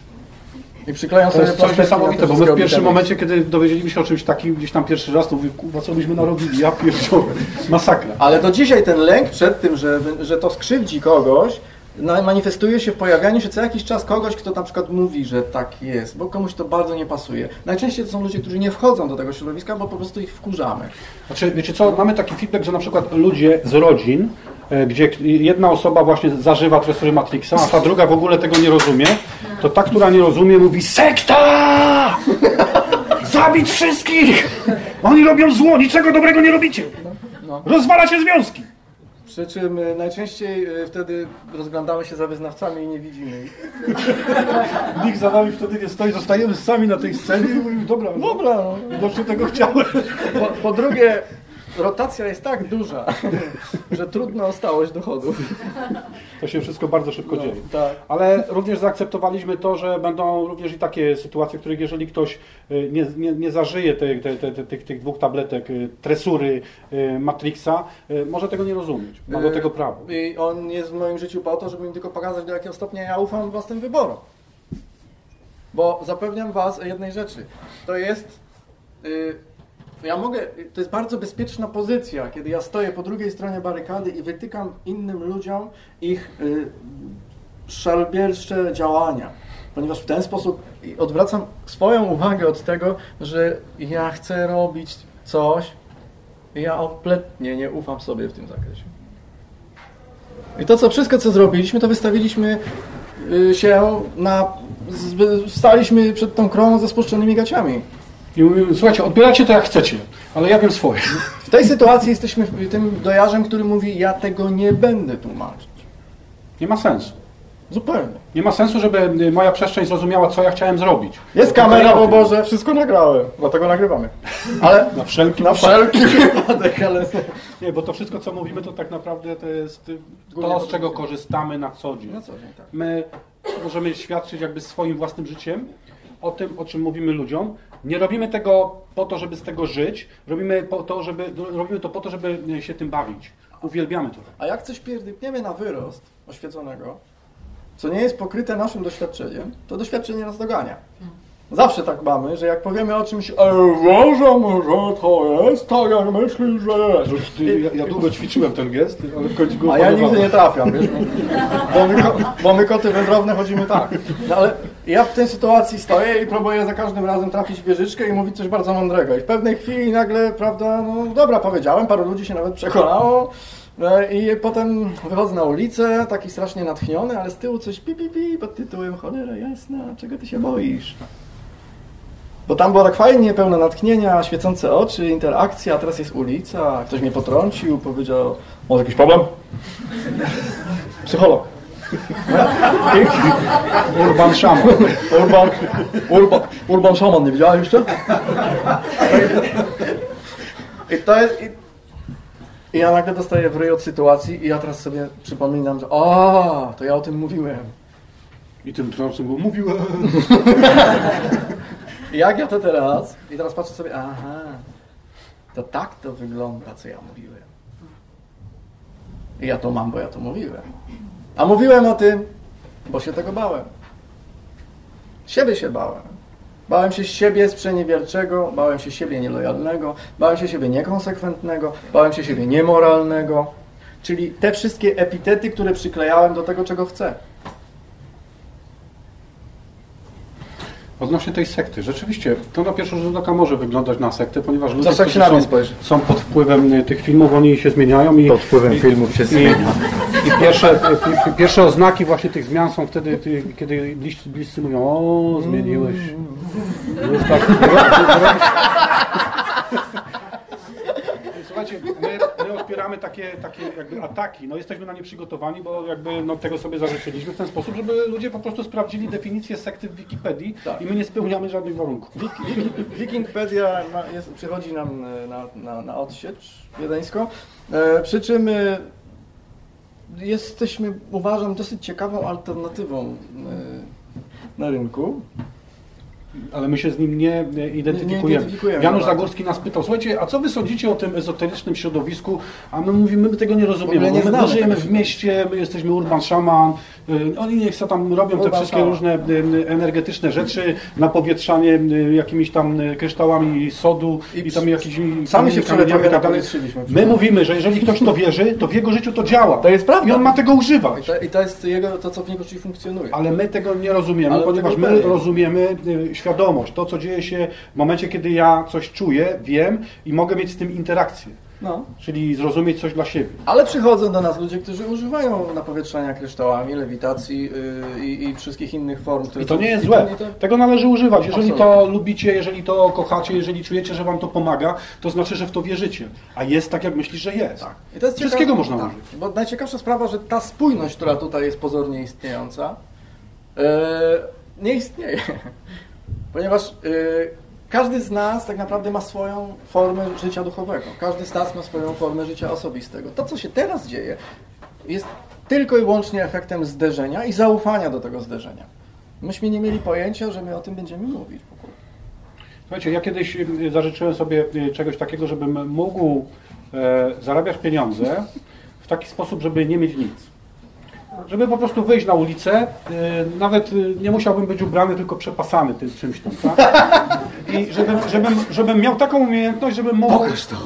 Speaker 2: I przykleją sobie
Speaker 4: coś niesamowite, bo my w pierwszym momencie, kiedy dowiedzieliśmy się o czymś takim gdzieś tam pierwszy raz, to mówię, kurwa, co myśmy narobili, ja pierdzielę, masakra.
Speaker 2: Ale do dzisiaj ten lęk przed tym, że to skrzywdzi kogoś, manifestuje się w pojawianiu się co jakiś czas kogoś, kto na przykład mówi, że tak jest, bo komuś to bardzo nie pasuje. Najczęściej to są ludzie, którzy nie wchodzą do tego środowiska, bo po prostu ich wkurzamy.
Speaker 4: Znaczy, wiecie co, mamy taki feedback, że na przykład ludzie z rodzin, gdzie jedna osoba właśnie zażywa tresury Matrixa, a ta druga w ogóle tego nie rozumie, to ta, która nie rozumie, mówi: sekta! Zabić wszystkich! Oni robią zło, niczego dobrego nie robicie! Rozwala się związki!
Speaker 2: Przy czym najczęściej wtedy rozglądamy się za wyznawcami i nie widzimy ich.
Speaker 4: Nikt za nami wtedy nie stoi, zostajemy sami na tej scenie i mówimy: dobra, widocznie tego chciałem.
Speaker 2: Po drugie, rotacja jest tak duża, że trudno o stałość dochodu.
Speaker 4: To się wszystko bardzo szybko dzieje.
Speaker 2: Tak.
Speaker 4: Ale również zaakceptowaliśmy to, że będą również i takie sytuacje, w których jeżeli ktoś nie zażyje tych 2 tabletek tresury Matrixa, może tego nie rozumieć. Ma do tego prawo.
Speaker 2: I on jest w moim życiu po to, żeby mi tylko pokazać, do jakiego stopnia ja ufam własnym wyborom. Bo zapewniam was o jednej rzeczy. To jest... to jest bardzo bezpieczna pozycja, kiedy ja stoję po drugiej stronie barykady i wytykam innym ludziom ich szalbiercze działania. Ponieważ w ten sposób odwracam swoją uwagę od tego, że ja chcę robić coś i ja kompletnie nie ufam sobie w tym zakresie. I to wszystko, co zrobiliśmy, to wystawiliśmy się staliśmy przed tą kroną ze spuszczonymi gaciami.
Speaker 4: I mówimy: słuchajcie, odbieracie to jak chcecie, ale ja wiem swoje.
Speaker 2: W tej sytuacji jesteśmy tym dojarzem, który mówi: ja tego nie będę tłumaczyć.
Speaker 4: Nie ma sensu.
Speaker 2: Zupełnie.
Speaker 4: Nie ma sensu, żeby moja przestrzeń zrozumiała, co ja chciałem zrobić.
Speaker 2: Jest kamera, bo Boże, wszystko nagrałem, dlatego nagrywamy. Ale
Speaker 4: na wszelki
Speaker 2: wypadek, ale...
Speaker 4: Nie, bo to wszystko, co mówimy, to tak naprawdę to jest to, z czego korzystamy na co dzień.
Speaker 2: Na co dzień, tak.
Speaker 4: My możemy świadczyć jakby swoim własnym życiem, o tym, o czym mówimy ludziom. Nie robimy tego po to, żeby z tego żyć, robimy to po to, żeby się tym bawić. Uwielbiamy to.
Speaker 2: A jak coś pierdykniemy na wyrost oświeconego, co nie jest pokryte naszym doświadczeniem, to doświadczenie nas dogania. Zawsze tak mamy, że jak powiemy o czymś, uważam, że to jest tak, jak myślisz, że jest.
Speaker 4: Ja długo ćwiczyłem ten gest, ale w końcu go
Speaker 2: A ja
Speaker 4: opanowałem.
Speaker 2: nigdy nie trafiam, wiesz, bo my koty wędrowne chodzimy tak. No ale ja w tej sytuacji stoję i próbuję za każdym razem trafić w wieżyczkę i mówić coś bardzo mądrego. I w pewnej chwili nagle, prawda, no dobra, powiedziałem, paru ludzi się nawet przekonało. No i potem wychodzę na ulicę, taki strasznie natchniony, ale z tyłu coś pi pod tytułem cholera jasna, czego ty się boisz? Bo tam było tak fajnie, pełne natchnienia, świecące oczy, interakcja, a teraz jest ulica, ktoś mnie potrącił, powiedział, może jakiś problem? Psycholog.
Speaker 4: Urban Shaman.
Speaker 2: Urban Shaman, nie widziałeś jeszcze? I to jest... I ja nagle dostaję w ryj od sytuacji i ja teraz sobie przypominam, że to ja o tym mówiłem.
Speaker 4: I tym trącem go mówiłem.
Speaker 2: Jak ja to teraz? I teraz patrzę sobie, to tak to wygląda, co ja mówiłem. I ja to mam, bo ja to mówiłem. A mówiłem o tym, bo się tego bałem. Siebie się bałem. Bałem się siebie sprzeniewierczego, bałem się siebie nielojalnego, bałem się siebie niekonsekwentnego, bałem się siebie niemoralnego. Czyli te wszystkie epitety, które przyklejałem do tego, czego chcę.
Speaker 4: Odnośnie tej sekty, rzeczywiście, to na pierwszy rzut oka może wyglądać na sektę, ponieważ ludzie,
Speaker 2: Zawsze jak się na mnie spojrzy.
Speaker 4: są pod wpływem tych filmów, oni się zmieniają i
Speaker 2: Pod wpływem filmów się zmienia.
Speaker 4: I pierwsze oznaki właśnie tych zmian są wtedy, kiedy bliscy mówią, o, zmieniłeś. Już tak, Słuchajcie, my odpieramy takie jakby ataki, no jesteśmy na nie przygotowani, bo jakby tego sobie zażyczyliśmy w ten sposób, żeby ludzie po prostu sprawdzili definicję sekty w Wikipedii i my nie spełniamy żadnych warunków.
Speaker 2: Wikipedia przychodzi nam na odsiecz wiedeńską, przy czym jesteśmy, uważam, dosyć ciekawą alternatywą na rynku.
Speaker 4: Ale my się z nim nie identyfikujemy. Janusz Zagórski nas pytał, słuchajcie, a co wy sądzicie o tym ezoterycznym środowisku? A my mówimy, my tego nie rozumiemy. My żyjemy w mieście, my jesteśmy Urban Shaman, oni niech co tam robią te wszystkie różne energetyczne rzeczy, napowietrzanie jakimiś tam kryształami sodu i tam jakimiś
Speaker 2: sami się
Speaker 4: kamieniami i tak dalej. My mówimy, że jeżeli ktoś to wierzy, to w jego życiu to działa.
Speaker 2: To jest prawda.
Speaker 4: I on ma tego używać.
Speaker 2: I to jest to, co w niego czyli funkcjonuje.
Speaker 4: Ale my tego nie rozumiemy, ponieważ my rozumiemy świadomość, to co dzieje się w momencie, kiedy ja coś czuję, wiem i mogę mieć z tym interakcję.
Speaker 2: No.
Speaker 4: Czyli zrozumieć coś dla siebie.
Speaker 2: Ale przychodzą do nas ludzie, którzy używają napowietrzania kryształami, lewitacji i wszystkich innych form.
Speaker 4: I to nie jest złe. Tego należy używać. Jeżeli to lubicie, jeżeli to kochacie, jeżeli czujecie, że wam to pomaga, to znaczy, że w to wierzycie. A jest tak, jak myślisz, że jest.
Speaker 2: Tak. I to jest
Speaker 4: wszystkiego można użyć.
Speaker 2: Bo najciekawsza sprawa, że ta spójność, która tutaj jest pozornie istniejąca, nie istnieje. Ponieważ każdy z nas tak naprawdę ma swoją formę życia duchowego. Każdy z nas ma swoją formę życia osobistego. To, co się teraz dzieje, jest tylko i wyłącznie efektem zderzenia i zaufania do tego zderzenia. Myśmy nie mieli pojęcia, że my o tym będziemy mówić w ogóle.
Speaker 4: Słuchajcie, ja kiedyś zażyczyłem sobie czegoś takiego, żebym mógł zarabiać pieniądze w taki sposób, żeby nie mieć nic. Żeby po prostu wyjść na ulicę, nawet nie musiałbym być ubrany, tylko przepasany tym czymś tam, tak? I żebym miał taką umiejętność, żebym mógł...
Speaker 2: Pokaż to.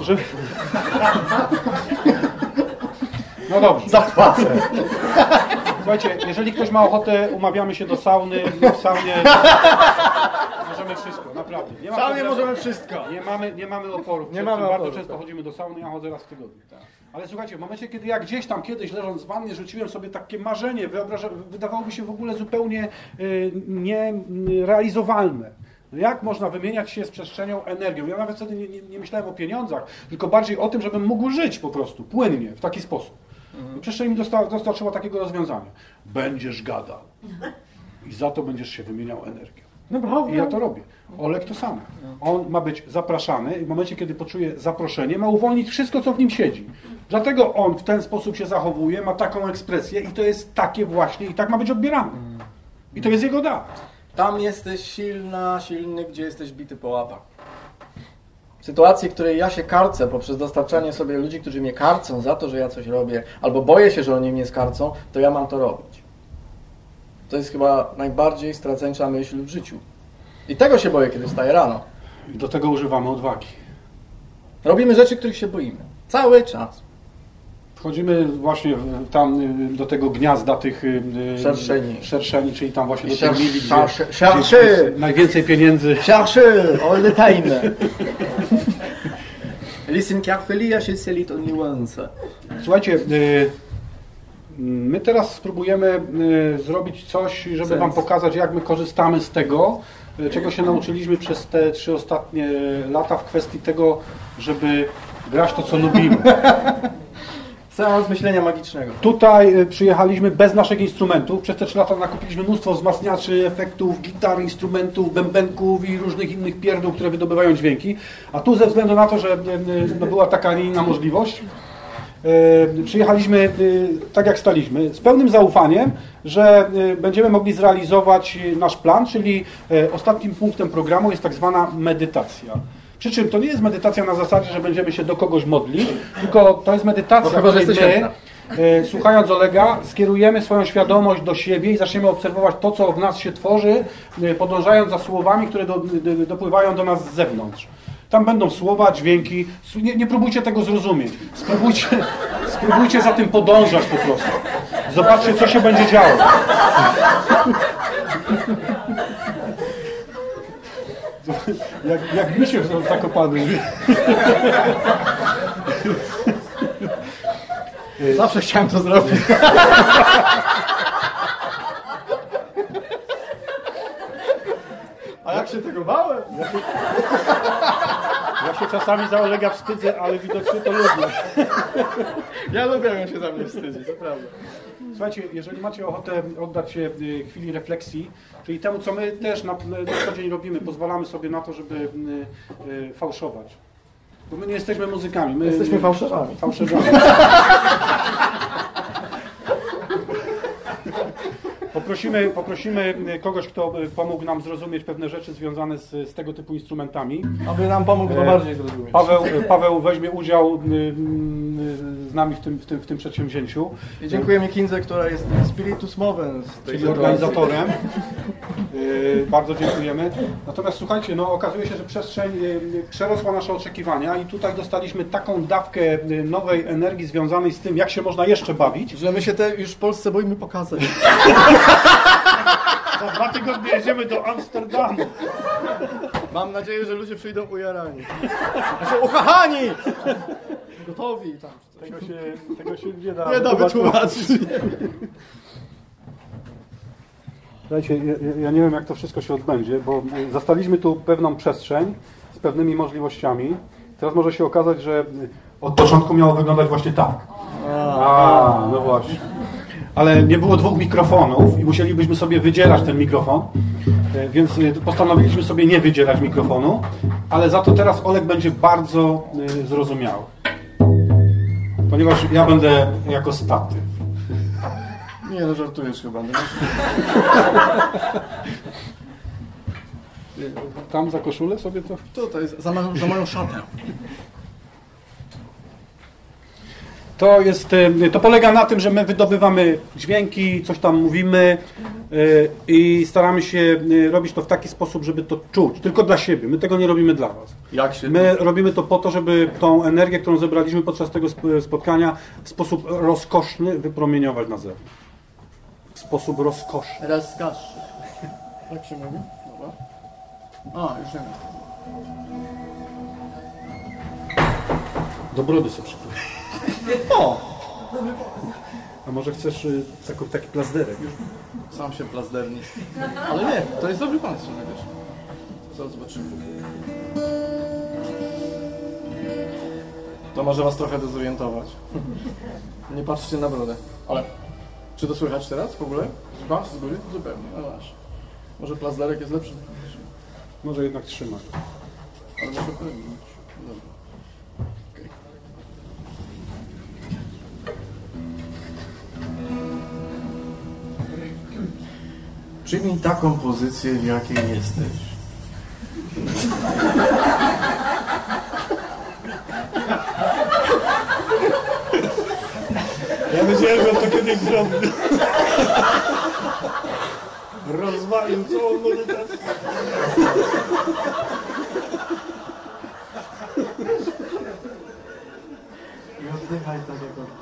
Speaker 4: No dobrze.
Speaker 2: Zapłacę.
Speaker 4: Słuchajcie, jeżeli ktoś ma ochotę, umawiamy się do sauny, w saunie możemy wszystko, naprawdę.
Speaker 2: W saunie możemy wszystko.
Speaker 4: Nie mamy oporów.
Speaker 2: Nie mamy
Speaker 4: bardzo
Speaker 2: oporów,
Speaker 4: często chodzimy do sauny, ja chodzę raz w tygodniu. Tak. Ale słuchajcie, w momencie, kiedy ja gdzieś tam kiedyś leżąc w wannie rzuciłem sobie takie marzenie, wydawało mi się w ogóle zupełnie nierealizowalne. Jak można wymieniać się z przestrzenią energią? Ja nawet wtedy nie myślałem o pieniądzach, tylko bardziej o tym, żebym mógł żyć po prostu, płynnie, w taki sposób. Przestrzeń mi dostarczyła takiego rozwiązania. Będziesz gadał i za to będziesz się wymieniał energią. I ja to robię. Olek to samo. On ma być zapraszany i w momencie, kiedy poczuje zaproszenie, ma uwolnić wszystko, co w nim siedzi. Dlatego on w ten sposób się zachowuje, ma taką ekspresję i to jest takie właśnie i tak ma być odbierane. I to jest jego dar.
Speaker 2: Tam jesteś silny, gdzie jesteś bity po łapach. W sytuacji, w której ja się karcę poprzez dostarczanie sobie ludzi, którzy mnie karcą za to, że ja coś robię, albo boję się, że oni mnie skarcą, to ja mam to robić. To jest chyba najbardziej straceńcza myśl w życiu. I tego się boję, kiedy wstaję rano.
Speaker 4: I do tego używamy odwagi.
Speaker 2: Robimy rzeczy, których się boimy. Cały czas.
Speaker 4: Wchodzimy właśnie tam do tego gniazda tych szerszeni, czyli tam właśnie do tej mili, gdzie najwięcej pieniędzy.
Speaker 2: Cherchez all the time. Listen carefully, I should say it only once.
Speaker 4: Słuchajcie, my teraz spróbujemy zrobić coś, żeby Wam pokazać, jak my korzystamy z tego, czego się nauczyliśmy przez te 3 ostatnie lata w kwestii tego, żeby grać to, co lubimy.
Speaker 2: Seans myślenia magicznego.
Speaker 4: Tutaj przyjechaliśmy bez naszych instrumentów. Przez te 3 lata nakupiliśmy mnóstwo wzmacniaczy, efektów, gitar, instrumentów, bębenków i różnych innych pierdół, które wydobywają dźwięki. A tu ze względu na to, że była taka, a nie inna możliwość, przyjechaliśmy tak jak staliśmy, z pełnym zaufaniem, że będziemy mogli zrealizować nasz plan, czyli ostatnim punktem programu jest tak zwana medytacja. Przy czym to nie jest medytacja na zasadzie, że będziemy się do kogoś modlić, tylko to jest medytacja, w której my, słuchając Olega, skierujemy swoją świadomość do siebie i zaczniemy obserwować to, co w nas się tworzy, podążając za słowami, które dopływają do nas z zewnątrz. Tam będą słowa, dźwięki. Nie próbujcie tego zrozumieć. Spróbujcie za tym podążać po prostu. Zobaczcie, co się będzie działo. Jak my się zakopany.
Speaker 2: Zawsze chciałem to zrobić. A jak się tego bałem?
Speaker 4: Ja się czasami za Olega wstydzę, ale widocznie to lubię.
Speaker 2: Ja lubię, jak się za mnie wstydzi, to prawda.
Speaker 4: Słuchajcie, jeżeli macie ochotę oddać się chwili refleksji, czyli temu, co my też na co dzień robimy, pozwalamy sobie na to, żeby fałszować. Bo my nie jesteśmy muzykami. My
Speaker 2: jesteśmy fałszerzami.
Speaker 4: Poprosimy kogoś, kto pomógł nam zrozumieć pewne rzeczy związane z tego typu instrumentami.
Speaker 2: Aby nam pomógł to bardziej zrozumieć.
Speaker 4: Paweł weźmie udział z nami w tym przedsięwzięciu.
Speaker 2: I dziękujemy Kindze, która jest spiritus movens,
Speaker 4: czyli organizatorem. Bardzo dziękujemy. Natomiast słuchajcie, okazuje się, że przestrzeń przerosła nasze oczekiwania i tutaj dostaliśmy taką dawkę nowej energii związanej z tym, jak się można jeszcze bawić.
Speaker 2: Że my się już w Polsce boimy pokazać.
Speaker 4: Za 2 tygodnie jedziemy do Amsterdamu.
Speaker 2: Mam nadzieję, że ludzie przyjdą ujarani. Znaczy uchachani! Gotowi tam.
Speaker 4: Tego się nie
Speaker 2: da wytłumaczyć.
Speaker 4: Słuchajcie, ja nie wiem, jak to wszystko się odbędzie, bo zastaliśmy tu pewną przestrzeń z pewnymi możliwościami. Teraz może się okazać, że od początku miało wyglądać właśnie tak. No właśnie. Ale nie było 2 mikrofonów i musielibyśmy sobie wydzierać ten mikrofon, więc postanowiliśmy sobie nie wydzierać mikrofonu, ale za to teraz Oleg będzie bardzo zrozumiały. Ponieważ ja będę jako statyw.
Speaker 2: Nie, żartujesz chyba. Nie?
Speaker 4: Tam za koszulę sobie to?
Speaker 2: Tutaj, za moją szatę.
Speaker 4: To polega na tym, że my wydobywamy dźwięki, coś tam mówimy i staramy się robić to w taki sposób, żeby to czuć. Tylko dla siebie. My tego nie robimy dla Was. My robimy to po to, żeby tą energię, którą zebraliśmy podczas tego spotkania w sposób rozkoszny wypromieniować na zewnątrz. W sposób rozkoszny.
Speaker 2: Rozkoszny. Tak się mówi? Dobra. A, już wiem.
Speaker 4: Do brody sobie przykryj.
Speaker 2: O!
Speaker 4: A może chcesz taki plazderek?
Speaker 2: Sam się plazderni. Ale nie, to jest dobry pomysł, wiesz. Zaraz zobaczymy. To może was trochę dezorientować. Nie patrzcie na brodę. Ale czy to słychać teraz w ogóle? Słuchasz z góry? Zupełnie. No właśnie. Może plazderek jest lepszy?
Speaker 4: Może jednak trzymać.
Speaker 2: Ale może pewnie. Dobra. Okay. Przyjmij taką pozycję, w jakiej jesteś.
Speaker 5: Ja wiedziałem, że on to kiedyś zrobił. Rozwalił całą medytację.
Speaker 2: I oddychaj tak jak on.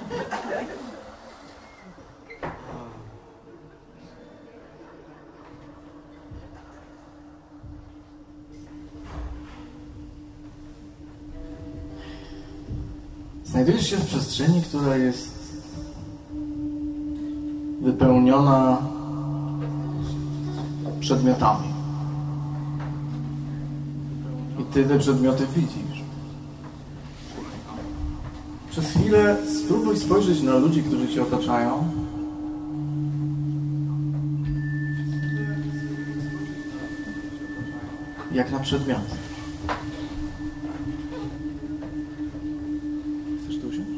Speaker 2: Znajdujesz się w przestrzeni, która jest wypełniona przedmiotami. I ty te przedmioty widzisz. Przez chwilę spróbuj spojrzeć na ludzi, którzy cię otaczają. Jak na przedmioty. Chcesz tu usiąść?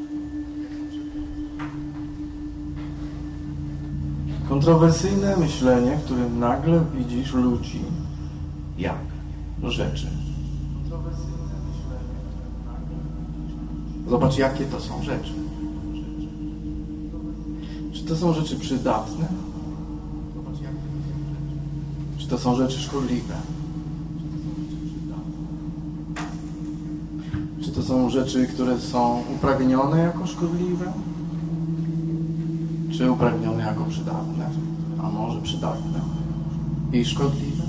Speaker 2: Kontrowersyjne myślenie, w którym nagle widzisz ludzi jak rzeczy. Zobacz, jakie to są rzeczy. Czy to są rzeczy przydatne? Czy to są rzeczy szkodliwe? Czy to są rzeczy, które są upragnione jako szkodliwe? Czy upragnione jako przydatne? A może przydatne i szkodliwe?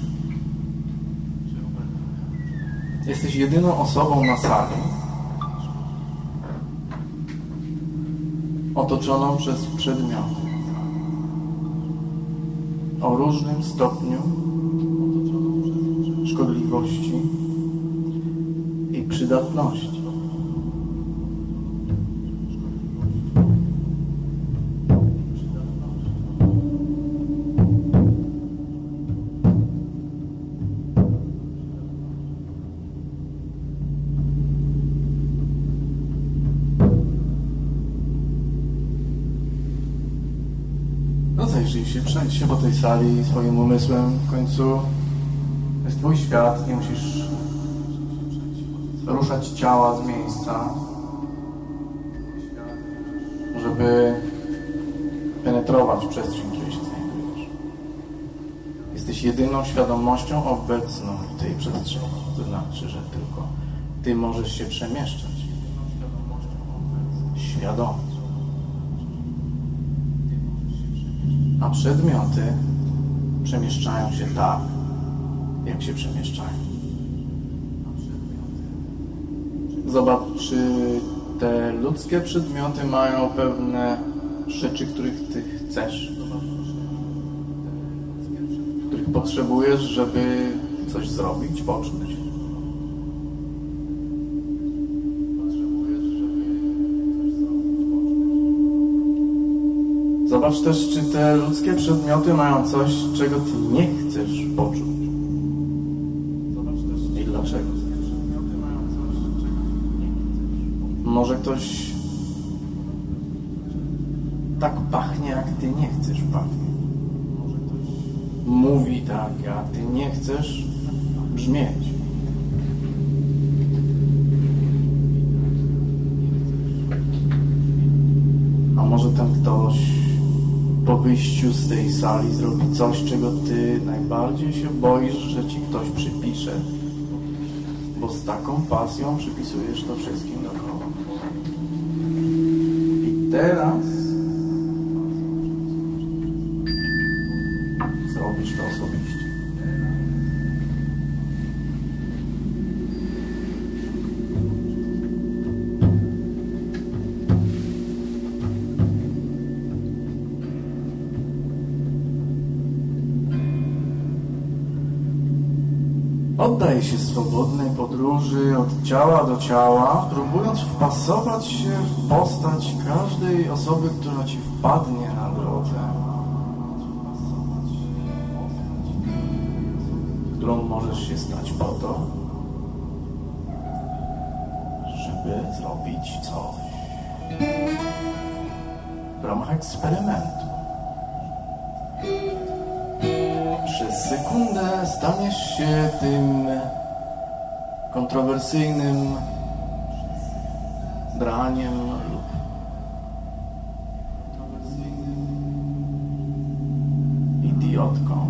Speaker 2: Jesteś jedyną osobą na sali otoczoną przez przedmioty o różnym stopniu szkodliwości i przydatności. Zajrzyj się, przejdź się po tej sali swoim umysłem. W końcu jest twój świat, nie musisz ruszać ciała z miejsca, żeby penetrować przestrzeń, w której się znajdujesz. Jesteś jedyną świadomością obecną w tej przestrzeni. To znaczy, że tylko ty możesz się przemieszczać. Świadomie. A przedmioty przemieszczają się tak, jak się przemieszczają. Zobacz, czy te ludzkie przedmioty mają pewne rzeczy, których ty chcesz, których potrzebujesz, żeby coś zrobić, poczuć. Zobacz też, czy te ludzkie przedmioty mają coś, czego ty nie chcesz poczuć. I dlaczego? Może ktoś tak pachnie, jak ty nie chcesz pachnieć. Mówi tak, jak ty nie chcesz brzmieć. A może ten ktoś po wyjściu z tej sali zrobi coś, czego ty najbardziej się boisz, że ci ktoś przypisze, bo z taką pasją przypisujesz to wszystkim dookoła. I teraz zrobisz to osobiście. Oddaj się swobodnej podróży od ciała do ciała, próbując wpasować się w postać każdej osoby, która ci wpadnie na drodze, którą możesz się stać po to, żeby zrobić coś w ramach eksperymentu. przez sekundę staniesz się tym kontrowersyjnym draniem lub idiotką,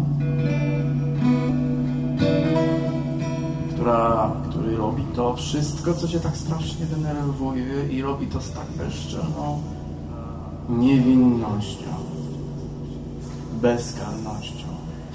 Speaker 2: który robi to wszystko, co cię tak strasznie denerwuje i robi to z tak bezczelną niewinnością, bezkarnością.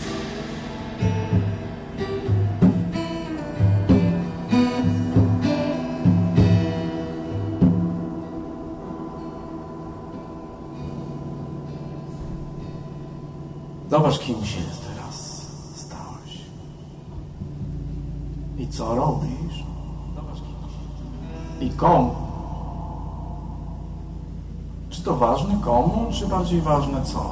Speaker 2: Zobacz, kim się teraz stałeś. I co robisz? I komu? Czy to ważne komu, czy bardziej ważne co?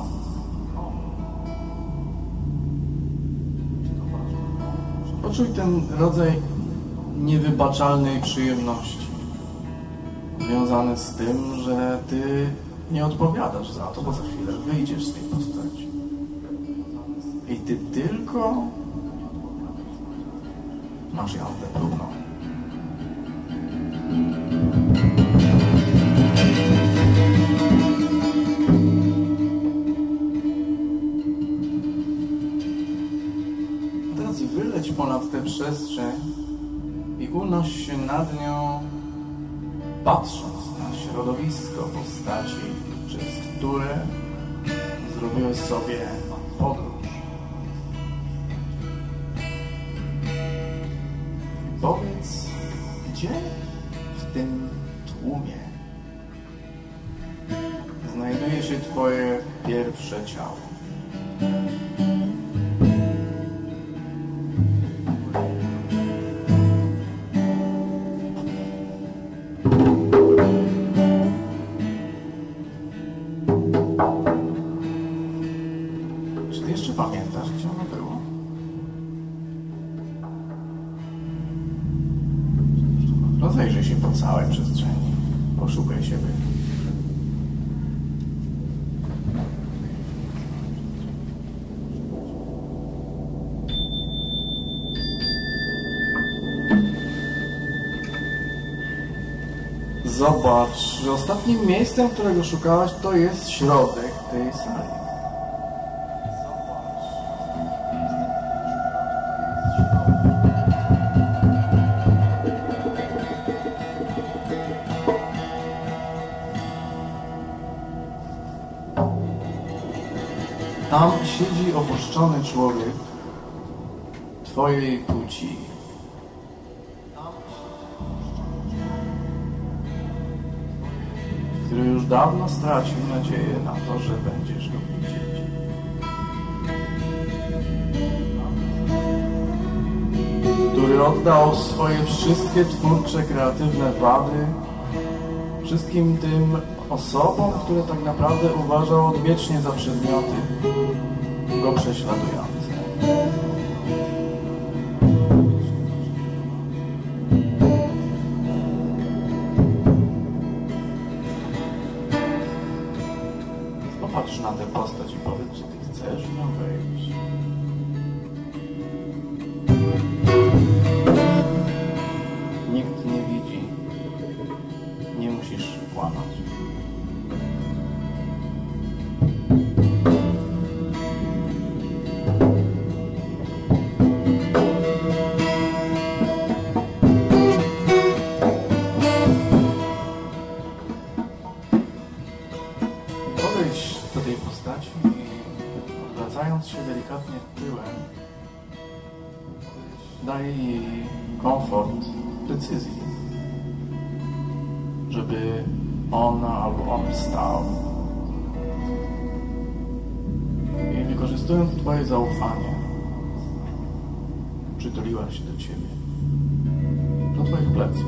Speaker 2: Poczuj ten rodzaj niewybaczalnej przyjemności związany z tym, że ty nie odpowiadasz za to, bo za chwilę wyjdziesz z tej postaci. I ty tylko masz jazdę próbną. Teraz wyleć ponad tę przestrzeń i unoś się nad nią, patrząc na środowisko postaci, przez które zrobiłeś sobie podróż. Powiedz, gdzie w tym tłumie znajduje się twoje pierwsze ciało? Czy ty jeszcze pamiętasz, gdzie ono było? Rozejrzyj się po całej przestrzeni. Poszukaj siebie. Zobacz, że ostatnim miejscem, którego szukałaś, to jest środek tej sali. Tam siedzi opuszczony człowiek twojej płci. Który już dawno stracił nadzieję na to, że będziesz go widzieć. Który oddał swoje wszystkie twórcze, kreatywne wady wszystkim tym osobom, które tak naprawdę uważał odwiecznie za przedmioty go prześladujące. Popatrz na tę postać i powiedz, czy ty chcesz w nią wejść. Nikt nie widzi. Nie musisz kłamać. Podejdź do tej postaci i odwracając się delikatnie tyłem, daj jej komfort decyzji, żeby ona albo on wstał. I wykorzystując twoje zaufanie, przytuliła się do ciebie, do twoich pleców,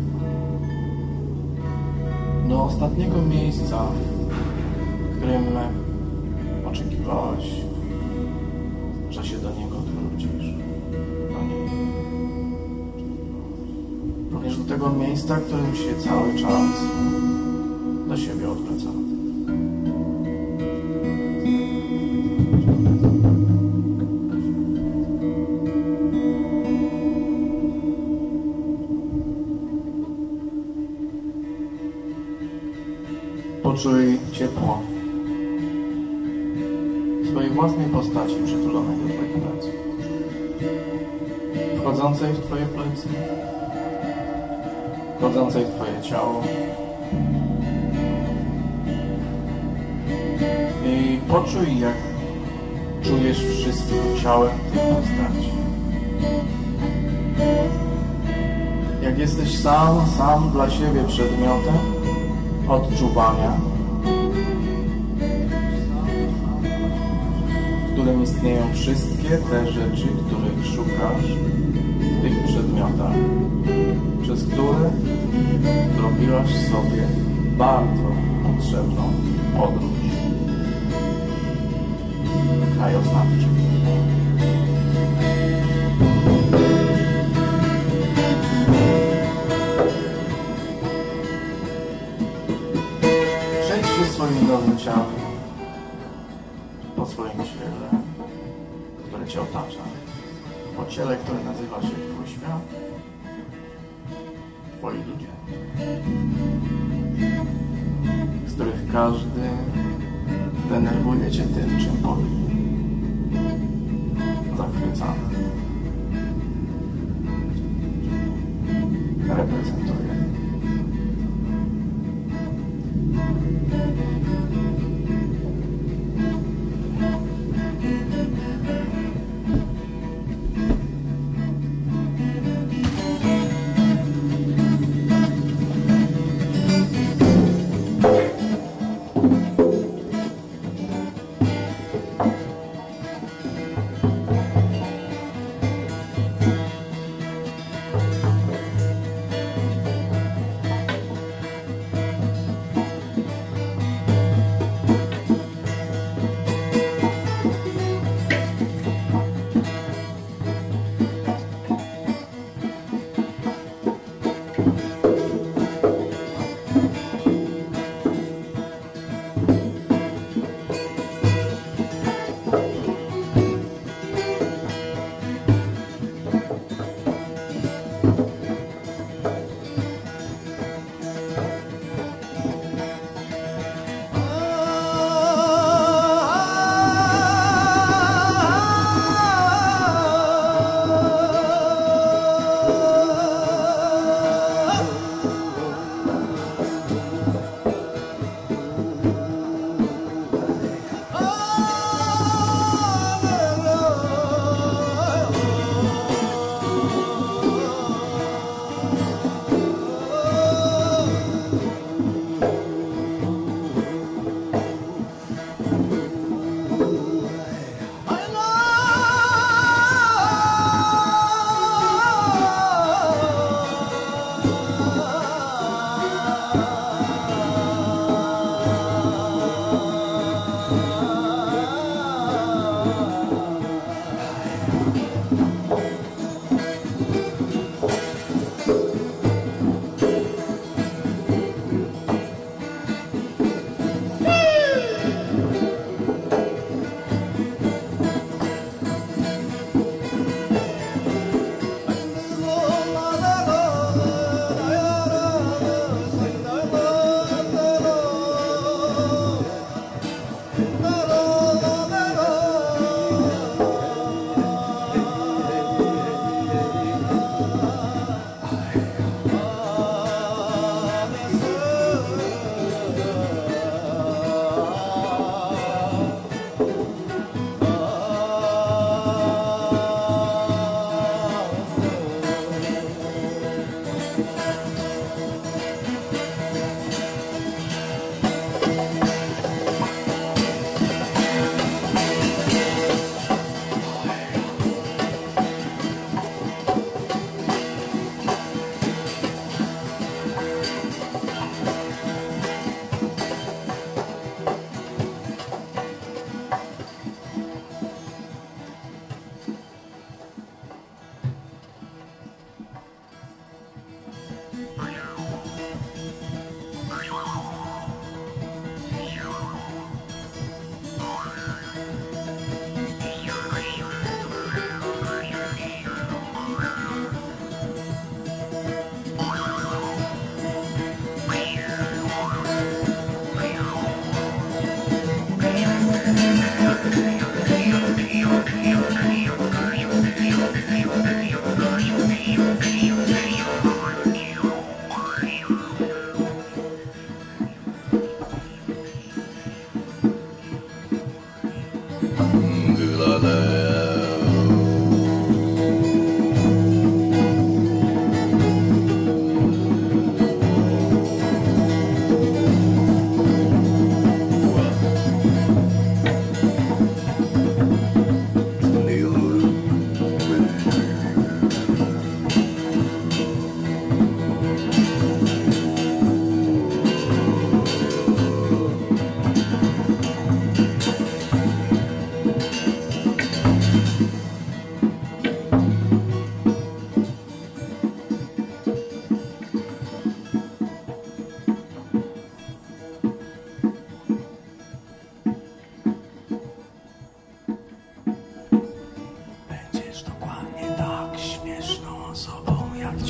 Speaker 2: do ostatniego miejsca, w którym oczekiwałaś, że się do niego odwrócisz. Do niej. Również do tego miejsca, w którym się cały czas do siebie odwracamy. Poczuj ciepło swojej własnej postaci przytulonej do Twoich pleców, wchodzącej w Twoje plecy, wchodzącej w Twoje ciało. I poczuj, jak czujesz wszystko ciałem tej postaci. Jak jesteś sam dla siebie przedmiotem odczuwania, w którym istnieją wszystkie te rzeczy, których szukasz w tych przedmiotach, przez które zrobiłaś sobie bardzo potrzebną podróż krajoznawczą. Przejdź się swoim nowym ciałem po swoim ciele, które Cię otacza, po ciele, które nazywa się Twój świat, Twoi ludzie, z których każdy denerwuje Cię tym, czym powinien. Zachwycany. Reprezentuje.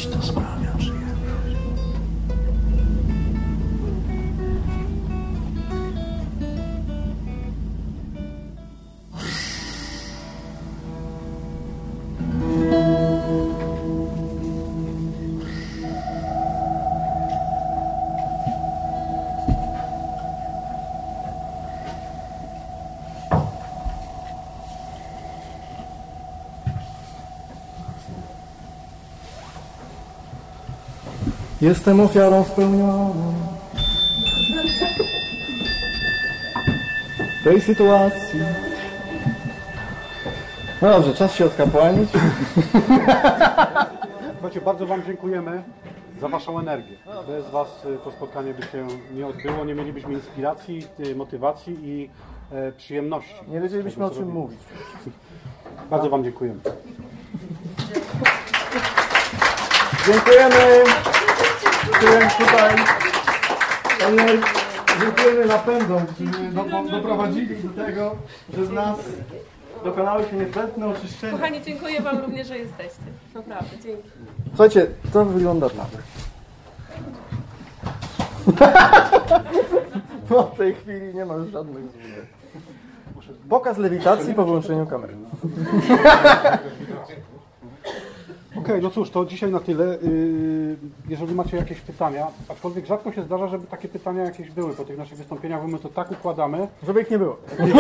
Speaker 2: Robić to sprawia przyjemność. Jestem ofiarą spełnioną tej sytuacji. No dobrze, czas się odkapłanić.
Speaker 4: Słuchajcie, bardzo Wam dziękujemy za Waszą energię. Bez Was to spotkanie by się nie odbyło, nie mielibyśmy inspiracji, motywacji i przyjemności.
Speaker 2: Nie wiedzielibyśmy o czym mówić.
Speaker 4: Bardzo Wam dziękujemy.
Speaker 2: Dziękujemy. Tutaj dziękujemy napędom, którzy doprowadzili do tego, że z nas dokonały się niezbędne oczyszczenia.
Speaker 3: Kochani, dziękuję Wam również, że jesteście. Naprawdę, dzięki.
Speaker 2: Słuchajcie, to wygląda tak. Po tej chwili nie ma już żadnych złudzeń. Pokaz lewitacji po wyłączeniu kamery.
Speaker 4: Okej, no cóż, to dzisiaj na tyle. Jeżeli macie jakieś pytania, aczkolwiek rzadko się zdarza, żeby takie pytania jakieś były po tych naszych wystąpieniach, bo my to tak układamy.
Speaker 2: Żeby ich nie było.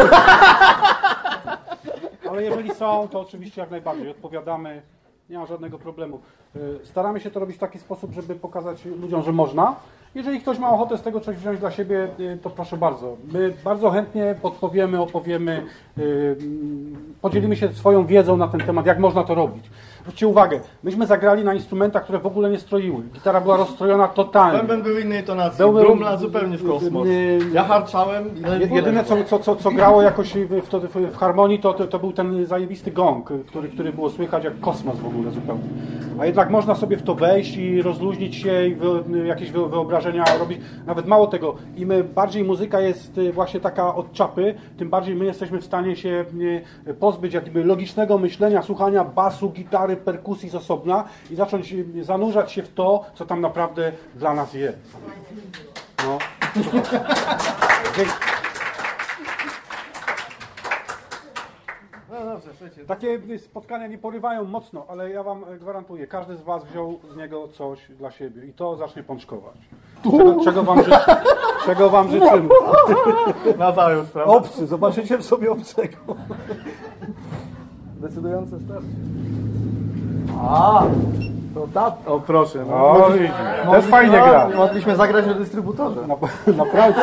Speaker 4: Ale jeżeli są, to oczywiście jak najbardziej odpowiadamy, nie ma żadnego problemu. Staramy się to robić w taki sposób, żeby pokazać ludziom, że można. Jeżeli ktoś ma ochotę z tego coś wziąć dla siebie, to proszę bardzo. My bardzo chętnie podpowiemy, opowiemy, podzielimy się swoją wiedzą na ten temat, jak można to robić. Zwróćcie uwagę, myśmy zagrali na instrumentach, które w ogóle nie stroiły. Gitara była rozstrojona totalnie.
Speaker 2: Bęben był innej tonacji, drumla zupełnie w kosmos. Ja harczałem.
Speaker 4: Jedyne co grało jakoś w harmonii, to był ten zajebisty gong, który było słychać jak kosmos w ogóle zupełnie. A jednak można sobie w to wejść i rozluźnić się i jakieś wyobrażenia robić. Nawet mało tego, im bardziej muzyka jest właśnie taka od czapy, tym bardziej my jesteśmy w stanie się pozbyć jakby logicznego myślenia, słuchania basu, gitary, perkusji z osobna i zacząć zanurzać się w to, co tam naprawdę dla nas jest. No.
Speaker 2: No dobrze, słuchajcie.
Speaker 4: Takie spotkania nie porywają mocno, ale ja Wam gwarantuję, każdy z Was wziął z niego coś dla siebie i to zacznie pączkować. Czego wam życzymy.
Speaker 2: Nazajutrz, prawda?
Speaker 4: Obcy, zobaczycie w sobie obcego.
Speaker 2: Decydujące starcie. To tak. O proszę.
Speaker 4: No, też fajnie gra.
Speaker 2: Mogliśmy zagrać na dystrybutorze.
Speaker 4: Naprawdę.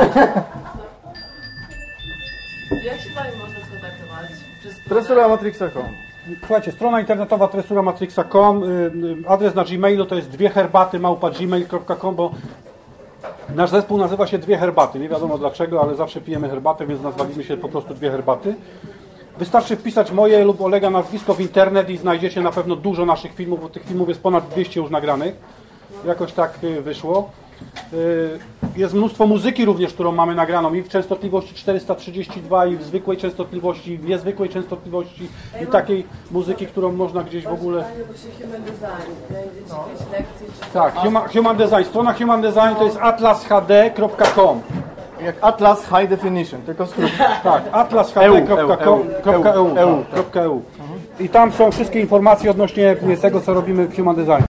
Speaker 3: Jak się Wami można skontaktować?
Speaker 2: TresureMatrixa.com.
Speaker 4: Słuchajcie, strona internetowa TresureMatrixa.com, adres na Gmailu to jest dwieherbaty@gmail.com, bo nasz zespół nazywa się Dwie Herbaty. Nie wiadomo dlaczego, ale zawsze pijemy herbatę, więc nazwaliśmy się po prostu Dwie Herbaty. Wystarczy wpisać moje lub Olega nazwisko w internet i znajdziecie na pewno dużo naszych filmów, bo tych filmów jest ponad 200 już nagranych. Jakoś tak wyszło. Jest mnóstwo muzyki również, którą mamy nagraną i w częstotliwości 432 i w zwykłej częstotliwości, w niezwykłej częstotliwości i takiej muzyki, którą można gdzieś w ogóle...
Speaker 3: Human Design, będziecie jakieś lekcje czy...
Speaker 4: Tak, Human Design. Strona Human Design to jest atlashd.com.
Speaker 2: Jak Atlas High Definition, tylko skrót.
Speaker 4: Tak, atlashd.eu. I tam są wszystkie informacje odnośnie tego, co robimy w Human Design.